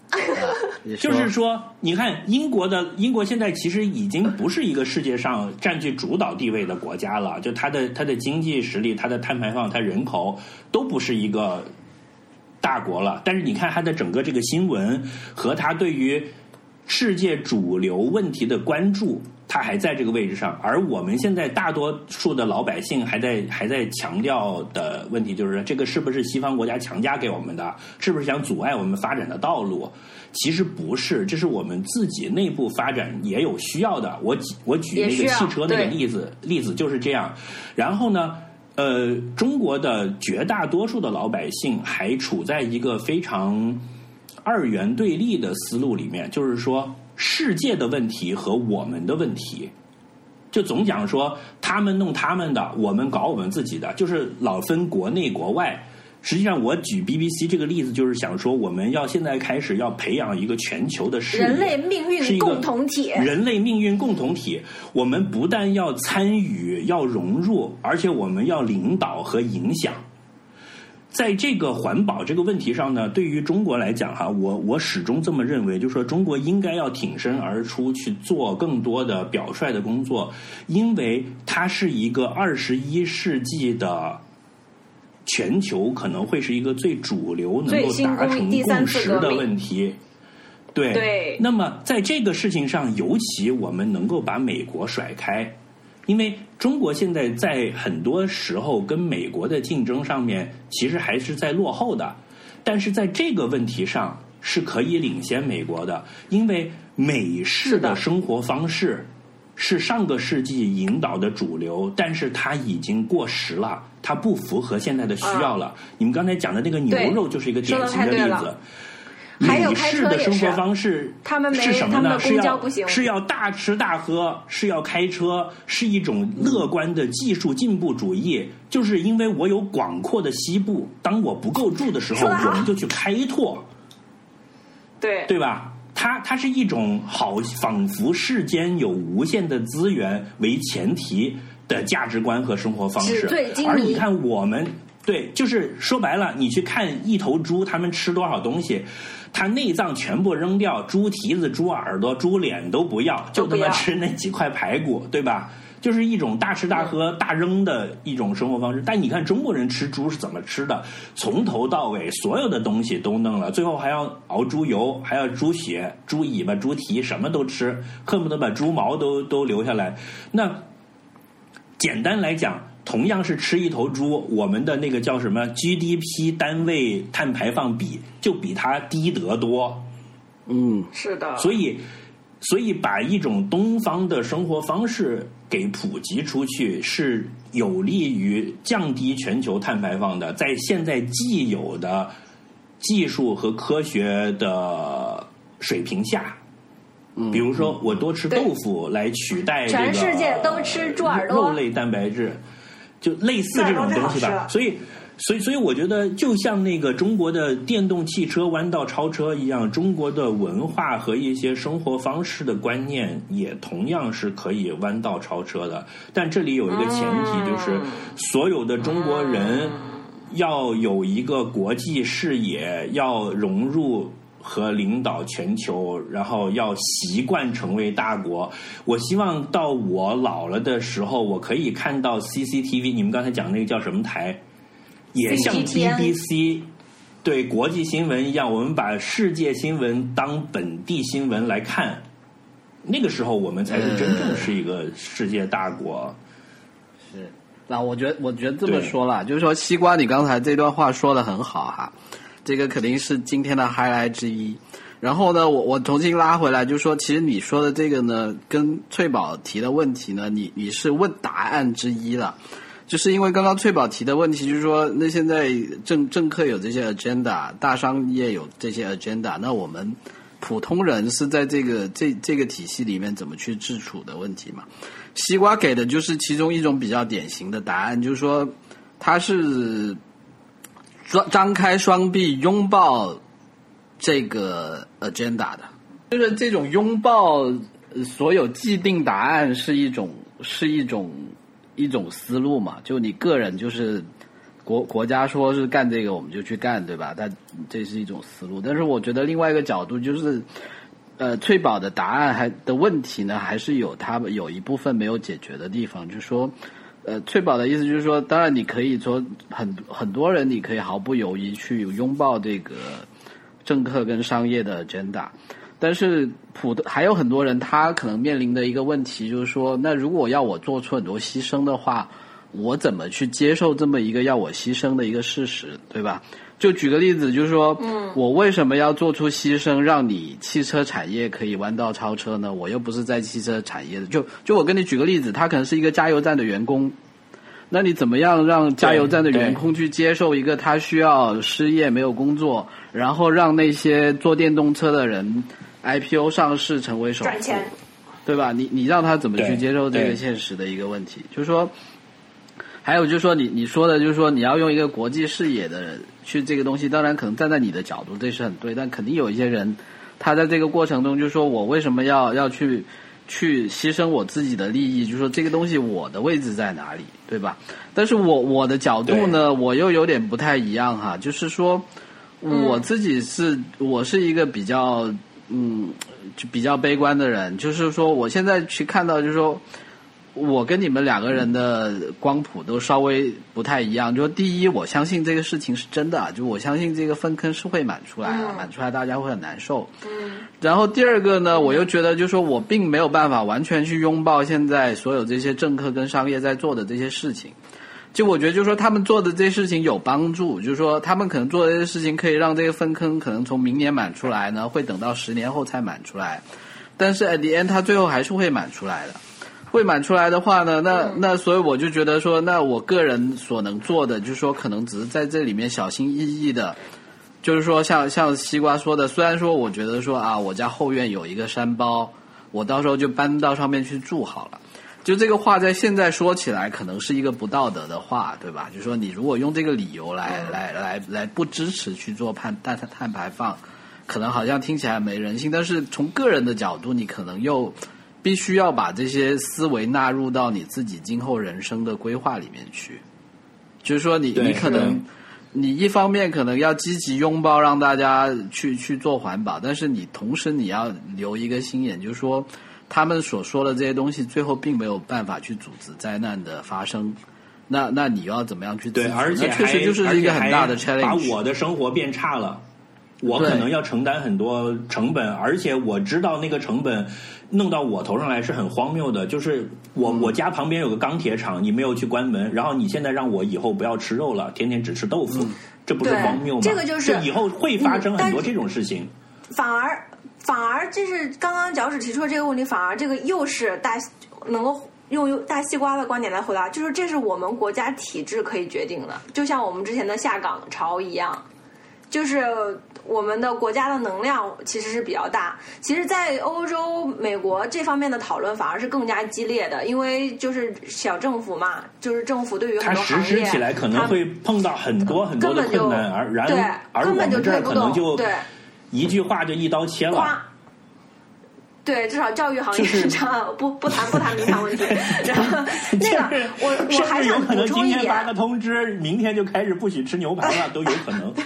就是说，你看英国的英国现在其实已经不是一个世界上占据主导地位的国家了，就它的它的经济实力、它的碳排放、它人口都不是一个大国了。但是你看它的整个这个新闻和它对于世界主流问题的关注，它还在这个位置上。而我们现在大多数的老百姓还在还在强调的问题就是，这个是不是西方国家强加给我们的，是不是想阻碍我们发展的道路？其实不是，这是我们自己内部发展也有需要的。我我举那个汽车那个例子例子就是这样。然后呢呃中国的绝大多数的老百姓还处在一个非常二元对立的思路里面，就是说世界的问题和我们的问题，就总讲说他们弄他们的，我们搞我们自己的，就是老分国内国外。实际上我举 B B C 这个例子就是想说，我们要现在开始要培养一个全球的视野， 人类命运共同体， 人类命运共同体。我们不但要参与要融入，而且我们要领导和影响。在这个环保这个问题上呢，对于中国来讲哈，我我始终这么认为，就是说中国应该要挺身而出去做更多的表率的工作，因为它是一个二十一世纪的全球可能会是一个最主流能够达成共识的问题。对， 对。 那么在这个事情上，尤其我们能够把美国甩开。因为中国现在在很多时候跟美国的竞争上面其实还是在落后的，但是在这个问题上是可以领先美国的，因为美式的生活方式是上个世纪引导的主流，但是它已经过时了，它不符合现在的需要了。啊、你们刚才讲的那个牛肉就是一个典型的例子。美式的生活方式是什么呢？是要是要大吃大喝，是要开车，是一种乐观的技术进步主义。就是因为我有广阔的西部，当我不够住的时候，我们就去开拓， 对对吧？它它是一种好，仿佛世间有无限的资源为前提的价值观和生活方式。而你看我们。对，就是说白了，你去看一头猪，他们吃多少东西，它内脏全部扔掉，猪蹄子、猪耳朵、猪脸都不要，就他妈吃那几块排骨，对吧？就是一种大吃大喝、大扔的一种生活方式。但你看中国人吃猪是怎么吃的？从头到尾所有的东西都弄了，最后还要熬猪油，还要猪血、猪尾巴、猪蹄，什么都吃，恨不得把猪毛都都留下来。那简单来讲，同样是吃一头猪，我们的那个叫什么 G D P 单位碳排放比就比它低得多。 嗯， 是的。 所以，所以把一种东方的生活方式给普及出去，是有利于降低全球碳排放的。在现在既有的技术和科学的水平下。比如说，我多吃豆腐来取代这个全世界都吃猪耳朵肉类蛋白质，就类似这种东西吧。所以，所以，所以我觉得，就像那个中国的电动汽车弯道超车一样，中国的文化和一些生活方式的观念也同样是可以弯道超车的。但这里有一个前提，就是所有的中国人要有一个国际视野，要融入和领导全球，然后要习惯成为大国。我希望到我老了的时候，我可以看到 C C T V， 你们刚才讲那个叫什么台，也像 B B C 对国际新闻一样，我们把世界新闻当本地新闻来看，那个时候我们才是真正是一个世界大国。 嗯、是，那我觉得我觉得这么说了，就是说西瓜，你刚才这段话说得很好哈。这个肯定是今天的 highlight 之一。然后呢，我我重新拉回来，就是说，其实你说的这个呢，跟翠宝提的问题呢，你你是问答案之一了。就是因为刚刚翠宝提的问题，就是说，那现在政政客有这些 agenda， 大商业有这些 agenda， 那我们普通人是在这个这这个体系里面怎么去自处的问题嘛？西瓜给的就是其中一种比较典型的答案，就是说，它是张开双臂拥抱这个 agenda 的，就是这种拥抱所有既定答案是一种是一种一种思路嘛，就你个人就是国国家说是干这个我们就去干，对吧？但这是一种思路。但是我觉得另外一个角度就是，呃，翠宝的答案还的问题呢，还是有它有一部分没有解决的地方，就是说。呃，翠宝的意思就是说，当然你可以说很很多人你可以毫不犹豫去拥抱这个政客跟商业的 agenda， 但是普的还有很多人他可能面临的一个问题就是说，那如果要我做出很多牺牲的话，我怎么去接受这么一个要我牺牲的一个事实，对吧？就举个例子，就是说，嗯，我为什么要做出牺牲，让你汽车产业可以弯道超车呢？我又不是在汽车产业的，就就我跟你举个例子，他可能是一个加油站的员工，那你怎么样让加油站的员工去接受一个他需要失业没有工作，然后让那些做电动车的人 I P O 上市成为首富， 赚钱， 对吧？你你让他怎么去接受这个现实的一个问题？就是说。还有就是说你你说的就是说你要用一个国际视野的人去这个东西，当然可能站在你的角度这是很对，但肯定有一些人他在这个过程中就是说我为什么要要去去牺牲我自己的利益，就是说这个东西我的位置在哪里，对吧？但是我我的角度呢我又有点不太一样哈，就是说我自己是、嗯、我是一个比较嗯就比较悲观的人，就是说我现在去看到就是说我跟你们两个人的光谱都稍微不太一样，就第一我相信这个事情是真的，就我相信这个粪坑是会满出来的、嗯、满出来大家会很难受、嗯、然后第二个呢我又觉得就是说我并没有办法完全去拥抱现在所有这些政客跟商业在做的这些事情，就我觉得就是说他们做的这些事情有帮助，就是说他们可能做的这些事情可以让这个粪坑可能从明年满出来呢会等到十年后才满出来，但是 at the end 它最后还是会满出来的，会满出来的话呢，那那所以我就觉得说，那我个人所能做的，就是说可能只是在这里面小心翼翼的，就是说像像西瓜说的，虽然说我觉得说啊，我家后院有一个山包，我到时候就搬到上面去住好了。就这个话在现在说起来可能是一个不道德的话，对吧？就是说你如果用这个理由来来来来不支持去做碳碳碳排放，可能好像听起来没人性，但是从个人的角度，你可能又必须要把这些思维纳入到你自己今后人生的规划里面去。就是说你你可能你一方面可能要积极拥抱让大家去去做环保，但是你同时你要留一个心眼，就是说他们所说的这些东西最后并没有办法去阻止灾难的发生，那那你要怎么样去对，而且确实就是一个很大的 challenge， 把我的生活变差了，我可能要承担很多成本，而且我知道那个成本弄到我头上来是很荒谬的，就是我、嗯、我家旁边有个钢铁厂，你没有去关门，然后你现在让我以后不要吃肉了，天天只吃豆腐、嗯、这不是荒谬吗？ 这个就是以后会发生很多这种事情、嗯、 反而反而这是刚刚脚趾提出的这个问题，反而这个又是大能够用大西瓜的观点来回答，就是这是我们国家体制可以决定的，就像我们之前的下岗潮一样，就是我们的国家的能量其实是比较大。其实在欧洲美国这方面的讨论反而是更加激烈的，因为就是小政府嘛，就是政府对于很多行业它实施起来可能会碰到很多很多的困难，而然而我们这儿可能就一句话就一刀切了。 对，至少教育行业是这样，不不谈不谈民航问题。然后那个，我我还想补充一点， 有可能今天发个通知，明天就开始不许吃牛排了，都有可能。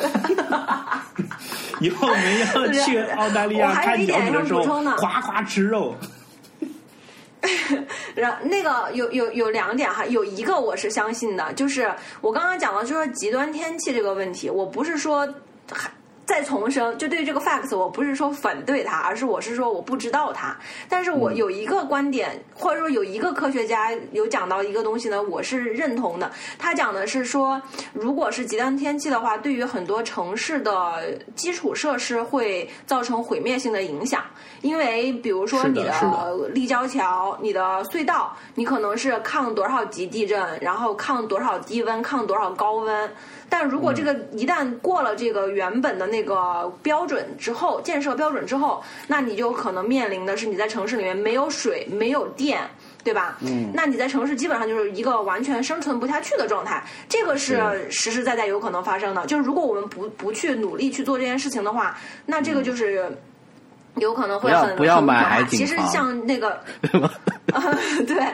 以后我们要去澳大利亚看脚趾的时候，夸夸吃肉。 然后那个有有有两点哈，有一个我是相信的，就是我刚刚讲的就是极端天气这个问题，我不是说再重申，就对于这个 facts 我不是说反对它，而是我是说我不知道它。但是我有一个观点、嗯、或者说有一个科学家有讲到一个东西呢，我是认同的。他讲的是说，如果是极端天气的话，对于很多城市的基础设施会造成毁灭性的影响。因为比如说你的立交桥、你的隧道，你可能是抗多少级地震，然后抗多少低温，抗多少高温。但如果这个一旦过了这个原本的那个标准之后，建设标准之后，那你就可能面临的是你在城市里面没有水、没有电，对吧？嗯，那你在城市基本上就是一个完全生存不下去的状态，这个是实实在在有可能发生的。就是如果我们不不去努力去做这件事情的话，那这个就是有可能会很不要不要买海景房。 其实像那个，呃、对。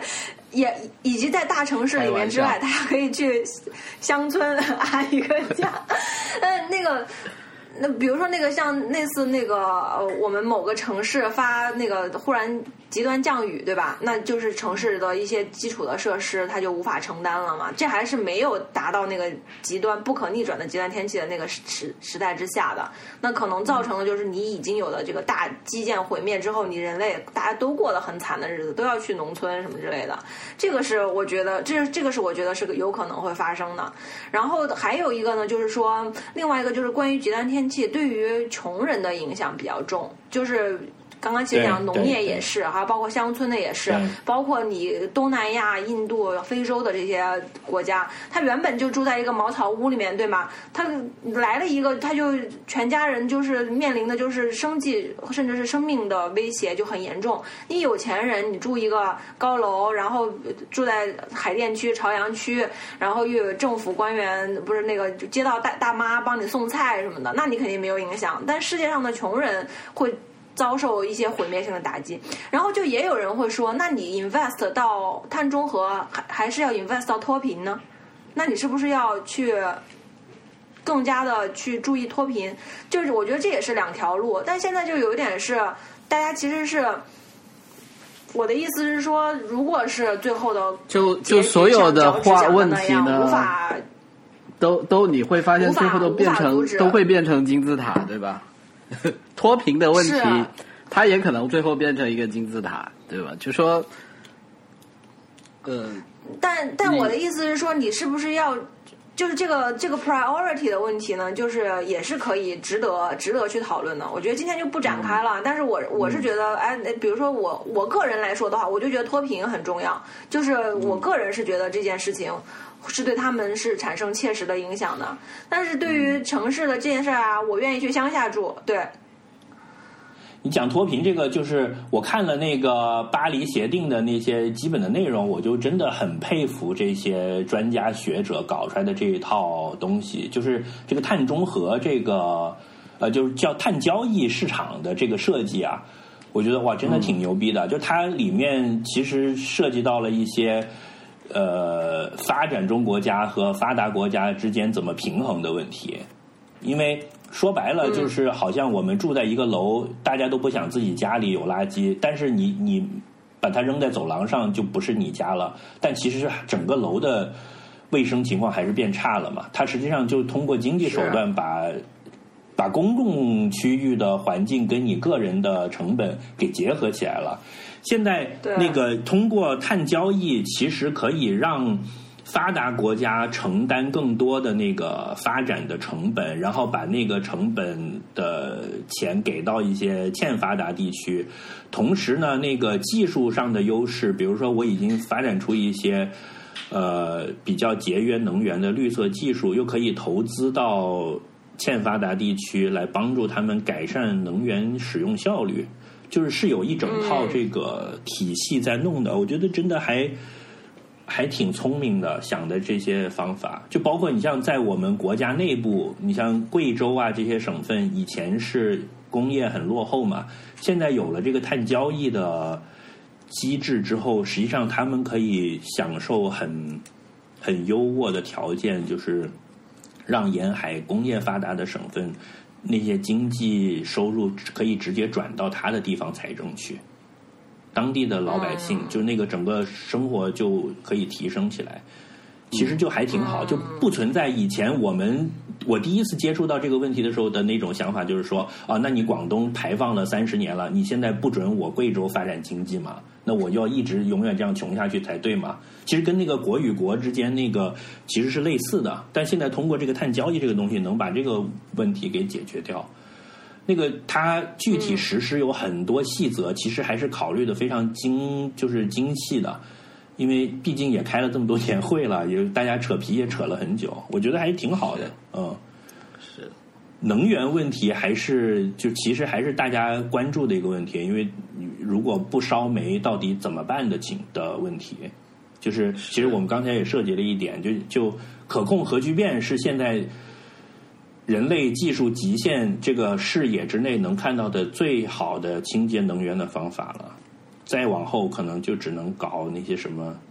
也以及在大城市里面之外，大家可以去乡村安一个家。呃，那个。那比如说那个像类似那个呃，我们某个城市发那个忽然极端降雨，对吧？那就是城市的一些基础的设施它就无法承担了嘛。这还是没有达到那个极端不可逆转的极端天气的那个时时代之下的。那可能造成的就是你已经有了这个大基建毁灭之后，你人类大家都过得很惨的日子，都要去农村什么之类的。这个是我觉得，这这个是我觉得是个有可能会发生的。然后还有一个呢，就是说另外一个就是关于极端天气对于穷人的影响比较重，就是刚刚其实讲农业也是哈，包括乡村的也是，包括你东南亚、印度、非洲的这些国家，他原本就住在一个茅草屋里面，对吗？他来了一个，他就全家人就是面临的就是生计甚至是生命的威胁就很严重。你有钱人，你住一个高楼，然后住在海淀区、朝阳区，然后又有政府官员不是那个街道大大妈帮你送菜什么的，那你肯定没有影响。但世界上的穷人会遭受一些毁灭性的打击，然后就也有人会说，那你 invest 到碳中和还还是要 invest 到脱贫呢？那你是不是要去更加的去注意脱贫？就是我觉得这也是两条路，但现在就有一点是大家其实是我的意思是说，如果是最后的就就所有的话问题呢， 无法都都你会发现最后都变成都会变成金字塔，对吧？脱贫的问题，它也可能最后变成一个金字塔，对吧？就说，呃， 但但我的意思是说，你是不是要，就是这个这个 priority 的问题呢？就是也是可以值得值得去讨论的。我觉得今天就不展开了，嗯、但是我我是觉得，哎，比如说我我个人来说的话，我就觉得脱贫很重要。就是我个人是觉得这件事情是对他们是产生切实的影响的，但是对于城市的这件事啊，我愿意去乡下住。对， 你讲脱贫这个，就是我看了那个巴黎协定的那些基本的内容，我就真的很佩服这些专家学者搞出来的这一套东西，就是这个碳中和这个呃，就是叫碳交易市场的这个设计啊，我觉得哇，真的挺牛逼的。嗯、就它里面其实涉及到了一些呃发展中国家和发达国家之间怎么平衡的问题，因为说白了就是好像我们住在一个楼，大家都不想自己家里有垃圾，但是你你把它扔在走廊上就不是你家了，但其实整个楼的卫生情况还是变差了嘛。它实际上就通过经济手段把把公共区域的环境跟你个人的成本给结合起来了。现在那个通过碳交易其实可以让发达国家承担更多的那个发展的成本，然后把那个成本的钱给到一些欠发达地区。同时呢，那个技术上的优势，比如说我已经发展出一些呃比较节约能源的绿色技术，又可以投资到欠发达地区来帮助他们改善能源使用效率，就是是有一整套这个体系在弄的。我觉得真的还还挺聪明的，想的这些方法，就包括你像在我们国家内部，你像贵州啊这些省份，以前是工业很落后嘛，现在有了这个碳交易的机制之后，实际上他们可以享受很很优渥的条件，就是让沿海工业发达的省份那些经济收入可以直接转到他的地方财政去。当地的老百姓就那个整个生活就可以提升起来，其实就还挺好，就不存在以前我们我第一次接触到这个问题的时候的那种想法，就是说啊，那你广东排放了三十年了，你现在不准我贵州发展经济嘛？那我要一直永远这样穷下去才对嘛？其实跟那个国与国之间那个其实是类似的，但现在通过这个碳交易这个东西，能把这个问题给解决掉。那个它具体实施有很多细则，其实还是考虑的非常精，就是精细的。因为毕竟也开了这么多年会了，也大家扯皮也扯了很久，我觉得还挺好的。嗯， 是能源问题还是就其实还是大家关注的一个问题，因为如果不烧煤，到底怎么办的情的问题，就是其实我们刚才也涉及了一点，就就可控核聚变是现在人类技术极限这个视野之内能看到的最好的清洁能源的方法了。再往后可能就只能搞那些什么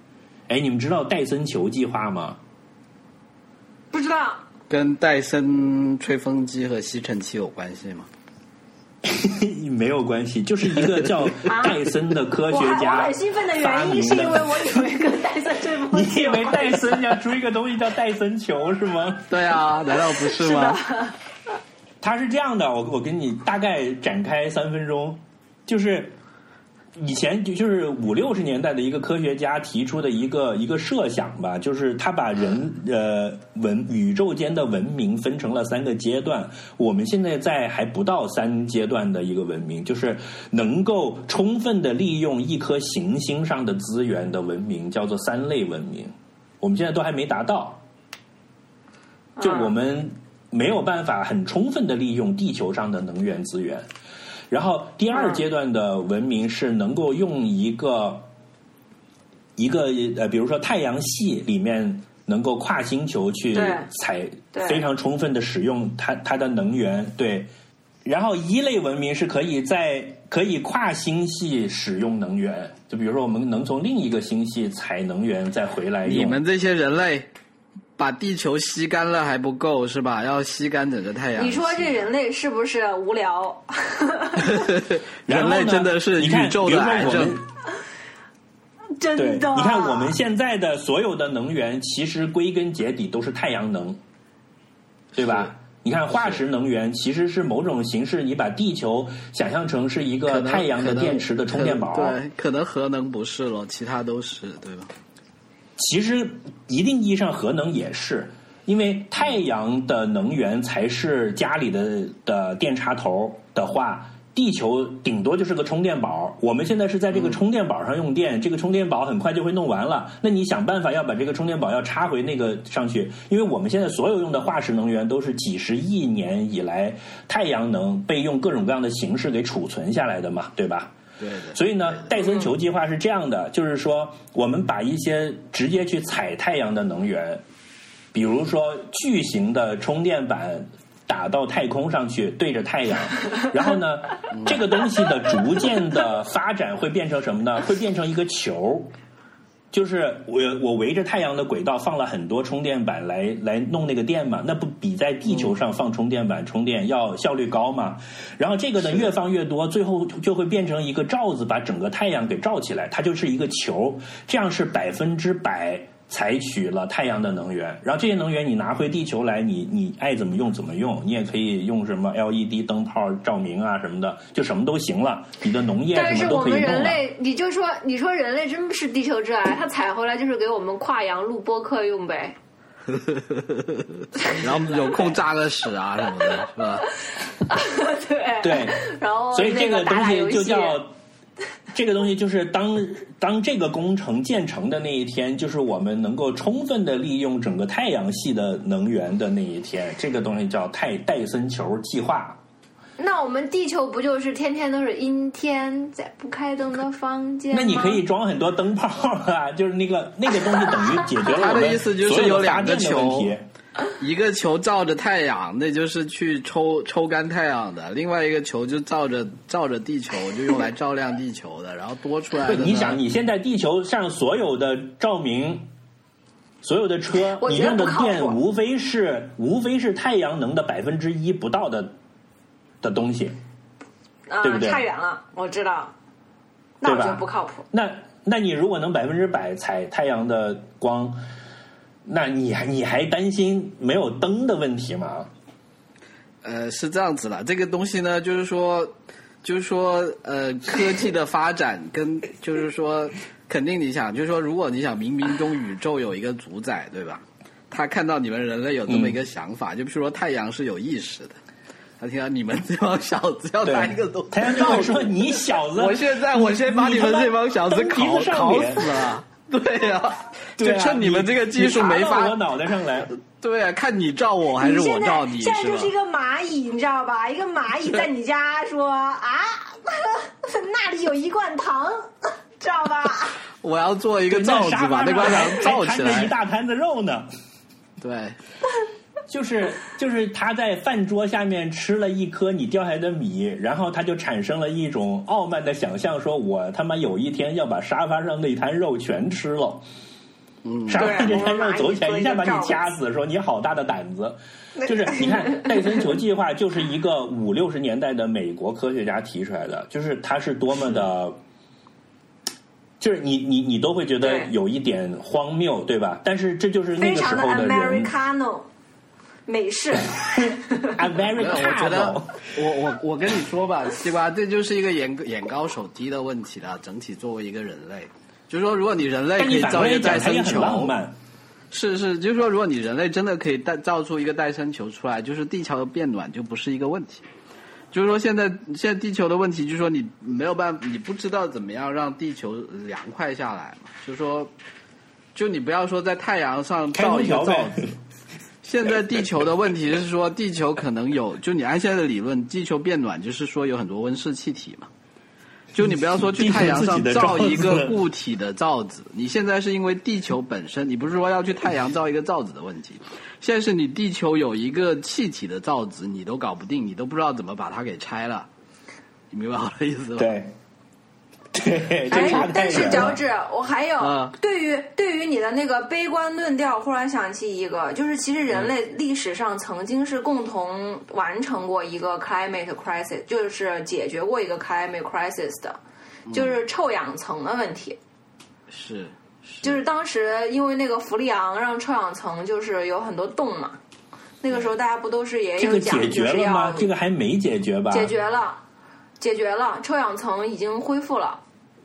哎，你们知道戴森球计划吗？ 不知道。 跟戴森吹风机和吸尘器有关系吗？ 没有关系，就是一个叫戴森的科学家、 啊、我, 我很兴奋的原因是因为我以为跟戴森吹风机。 你以为戴森要出一个东西叫戴森球是吗？ 对啊，难道不是吗？ 是的。 它是这样的，我我跟你大概展开三分钟，就是以前就是五六十年代的一个科学家提出的一个一个设想吧，就是他把人呃文宇宙间的文明分成了三个阶段，我们现在在还不到三阶段的一个文明，就是能够充分的利用一颗行星上的资源的文明，叫做三类文明，我们现在都还没达到，就我们没有办法很充分的利用地球上的能源资源。然后第二阶段的文明是能够用一个一个呃，比如说太阳系里面能够跨星球去采非常充分的使用它它的能源，对。然后一类文明是可以在可以跨星系使用能源，就比如说我们能从另一个星系采能源再回来用。 你们这些人类把地球吸干了还不够是吧？要吸干整个太阳系。 你说这人类是不是无聊？ 人类真的是宇宙的癌症。 真的。 你看我们现在的所有的能源，其实归根结底都是太阳能，对吧？你看化石能源其实是某种形式，你把地球想象成是一个太阳的电池的充电宝。 对，可能核能不是了，其他都是，对吧？ 其实一定意义上核能也是，因为太阳的能源才是家里的的电插头的话，地球顶多就是个充电宝。我们现在是在这个充电宝上用电，嗯、这个充电宝很快就会弄完了，那你想办法要把这个充电宝要插回那个上去，因为我们现在所有用的化石能源都是几十亿年以来太阳能被用各种各样的形式给储存下来的嘛，对吧？ 对对， 所以呢，戴森球计划是这样的，就是说我们把一些直接去采太阳的能源，比如说巨型的充电板打到太空上去，对着太阳，然后呢，这个东西的逐渐的发展会变成什么呢？会变成一个球。就是我我围着太阳的轨道放了很多充电板来来弄那个电嘛，那不比在地球上放充电板充电要效率高嘛？然后这个呢越放越多，最后就会变成一个罩子，把整个太阳给罩起来，它就是一个球，这样是百分之百采取了太阳的能源。然后这些能源你拿回地球来，你你爱怎么用怎么用，你也可以用什么 L E D 灯泡照明啊什么的，就什么都行了，你的农业什么都可以用了。但是我们人类， 你就说你说人类真是地球之癌，他采回来就是给我们跨洋录播客用呗。 然后有空炸个屎啊什么的，是吧？ 对对， 然后所以这个东西就叫。这个东西就是当当这个工程建成的那一天，就是我们能够充分的利用整个太阳系的能源的那一天。这个东西叫太戴森球计划。 那我们地球不就是天天都是阴天，在不开灯的房间吗？ 那你可以装很多灯泡啊，就是那个那个东西等于解决了我们所有的发电的问题。 一个球照着太阳，那就是去抽抽干太阳的；另外一个球就照着照着地球，就用来照亮地球的。然后多出来的， 你想，你现在地球上所有的照明、所有的车，你用的电无非是无非是太阳能的百分之一不到的的东西， 啊、 对不对？ 差远了，我知道，那我觉得不靠谱。 那那你如果能百分之百采太阳的光。那你你还担心没有灯的问题吗？ 呃，是这样子的，这个东西呢，就是说，就是说，呃，科技的发展跟就是说，肯定你想，就是说，如果你想冥冥中宇宙有一个主宰，对吧？他看到你们人类有这么一个想法，嗯、就比如说太阳是有意识的，他听到你们这帮小子要拿一个东西， 太阳就会说你小子， 我现在我先把你们这帮小子烤烤死了。对呀、啊，就趁你们这个技术没发， 我脑袋上来。 对啊，看你照我还是我照你？ 现在就是一个蚂蚁，你知道吧？一个蚂蚁在你家说啊，那里有一罐糖，知道吧？ 我要做一个罩子，把那罐糖罩起来， 还一大摊子肉呢。 对。 就是就是他在饭桌下面吃了一颗你掉下来的米，然后他就产生了一种傲慢的想象，说我他妈有一天要把沙发上那摊肉全吃了。 嗯， 杀完这天让走起来，一下把你掐死，说你好大的胆子。就是你看戴森球计划就是一个五六十年代的美国科学家提出来的，就是它是多么的，就是你你你都会觉得有一点荒谬，对吧？但是这就是那个时候的人。 非常的 Americano 美式 ，Americano。 我觉得我我我跟你说吧，西瓜，这就是一个眼眼高手低的问题了。整体作为一个人类，就是说，如果你人类可以造一个戴森球，是是，就是说，如果你人类真的可以带造出一个戴森球出来，就是地球的变暖就不是一个问题。就是说，现在现在地球的问题就是说，你没有办法，你不知道怎么样让地球凉快下来嘛。就是说，就你不要说在太阳上造一个罩子。现在地球的问题是说，地球可能有，就你按现在的理论，地球变暖就是说有很多温室气体嘛。就你不要说去太阳上造一个固体的罩子，你现在是因为地球本身，你不是说要去太阳造一个罩子的问题，现在是你地球有一个气体的罩子，你都搞不定，你都不知道怎么把它给拆了，你明白我的意思吗？ 对。对， 哎，但是乔治，我还有、嗯、对于对于你的那个悲观论调，忽然想起一个，就是其实人类历史上曾经是共同完成过一个 climate crisis， 就是解决过一个 climate crisis 的，就是臭氧层的问题。 是，是就是当时因为那个氟利昂让臭氧层就是有很多洞嘛，那个时候大家不都是也有讲， 这个解决了吗？这个还没解决吧？ 解决了，解决了，臭氧层已经恢复了。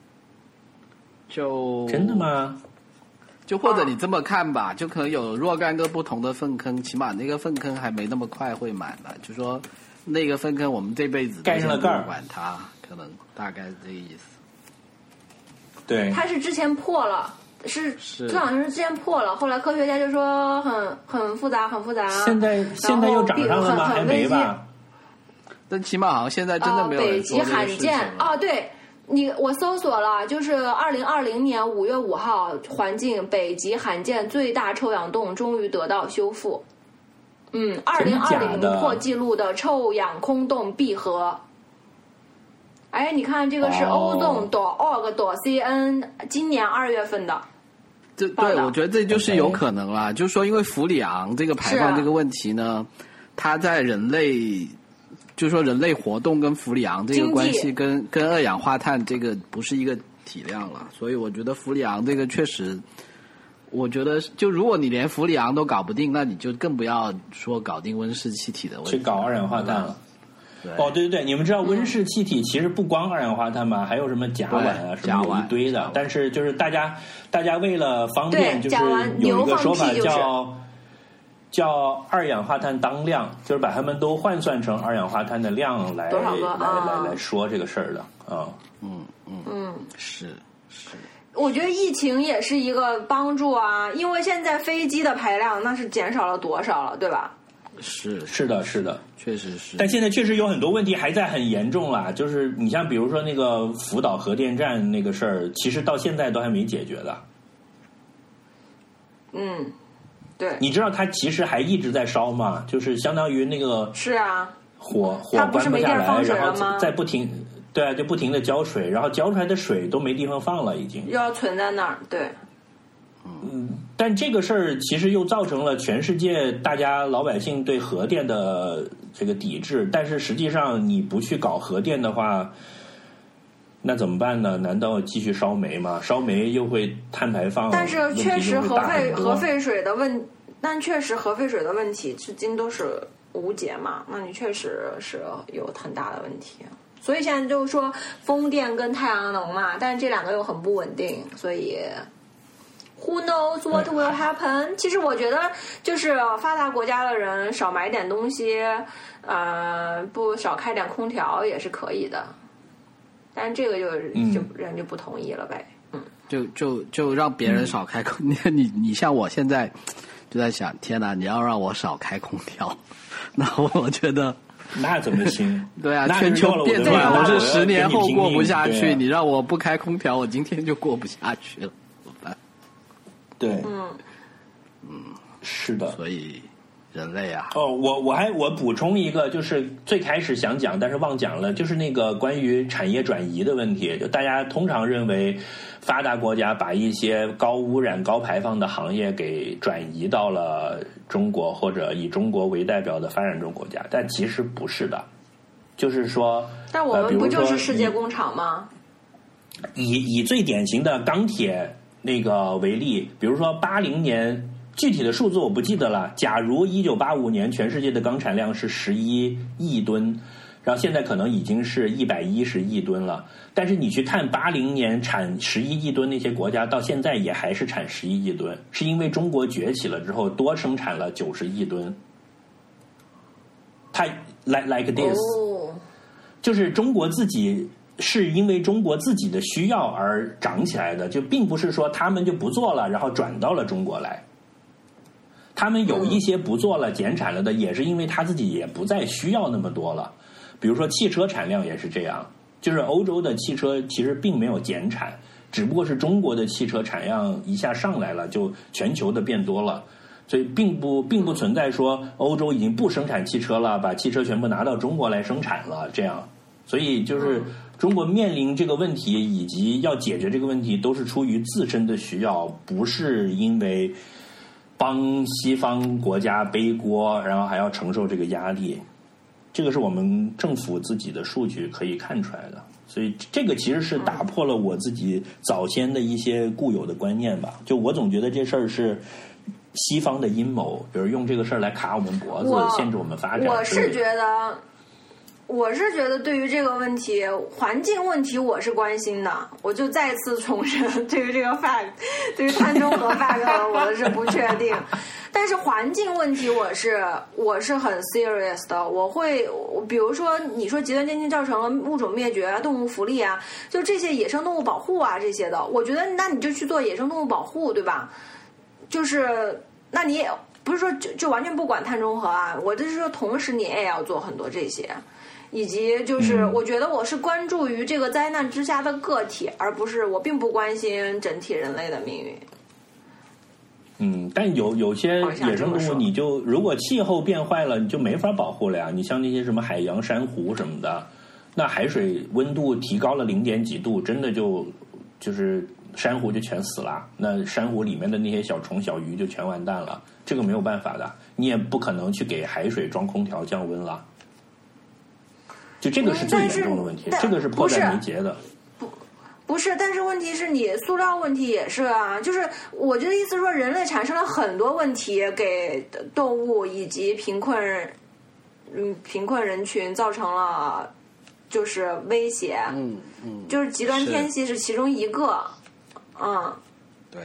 就真的吗？ 就或者你这么看吧，就可能有若干个不同的粪坑，起码那个粪坑还没那么快会满吧。就说那个粪坑，我们这辈子盖上了盖儿， 管它，可能大概是这个意思。 对， 它是之前破了，是臭氧层是之前破了，后来科学家就说很很复杂，很复杂。 现在现在又涨上了吗？还没吧？ 但起码好像现在真的没有人说这个事情了。 北极罕见哦，对。你我搜索了，就是二零二零年五月五号，环境北极罕见最大臭氧洞终于得到修复。嗯，二零二零破纪录的臭氧空洞闭合。哎，你看这个是 ozone 点 org 点 cn 今年二月份的。 这对，我觉得这就是有可能啦。就是说，因为氟利昂这个排放这个问题呢，它在人类。就是说，人类活动跟氟利昂这个关系跟跟二氧化碳这个不是一个体量了，所以我觉得氟利昂这个确实，我觉得就如果你连氟利昂都搞不定，那你就更不要说搞定温室气体的问题， 去搞二氧化碳了。哦，对对对，你们知道温室气体其实不光二氧化碳吗？还有什么甲烷啊，什么有一堆的。但是就是大家大家为了方便，就是有一个说法叫。叫二氧化碳当量，就是把它们都换算成二氧化碳的量来来来来说这个事儿的啊。 嗯嗯嗯，是是。 我觉得疫情也是一个帮助啊，因为现在飞机的排量那是减少了多少了，对吧？ 是是的是的， 确实是。 但现在确实有很多问题还在很严重啦，就是你像比如说那个福岛核电站那个事儿，其实到现在都还没解决的。 嗯。对， 你知道它其实还一直在烧吗？就是相当于那个是啊， 火火关不下来，然后再不停，对啊，就不停的浇水，然后浇出来的水都没地方放了，已经又要存在那儿。对， 嗯，但这个事儿其实又造成了全世界大家老百姓对核电的这个抵制，但是实际上你不去搞核电的话，那怎么办呢？难道继续烧煤吗？烧煤又会碳排放， 但是确实核废核废水的问，但确实核废水的问题至今都是无解嘛。那你确实是有很大的问题，所以现在就是说风电跟太阳能嘛，但是这两个又很不稳定，所以 who knows what will happen？ 其实我觉得就是发达国家的人少买点东西，呃，不少开点空调也是可以的。但是这个就就人就不同意了呗，嗯， 就就就让别人少开空，你你你像我现在就在想，天哪，你要让我少开空调，那我觉得那怎么行？ 对啊，全球变暖，我是十年后过不下去，你让我不开空调，我今天就过不下去了，怎么办？ 对， 嗯嗯，是的， 所以人类啊。 哦，我我还我补充一个，就是最开始想讲但是忘讲了，就是那个关于产业转移的问题。就大家通常认为发达国家把一些高污染高排放的行业给转移到了中国或者以中国为代表的发展中国家，但其实不是的。就是说， 但我们不就是世界工厂吗？ 呃、以以最典型的钢铁那个为例，比如说八零年，具体的数字我不记得了。假如一九八五年全世界的钢产量是十一亿吨，然后现在可能已经是一百一十亿吨了。但是你去看八零年产十一亿吨那些国家，到现在也还是产十一亿吨，是因为中国崛起了之后多生产了九十亿吨。它 like like this，、oh. 就是中国自己是因为中国自己的需要而长起来的，就并不是说他们就不做了，然后转到了中国来。他们有一些不做了、减产了的，也是因为他自己也不再需要那么多了。比如说汽车产量也是这样，就是欧洲的汽车其实并没有减产，只不过是中国的汽车产量一下上来了，就全球的变多了。所以并不并不存在说欧洲已经不生产汽车了，把汽车全部拿到中国来生产了这样。所以就是中国面临这个问题以及要解决这个问题，都是出于自身的需要，不是因为帮西方国家背锅，然后还要承受这个压力。这个是我们政府自己的数据可以看出来的。所以这个其实是打破了我自己早先的一些固有的观念吧。就我总觉得这事儿是西方的阴谋，比如用这个事儿来卡我们脖子，限制我们发展。 我是觉得，我是觉得对于这个问题，环境问题我是关心的。我就再次重申，对于这个 fact， 对于碳中和 fact， 我是不确定。但是环境问题，我是我是很 serious 的。我会，比如说你说极端天气造成了物种灭绝啊、动物福利啊，就这些野生动物保护啊这些的，我觉得那你就去做野生动物保护，对吧？就是，那你也不是说就就完全不管碳中和啊，我就是说，同时你也要做很多这些，以及就是我觉得我是关注于这个灾难之下的个体，而不是我并不关心整体人类的命运。 嗯，但有有些野生动物，你就如果气候变坏了，你就没法保护了呀。你像那些什么海洋珊瑚什么的，那海水温度提高了零点几度，真的就就是珊瑚就全死了。那珊瑚里面的那些小虫小鱼就全完蛋了。这个没有办法的，你也不可能去给海水装空调降温了。就这个是最严重的问题，这个是迫在眉睫的。 不是，但是问题是你塑料问题也是啊，就是我觉得意思说人类产生了很多问题，给动物以及贫困人，嗯，贫困人群造成了就是威胁， 嗯嗯， 就是极端天气是其中一个，嗯， 对，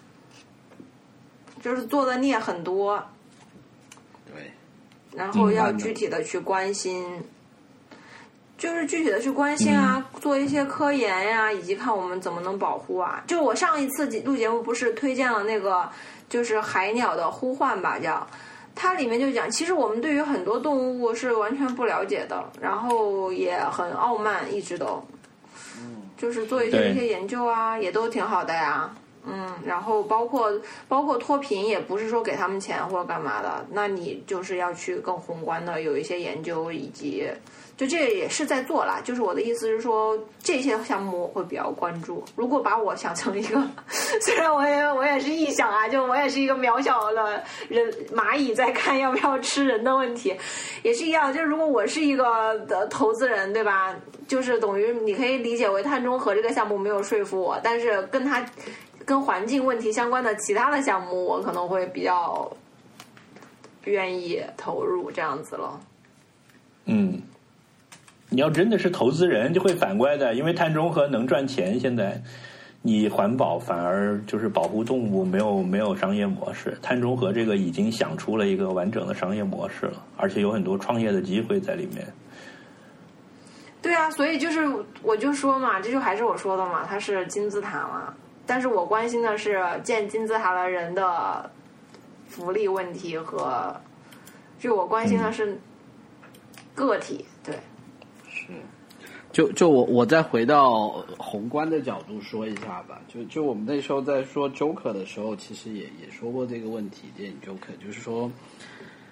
就是做的孽很多， 对， 然后要具体的去关心。就是具体的去关心啊、嗯，做一些科研呀、啊，以及看我们怎么能保护啊。就我上一次录节目不是推荐了那个，就是海鸟的呼唤吧，叫它里面就讲，其实我们对于很多动物是完全不了解的，然后也很傲慢，一直都，就是做一些一些研究啊，也都挺好的呀。嗯，然后包括包括脱贫，也不是说给他们钱或者干嘛的，那你就是要去更宏观的有一些研究以及。就这也是在做啦，就是我的意思是说，这些项目我会比较关注。如果把我想成一个，虽然我也我也是臆想啊，就我也是一个渺小的人蚂蚁在看要不要吃人的问题，也是一样。就是如果我是一个的投资人，对吧？就是等于你可以理解为碳中和这个项目没有说服我，但是跟它跟环境问题相关的其他的项目，我可能会比较愿意投入这样子了。 嗯。你要真的是投资人，就会反过来的，因为碳中和能赚钱，现在你环保反而就是保护动物，没有没有商业模式。碳中和这个已经想出了一个完整的商业模式了，而且有很多创业的机会在里面。 对啊，所以就是我就说嘛，这就还是我说的嘛，它是金字塔嘛。但是我关心的是建金字塔的人的福利问题和，就我关心的是个体，对。 就就我我再回到宏观的角度说一下吧，就就我们那时候在说 Joker 的时候，其实也也说过这个问题。电影 Joker 就是说，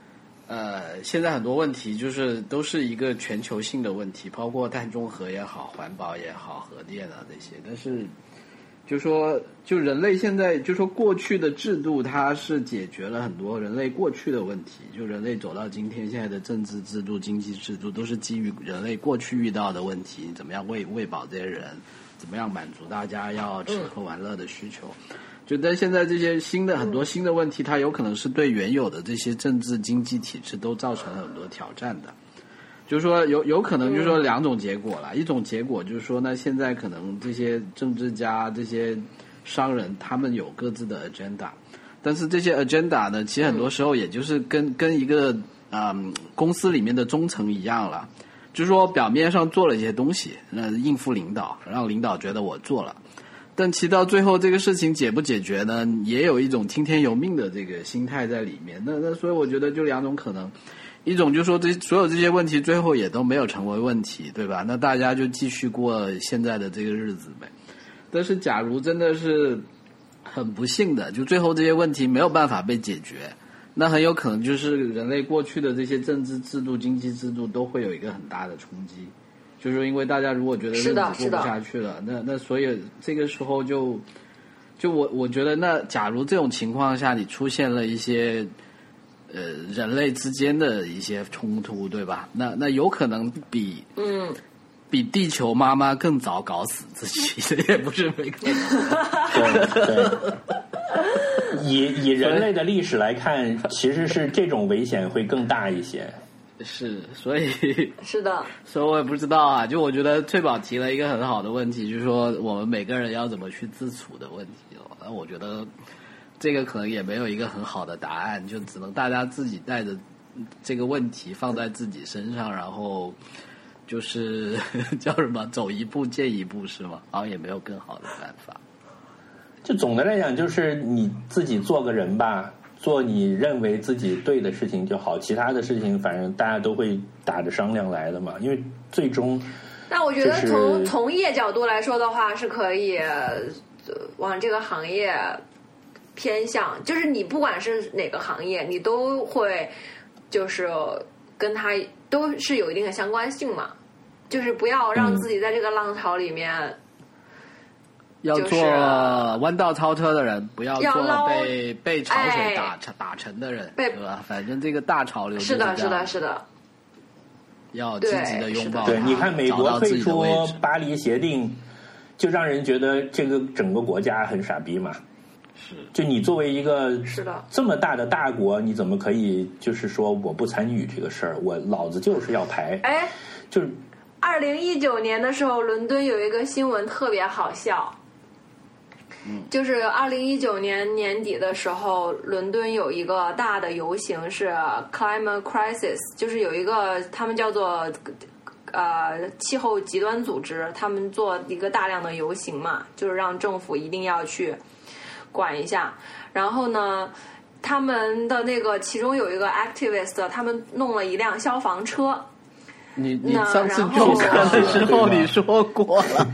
呃，现在很多问题就是都是一个全球性的问题，包括碳中和也好，环保也好，核电啊这些。但是，就说就人类现在就说过去的制度，它是解决了很多人类过去的问题。就人类走到今天，现在的政治制度、经济制度都是基于人类过去遇到的问题，怎么样喂喂饱这些人，怎么样满足大家要吃喝玩乐的需求。嗯就但现在这些新的很多新的问题，它有可能是对原有的这些政治经济体制都造成了很多挑战的。就是说有有可能就是说两种结果啦，一种结果就是说那现在可能这些政治家、这些商人他们有各自的 agenda， 但是这些 agenda 呢，其实很多时候也就是跟跟一个嗯公司里面的中层一样了，就是说表面上做了一些东西，那应付领导，让领导觉得我做了。但其实到最后这个事情解不解决呢，也有一种听天由命的这个心态在里面。那那所以我觉得就两种可能，一种就是说这所有这些问题最后也都没有成为问题，对吧？那大家就继续过现在的这个日子呗。但是假如真的是很不幸的，就最后这些问题没有办法被解决，那很有可能就是人类过去的这些政治制度、经济制度都会有一个很大的冲击。就是因为大家如果觉得日子过不下去了，那那所以这个时候就就我我觉得，那假如这种情况下你出现了一些呃人类之间的一些冲突，对吧？那那有可能比嗯比地球妈妈更早搞死自己，这也不是没可能。 对对。以以人类的历史来看，其实是这种危险会更大一些。 是，所以是的， 所以我也不知道啊。就我觉得翠宝提了一个很好的问题，就是说我们每个人要怎么去自处的问题哦。那我觉得这个可能也没有一个很好的答案，就只能大家自己带着这个问题放在自己身上，然后就是叫什么走一步见一步，是吗？好像也没有更好的办法。 就总的来讲，就是你自己做个人吧。做你认为自己对的事情就好，其他的事情反正大家都会打着商量来的嘛。因为最终， 那我觉得从从业角度来说的话，是可以往这个行业偏向，就是你不管是哪个行业，你都会就是跟它都是有一定的相关性嘛。就是不要让自己在这个浪潮里面。嗯要做弯道超车的人，不要做被被潮水打、哎、打沉的人，对吧？反正这个大潮流是的，是的，是的， 要积极的拥抱。 对，你看美国退出巴黎协定，就让人觉得这个整个国家很傻逼嘛。 是， 就你作为一个是的这么大的大国，你怎么可以就是说我不参与这个事儿？我老子就是要排。 哎， 就是二零一九年的时候，伦敦有一个新闻特别好笑。就是二零一九年年底的时候，伦敦有一个大的游行是 Climate Crisis， 就是有一个他们叫做呃气候极端组织，他们做一个大量的游行嘛，就是让政府一定要去管一下。然后呢，他们的那个其中有一个 activist， 他们弄了一辆消防车。 你你上次做客的时候你说过了。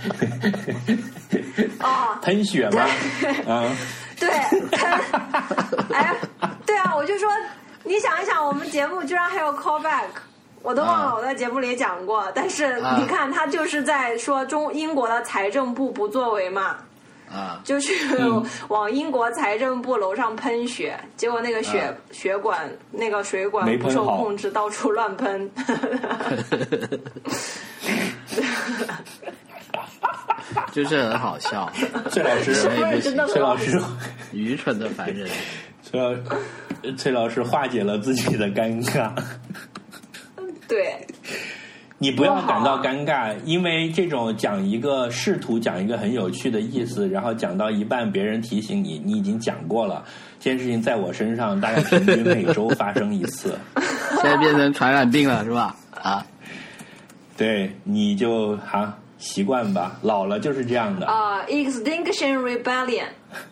哦， 喷血吗？啊， 对，喷，哎，对啊，我就说，你想一想，我们节目居然还有 callback， 我都忘了我在节目里讲过，啊、但是你看，他就是在说中英国的财政部不作为嘛， 啊， 就去往英国财政部楼上喷血，结果那个血、啊、血管那个水管不受控制，到处乱喷。 就是很好笑， 崔老师，崔老师， 愚蠢的凡人， 崔老崔老师化解了自己的尴尬。 对， 你不要感到尴尬，因为这种讲一个试图讲一个很有趣的意思，然后讲到一半，别人提醒你，你已经讲过了。这件事情在我身上大概平均每周发生一次， 现在变成传染病了，是吧？啊， 对，你就哈。习惯吧，老了就是这样的。 啊、uh, ，Extinction Rebellion。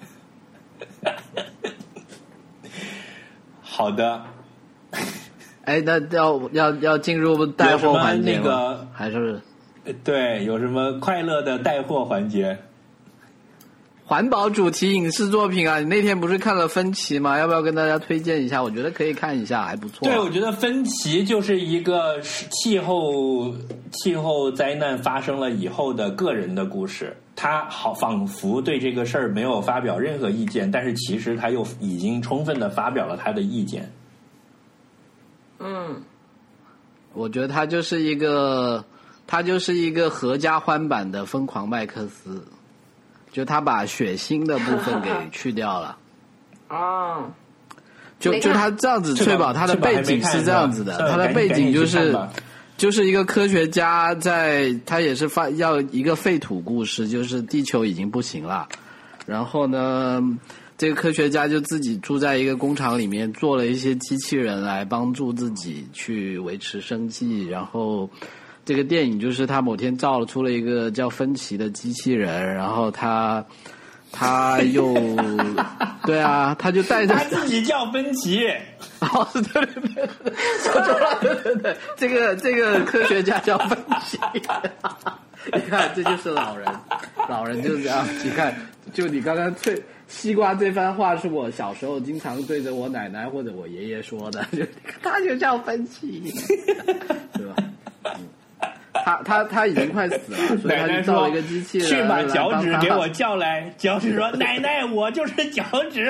好的。 哎，那要要要进入带货环节吗？ 那个还是对，有什么快乐的带货环节？ 环保主题影视作品啊！你那天不是看了分歧吗？要不要跟大家推荐一下？我觉得可以看一下，还不错、啊。 对，我觉得分歧就是一个气候气候灾难发生了以后的个人的故事。他好仿佛对这个事儿没有发表任何意见，但是其实他又已经充分的发表了他的意见。 嗯， 我觉得他就是一个，他就是一个合家欢版的疯狂麦克斯。就他把血腥的部分给去掉了， 哦， 就就他这样子，翠宝他的背景是这样子的，他的背景就是就是一个科学家在，他也是发要一个废土故事，就是地球已经不行了，然后呢，这个科学家就自己住在一个工厂里面，做了一些机器人来帮助自己去维持生计，然后。这个电影就是他某天造出了一个叫芬奇的机器人，然后他他又对啊，他就带着他自己叫芬奇。 哦，对对对对，说错了，对对对，这个这个科学家叫芬奇。你看，这就是老人，老人就是这样。你看，就你刚刚吹西瓜这番话，是我小时候经常对着我奶奶或者我爷爷说的，就他就叫芬奇，对吧？嗯。他他他已经快死了，所以他就造了一个机器人， 去把脚趾给我叫来。脚趾说：“奶奶，我就是脚趾。”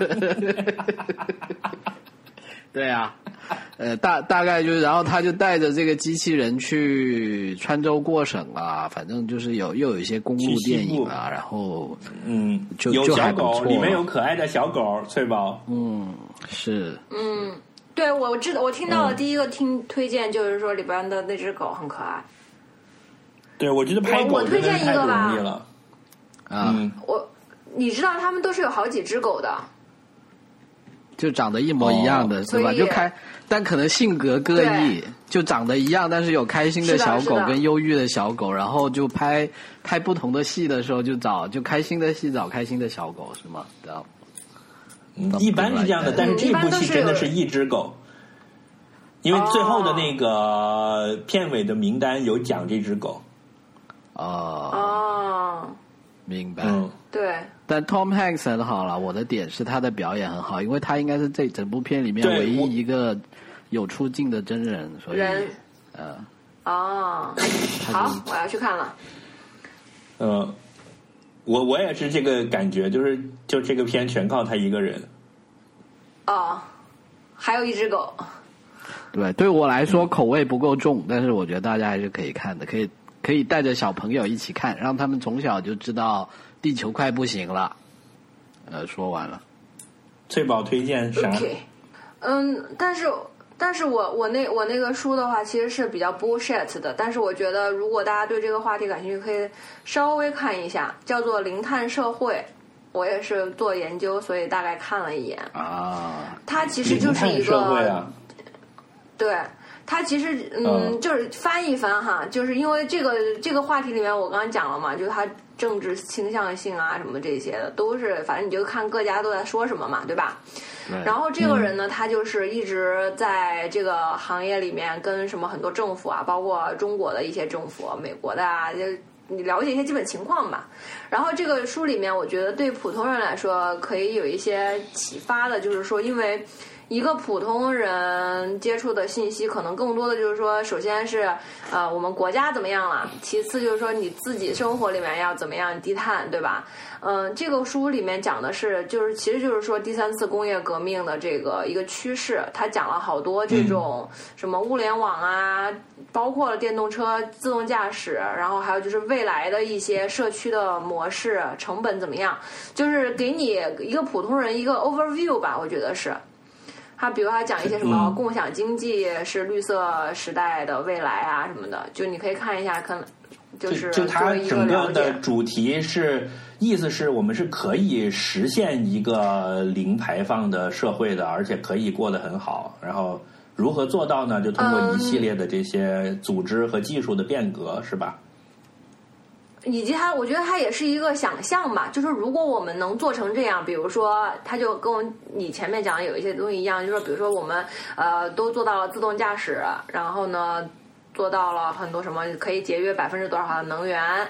对啊，呃，大大概就是，然后他就带着这个机器人去川州过省啊，反正就是有又有一些公路电影啊，然后嗯， 就有小狗， 就还不错， 里面有可爱的小狗，翠宝。 嗯，是， 嗯。对，我知道，我听到的第一个听推荐就是说里边的那只狗很可爱。 对，我觉得拍狗真的是太不容易了。 啊， 嗯， 我你知道他们都是有好几只狗的， 就长得一模一样的， 哦、 是吧？就开，但可能性格各异，就长得一样，但是有开心的小狗跟忧郁的小狗，然后就拍拍不同的戏的时候就找就开心的戏找开心的小狗，是吗？这样。 一般是这样的，但是这部戏真的是一只狗，因为最后的那个片尾的名单有讲这只狗。 哦哦， 明白。 嗯， 对。 但 Tom Hanks 很好了，我的点是他的表演很好，因为他应该是这整部片里面唯一一个有出镜的真人，所以人， 呃， 哦，好，我要去看了。 嗯。我我也是这个感觉，就是就这个片全靠他一个人。 哦，还有一只狗。 对，对我来说口味不够重，但是我觉得大家还是可以看的，可以可以带着小朋友一起看，让他们从小就知道地球快不行了。呃，说完了。 翠宝推荐啥？ okay. 嗯，但是。但是我我那我那个书的话，其实是比较 bullshit 的。但是我觉得，如果大家对这个话题感兴趣，可以稍微看一下，叫做《零碳社会》。我也是做研究，所以大概看了一眼。 啊， 它其实就是一个， 社会啊、 对，它其实嗯，嗯，就是翻一翻哈，就是因为这个这个话题里面，我刚刚讲了嘛，就是它政治倾向性啊什么这些的，都是反正你就看各家都在说什么嘛，对吧？然后这个人呢，他就是一直在这个行业里面跟什么很多政府啊，包括中国的一些政府、美国的啊，就你了解一些基本情况吧。然后这个书里面，我觉得对普通人来说可以有一些启发的，就是说，因为一个普通人接触的信息，可能更多的就是说，首先是呃我们国家怎么样了，其次就是说你自己生活里面要怎么样低碳，对吧？嗯，这个书里面讲的是，就是其实就是说第三次工业革命的这个一个趋势，它讲了好多这种什么物联网啊，包括了电动车、自动驾驶，然后还有就是未来的一些社区的模式、成本怎么样，就是给你一个普通人一个 overview 吧，我觉得是。他比如他讲一些什么共享经济是绿色时代的未来啊什么的，就你可以看一下，可能就是就它整个的解主题是，意思是我们是可以实现一个零排放的社会的，而且可以过得很好。然后如何做到呢？就通过一系列的这些组织和技术的变革， 嗯、 是吧？ 以及它，我觉得它也是一个想象吧，就是如果我们能做成这样，比如说，它就跟你前面讲的有一些东西一样，就是比如说我们呃都做到了自动驾驶，然后呢做到了很多什么可以节约百分之多少的能源，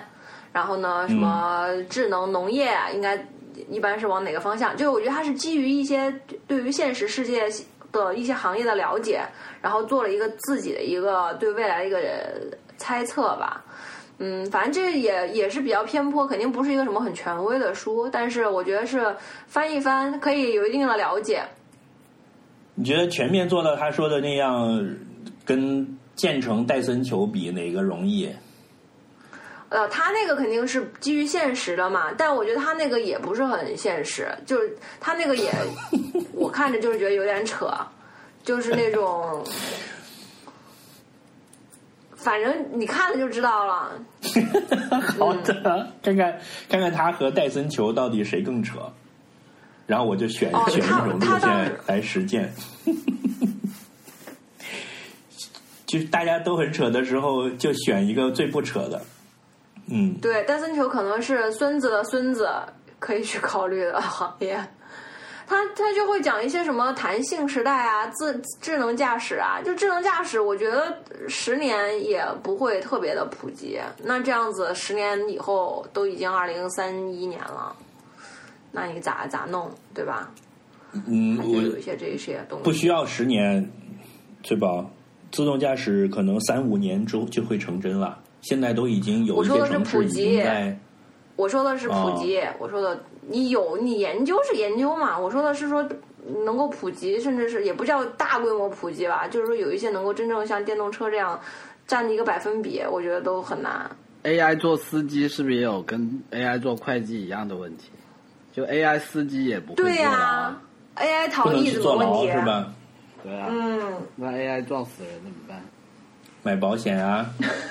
然后呢，什么智能农业啊，应该一般是往哪个方向？就我觉得它是基于一些对于现实世界的一些行业的了解，然后做了一个自己的一个对未来的一个猜测吧。嗯，反正这也也是比较偏颇，肯定不是一个什么很权威的书，但是我觉得是翻一翻可以有一定的了解。 你觉得全面做到他说的那样，跟建成戴森球比哪个容易？ 呃，他那个肯定是基于现实的嘛，但我觉得他那个也不是很现实，就是他那个也，我看着就是觉得有点扯，就是那种。反正你看了就知道了。 好的，看看看看他和戴森球到底谁更扯，然后我就选、哦、选一种路线来实践。就是大家都很扯的时候，就选一个最不扯的。嗯， 对，戴森球可能是孙子的孙子可以去考虑的行业。他他就会讲一些什么弹性时代啊，自智能驾驶啊，就智能驾驶，我觉得十年也不会特别的普及。那这样子，十年以后都已经二零三一年了，那你咋咋弄，对吧？ 嗯，我有一些这些东西不需要十年，对吧？自动驾驶可能三五年之后就会成真了。现在都已经有一些城市已经在。 我说的是普及，哦、我说的你有你研究是研究嘛，我说的是说能够普及，甚至是也不叫大规模普及吧，就是说有一些能够真正像电动车这样占一个百分比，我觉得都很难。 A I 做司机是不是也有跟 A I 做会计一样的问题？就 A I 司机也不会对呀、啊、，A I 逃逸怎么问题是吧？ 对啊， 嗯， 那 A I 撞死人怎么办？ 买保险啊。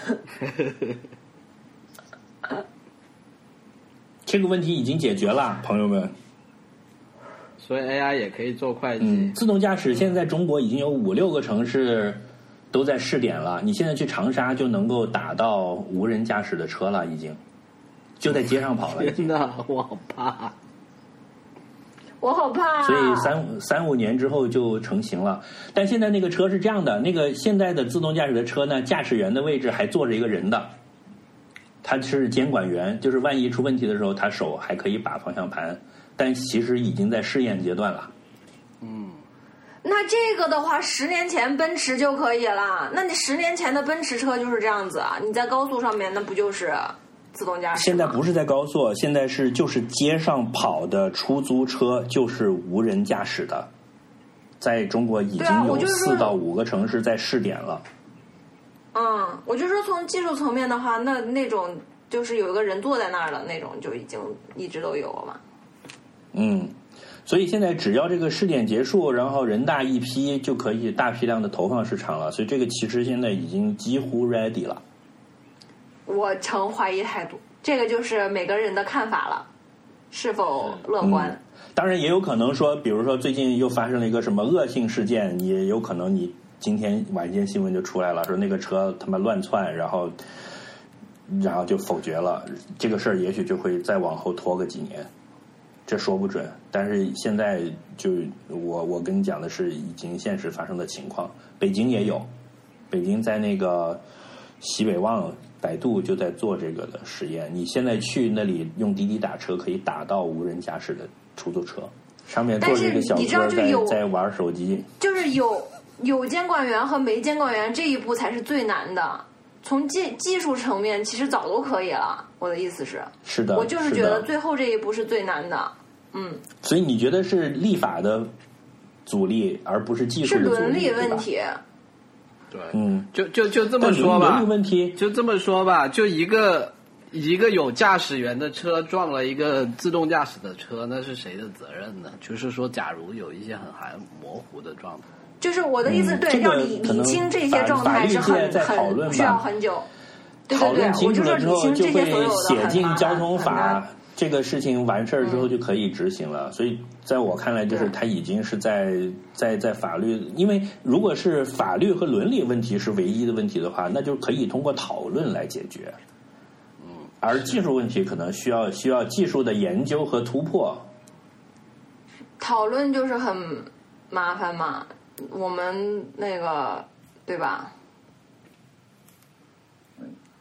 这个问题已经解决了，朋友们。 所以 A I 也可以做会计。 嗯，自动驾驶现在中国已经有五六个城市都在试点了。你现在去长沙就能够打到无人驾驶的车了，已经就在街上跑了。 真的，我好怕， 我好怕。 所以三三五年之后就成型了。但现在那个车是这样的，那个现在的自动驾驶的车呢，驾驶员的位置还坐着一个人的。他是监管员，就是万一出问题的时候，他手还可以把方向盘，但其实已经在试验阶段了。 嗯， 那这个的话，十年前奔驰就可以了。那你十年前的奔驰车就是这样子啊？你在高速上面，那不就是自动驾驶吗？ 现在不是在高速，现在是就是街上跑的出租车就是无人驾驶的，在中国已经有四到五个城市在试点了。 嗯，我就说从技术层面的话，那那种就是有一个人坐在那儿的那种，就已经一直都有了嘛。 嗯，所以现在只要这个试点结束，然后人大一批，就可以大批量的投放市场了。所以这个其实现在已经几乎 ready 了。 我呈怀疑态度，这个就是每个人的看法了，是否乐观？ 嗯、当然也有可能说，比如说最近又发生了一个什么恶性事件，也有可能你。今天晚间新闻就出来了，说那个车他妈乱窜，然后，然后就否决了。这个事儿也许就会再往后拖个几年，这说不准。但是现在就我我跟你讲的是已经现实发生的情况，北京也有，北京在那个西北旺百度就在做这个的实验。你现在去那里用滴滴打车，可以打到无人驾驶的出租车，上面坐着一个小哥在在玩手机， 就是有。有监管员和没监管员这一步才是最难的，从技技术层面其实早都可以了。我的意思是， 是的， 我就是觉得最后这一步是最难的。嗯， 所以你觉得是立法的阻力，而不是技术的阻力， 是伦理问题。 对， 嗯， 就就就这么说吧， 伦理问题就这么说吧，就一个一个有驾驶员的车撞了一个自动驾驶的车，那是谁的责任呢？就是说，假如有一些很含模糊的状态。 就是我的意思，对，要理理清这些状态是很很需要很久。 讨论清楚了之后，就会写进交通法，这个事情完事儿之后就可以执行了。所以在我看来，就是它已经是在在在法律，因为如果是法律和伦理问题是唯一的问题的话，那就可以通过讨论来解决。嗯，而技术问题可能需要需要技术的研究和突破。 讨论就是很麻烦嘛。我们那个对吧？嗯，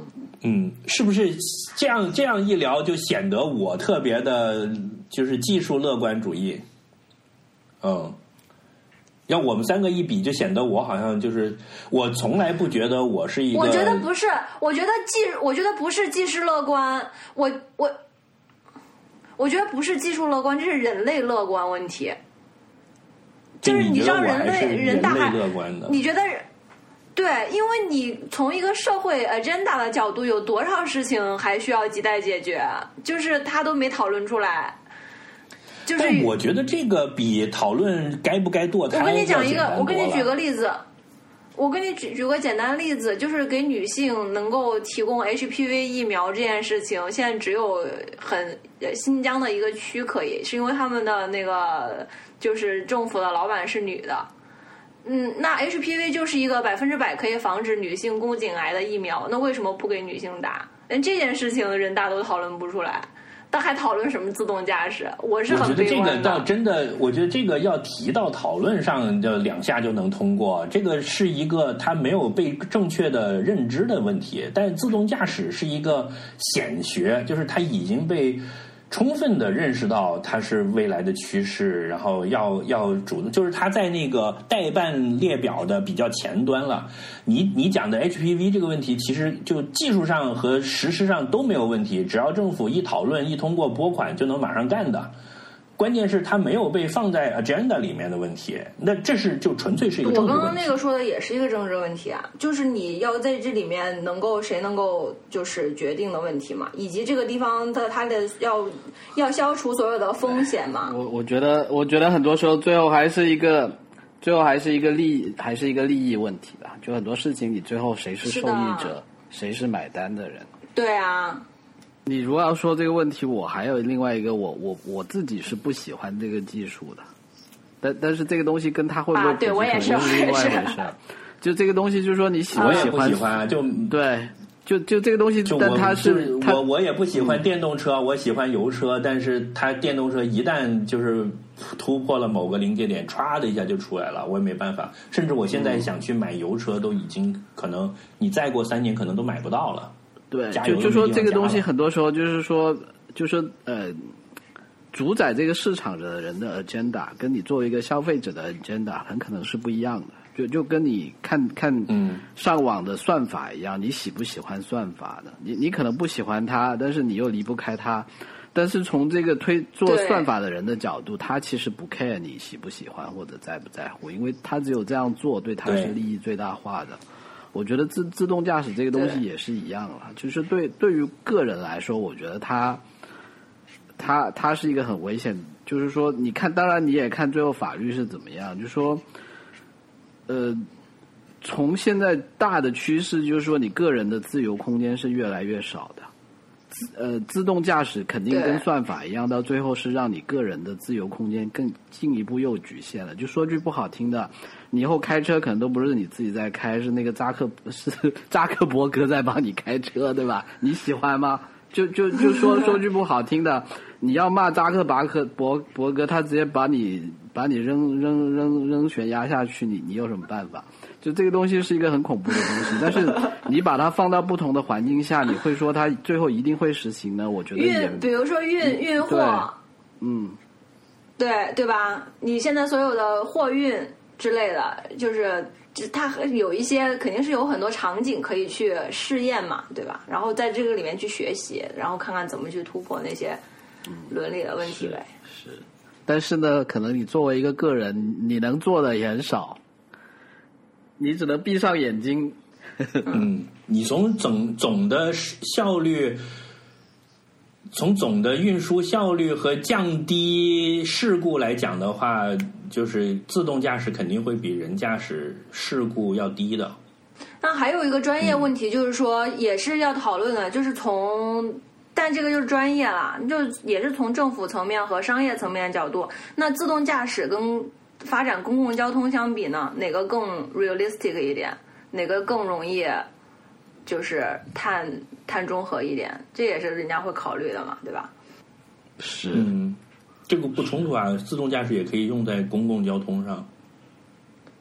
嗯，是不是这样这样一聊就显得我特别的就是技术乐观主义？嗯，要我们三个一比，就显得我好像就是我从来不觉得我是一个。 我觉得不是，我觉得技，我觉得不是技师乐观，我我，我觉得不是技术乐观，这是人类乐观问题。就是你知道人类人大还乐观的， 你觉得？对，因为你从一个社会 agenda 的角度，有多少事情还需要亟待解决？就是他都没讨论出来。就是， 但我觉得这个比讨论该不该堕胎。 我跟你讲一个，我跟你举个例子，我跟你举举个简单的例子，就是给女性能够提供 H P V 疫苗这件事情，现在只有很新疆的一个区可以，是因为他们的那个就是政府的老板是女的。嗯，那 H P V 就是一个百分之百可以防止女性宫颈癌的疫苗，那为什么不给女性打？连这件事情人大都讨论不出来，但还讨论什么自动驾驶？我是很悲观的。 我觉得这个倒真的，我觉得这个要提到讨论上，就两下就能通过。这个是一个它没有被正确的认知的问题，但自动驾驶是一个显学，就是它已经被充分的认识到它是未来的趋势，然后要要主动，就是它在那个代办列表的比较前端了。你你讲的 H P V 这个问题，其实就技术上和实施上都没有问题，只要政府一讨论一通过拨款就能马上干的。关键是它没有被放在 agenda 里面的问题，那这是就纯粹是一个政治问题。 我刚刚那个说的也是一个政治问题啊，就是你要在这里面能够谁能够就是决定的问题嘛，以及这个地方的它的要要消除所有的风险嘛。 我我觉得我觉得很多时候最后还是一个最后还是一个利还是一个利益问题吧，就很多事情你最后谁是受益者，谁是买单的人。 对啊。 你如果要说这个问题，我还有另外一个，我我我自己是不喜欢这个技术的，但但是这个东西跟它会不会普及，可能是另外一回事。就这个东西，就是说你喜欢喜欢， 喜欢就对，就就这个东西，但它是我我也不喜欢电动车，我喜欢油车，但是它电动车一旦就是突破了某个临界点，歘的一下就出来了，我也没办法。甚至我现在想去买油车，都已经可能你再过三年可能都买不到了。 对，就就说这个东西很多时候就是说，就是说呃，主宰这个市场的人的 agenda 跟你作为一个消费者的 agenda 很可能是不一样的。就就跟你看看上网的算法一样，你喜不喜欢算法的？你你可能不喜欢它，但是你又离不开它。但是从这个推做算法的人的角度，他其实不 care 你喜不喜欢或者在不在乎，因为他只有这样做对他是利益最大化的。我觉得自自动驾驶这个东西也是一样了，就是对对于个人来说，我觉得它它它是一个很危险，就是说你看，当然你也看最后法律是怎么样，就是说，呃，从现在大的趋势就是说，你个人的自由空间是越来越少的。呃，自动驾驶肯定跟算法一样，到最后是让你个人的自由空间更进一步又局限了。就说句不好听的，你以后开车可能都不是你自己在开，是那个扎克是扎克伯格在帮你开车，对吧？你喜欢吗？就就就说说句不好听的，你要骂扎克伯格伯伯格，他直接把你把你扔扔扔扔悬崖下去，你你有什么办法？就这个东西是一个很恐怖的东西，但是你把它放到不同的环境下，你会说它最后一定会实行呢？我觉得也， 运，比如说运运货， 嗯， 对对吧？你现在所有的货运之类的，就是它有一些肯定是有很多场景可以去试验嘛，对吧？然后在这个里面去学习，然后看看怎么去突破那些伦理的问题呗。 是，是但是呢，可能你作为一个个人，你能做的也很少。你只能闭上眼睛。 嗯，你从总总的效率，从总的运输效率和降低事故来讲的话，就是自动驾驶肯定会比人驾驶事故要低的。 那还有一个专业问题，就是说也是要讨论的，就是从，但这个就是专业啦，就也是从政府层面和商业层面的角度，那自动驾驶跟发展公共交通相比呢，哪个更 realistic 一点？哪个更容易就是碳碳中和一点？这也是人家会考虑的嘛，对吧？ 是， 嗯，这个不冲突啊，自动驾驶也可以用在公共交通上。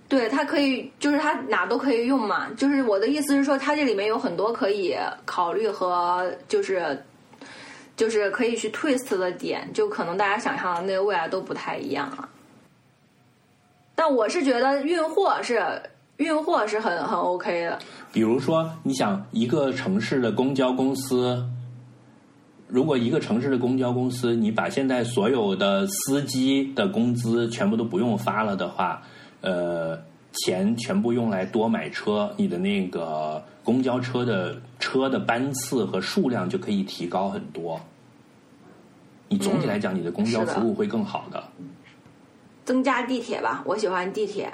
对，它可以，就是它哪都可以用嘛。就是我的意思是说，它这里面有很多可以考虑和就是就是可以去 twist 的点，就可能大家想象的那个未来都不太一样啊。但我是觉得运货是运货是很很 OK 的。 比如说，你想一个城市的公交公司，如果一个城市的公交公司，你把现在所有的司机的工资全部都不用发了的话，呃，钱全部用来多买车，你的那个公交车的车的班次和数量就可以提高很多。你总体来讲，你的公交服务会更好的。 嗯、增加地铁吧，我喜欢地铁。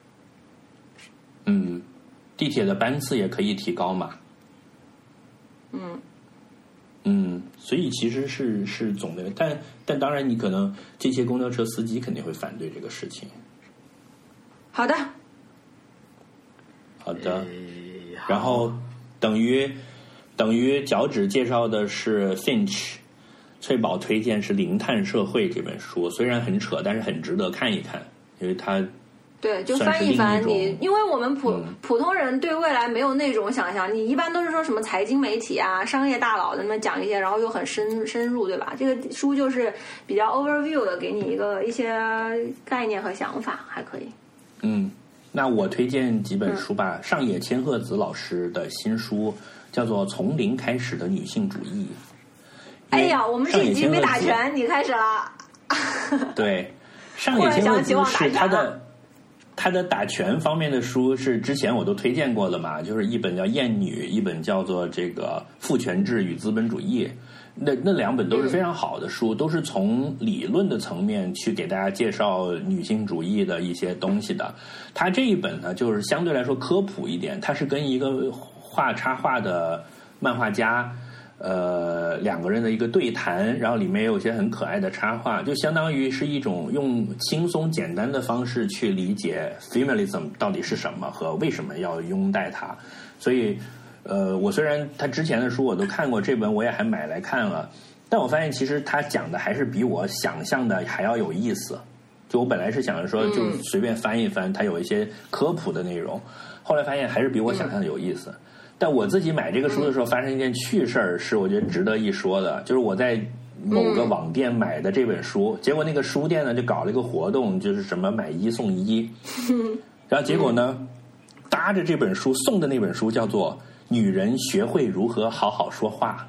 嗯，地铁的班次也可以提高嘛。 嗯。 嗯，所以其实是是总的，但但当然，你可能这些公交车司机肯定会反对这个事情。 好的， 好的，然后等于等于脚趾介绍的是 Finch， 翠宝推荐是《零碳社会》这本书，虽然很扯，但是很值得看一看，因为它对，就翻一翻你，因为我们普、嗯、普通人对未来没有那种想象，你一般都是说什么财经媒体啊、商业大佬那么讲一些，然后又很深深入，对吧？这个书就是比较 overview 的，给你一个一些概念和想法，还可以。 嗯，那我推荐几本书吧。嗯、上野千鹤子老师的新书叫做《从零开始的女性主义》。 哎呀，我们这一集没打拳，你开始了。 对，上野千鹤子是他的。他的打拳方面的书是之前我都推荐过的嘛，就是一本叫《厌女》，一本叫做这个《父权制与资本主义》，那那两本都是非常好的书，都是从理论的层面去给大家介绍女性主义的一些东西的。他这一本呢，就是相对来说科普一点，他是跟一个画插画的漫画家。呃，两个人的一个对谈，然后里面也有一些很可爱的插画，就相当于是一种用轻松简单的方式去理解 feminism 到底是什么和为什么要拥戴它。所以，呃，我虽然他之前的书我都看过，这本我也还买来看了，但我发现其实他讲的还是比我想象的还要有意思。就我本来是想着说就随便翻一翻，它有一些科普的内容，后来发现还是比我想象的有意思。但我自己买这个书的时候，发生一件趣事儿，是我觉得值得一说的，就是我在某个网店买的这本书，结果那个书店呢就搞了一个活动，就是什么买一送一，然后结果呢，搭着这本书送的那本书叫做《女人学会如何好好说话》。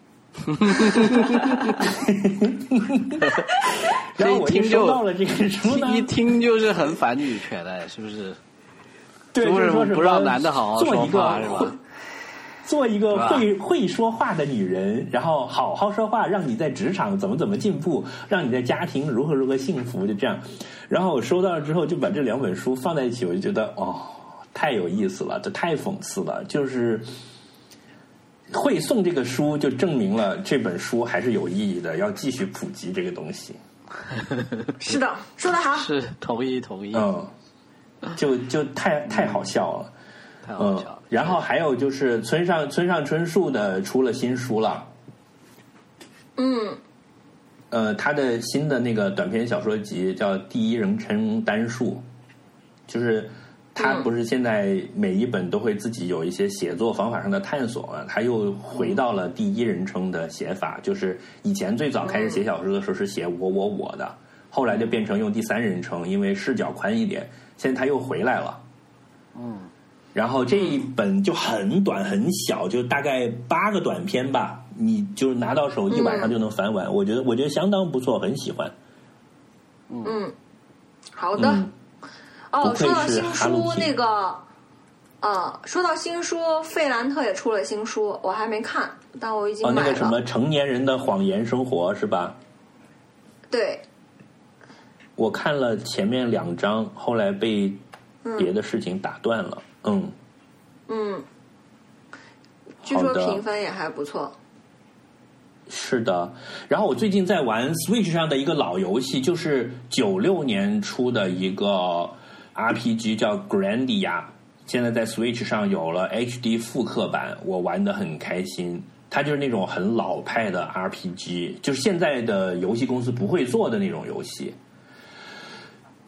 然后我一收到了这个书呢， 一听就是很反女权的，是不是？ 对， 就是说不让男的好好说话，是吧？ 做一个会会说话的女人，然后好好说话，让你在职场怎么怎么进步，让你在家庭如何如何幸福，就这样。然后我收到了之后，就把这两本书放在一起，我就觉得哦，太有意思了，这太讽刺了。就是会送这个书，就证明了这本书还是有意义的，要继续普及这个东西。 是的，说得好， 是同意同意。 嗯，就就太太好笑了。 太好笑了。 嗯，然后还有就是村上村上春树的出了新书了。 嗯， 呃，他的新的那个短篇小说集叫《第一人称单数》，就是他不是现在每一本都会自己有一些写作方法上的探索啊，他又回到了第一人称的写法，就是以前最早开始写小说的时候是写我我我的，后来就变成用第三人称，因为视角宽一点，现在他又回来了。 嗯。 然后这一本就很短很小，就大概八个短篇吧，你就拿到手一晚上就能翻完。嗯、我觉得我觉得相当不错，很喜欢。 嗯，好的。嗯、哦，说到新书那个，呃，说到新书，费兰特也出了新书，我还没看，但我已经买了。 哦，那个什么成年人的谎言生活是吧？ 对。 我看了前面两章，后来被别的事情打断了。嗯嗯，据说评分也还不错。 是的，然后我最近在玩 Switch 上的一个老游戏，就是九六年出的一个 R P G 叫 Grandia， 现在在 Switch 上有了 H D 复刻版，我玩得很开心。它就是那种很老派的 R P G， 就是现在的游戏公司不会做的那种游戏。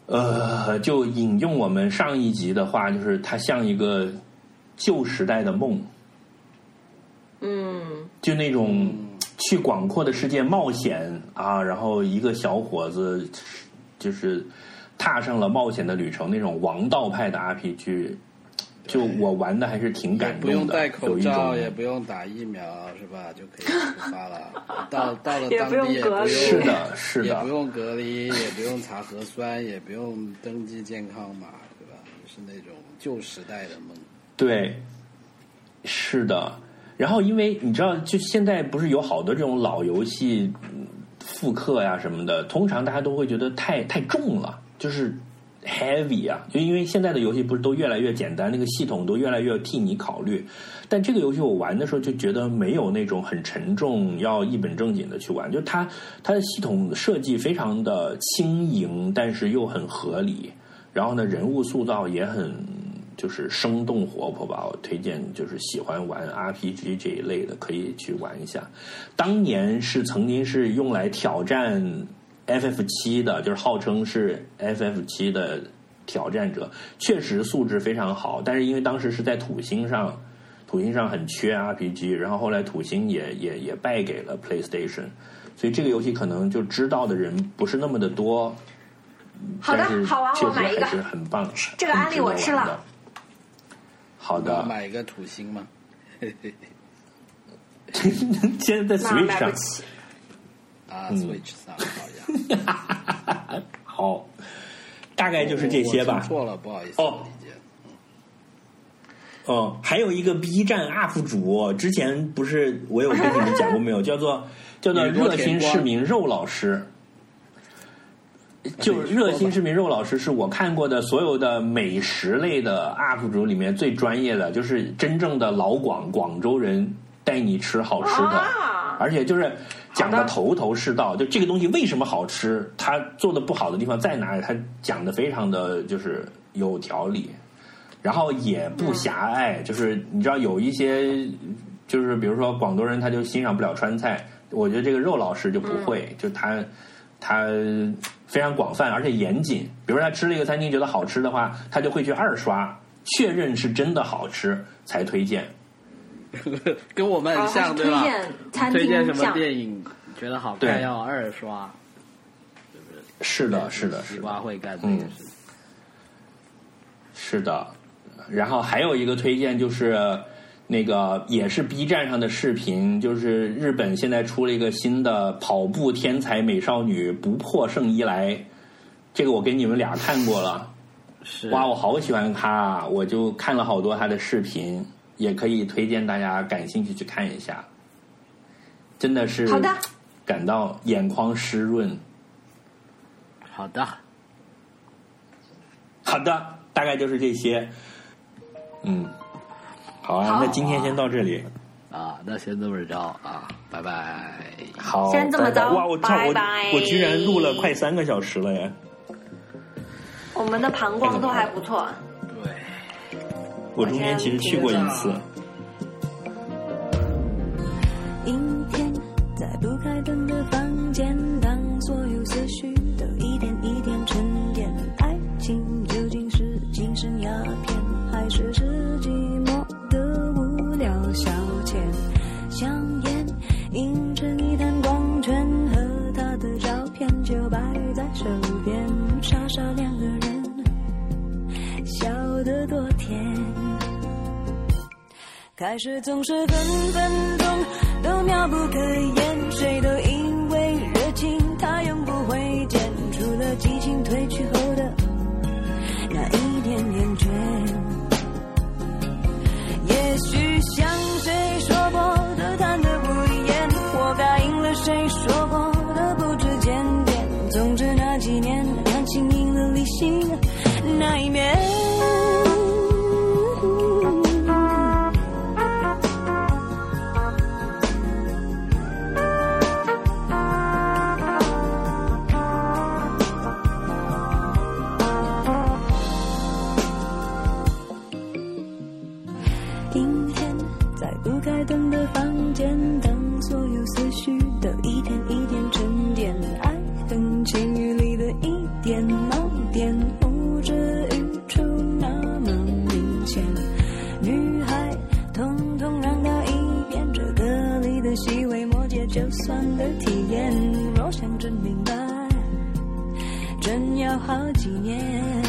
呃，就引用我们上一集的话，就是它像一个旧时代的梦， 嗯， 就那种去广阔的世界冒险啊，然后一个小伙子就是踏上了冒险的旅程，那种王道派的 R P G， 就我玩的还是挺感动的， 不用戴口罩， 有也不用打疫苗，是吧？就可以出发了。到到了也当地也不用， 是的，是的， 也不用隔离，也不用查核酸，也不用登记健康码，对吧？是那种旧时代的梦。 对，是的。然后，因为你知道，就现在不是有好多这种老游戏复刻呀什么的，通常大家都会觉得太太重了，就是 heavy 啊。就因为现在的游戏不是都越来越简单，那个系统都越来越替你考虑。但这个游戏我玩的时候就觉得没有那种很沉重，要一本正经的去玩。就它它的系统设计非常的轻盈，但是又很合理。然后呢，人物塑造也很就是生动活泼吧。我推荐就是喜欢玩 R P G 这一类的可以去玩一下。当年是曾经是用来挑战 F F 七 的，就是号称是 F F 七 的挑战者，确实素质非常好。但是因为当时是在土星上。土星上很缺 R P G， 然后后来土星也也也败给了 PlayStation， 所以这个游戏可能就知道的人不是那么的多。 好的，好玩，我买一个， 确实还是很棒。 这个案例我吃了。 好的， 买一个土星吗？ 现在在 Switch 上啊 ，Switch 上好呀。 好，大概就是这些吧。 错了，不好意思。 哦。哦，还有一个 B 站 U P 主，之前不是我有跟你们讲过没有？叫做叫做热心市民肉老师，就热心市民肉老师是我看过的所有的美食类的 U P 主里面最专业的，就是真正的老广广州人带你吃好吃的， 啊、 而且就是讲的头头是道。就这个东西为什么好吃，他做的不好的地方在哪里，他讲的非常的就是有条理。然后也不狭隘，就是你知道有一些，就是比如说广东人他就欣赏不了川菜，我觉得这个肉老师就不会，就他他非常广泛而且严谨。比如说他吃了一个餐厅觉得好吃的话，他就会去二刷，确认是真的好吃才推荐。 跟我们很像，对吧？ 推荐餐厅推荐什么电影觉得好看要二刷，是不是？ 是的，是的， 西瓜会干这个事。 是的。然后还有一个推荐就是那个也是 B 站上的视频，就是日本现在出了一个新的跑步天才美少女不破圣衣来，这个我给你们俩看过了。 是哇，我好喜欢她，我就看了好多她的视频，也可以推荐大家感兴趣去看一下，真的是好的， 感到眼眶湿润。 好的， 好的，大概就是这些。嗯，好啊，好，那今天先到这里啊，那先这么着啊，拜拜。 好， 先这么着， 哇，我操， 拜拜。 我我居然录了快三个小时了耶！ 我们的膀胱都还不错。 对， 我中间其实去过一次。 阴天，在不开灯的房间，当所有思绪都一点一点沉淀，爱情究竟是精神鸦片？还是是寂寞的无聊消遣，香烟映成一滩光圈，和他的照片就摆在手边，傻傻两个人笑得多甜。开始总是分分钟都妙不可言，谁都因为热情他永不会减，除了激情褪去后的那一点点倦。也许像谁说过的谈得不厌，我答应了谁说过的不知检点，总之那几年感情赢了理性那一面。当所有思绪都一点一点沉淀，爱恨情欲里的一点盲点， 就算的体验，若想真明白，真要好几年。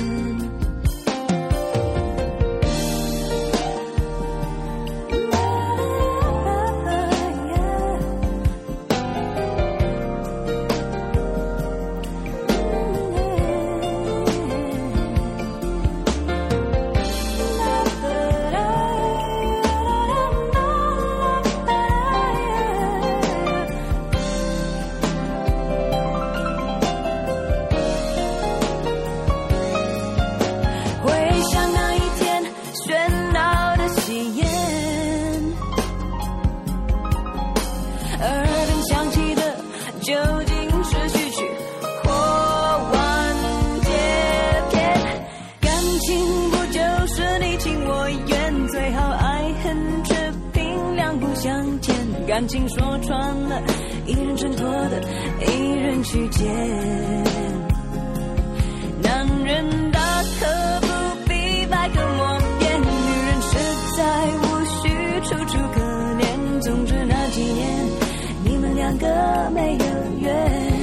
感情说穿了，一人挣脱的，一人去捡。男人大可不必百口莫辩，女人实在无需楚楚可怜。总之那几年，你们两个没有缘。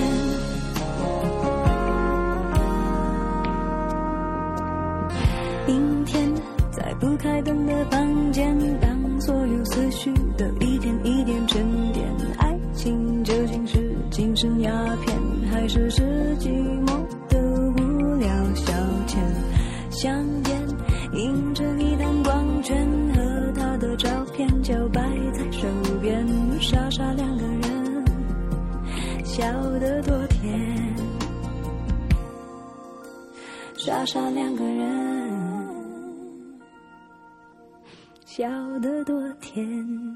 阴天，在不开灯的房间，当所有思绪都一点一点沉淀，爱情究竟是精神鸦片，还是是寂寞的无聊消遣？香烟映着一滩光圈，和他的照片就摆在手边，傻傻两个人，笑得多甜，傻傻两个人，笑得多甜。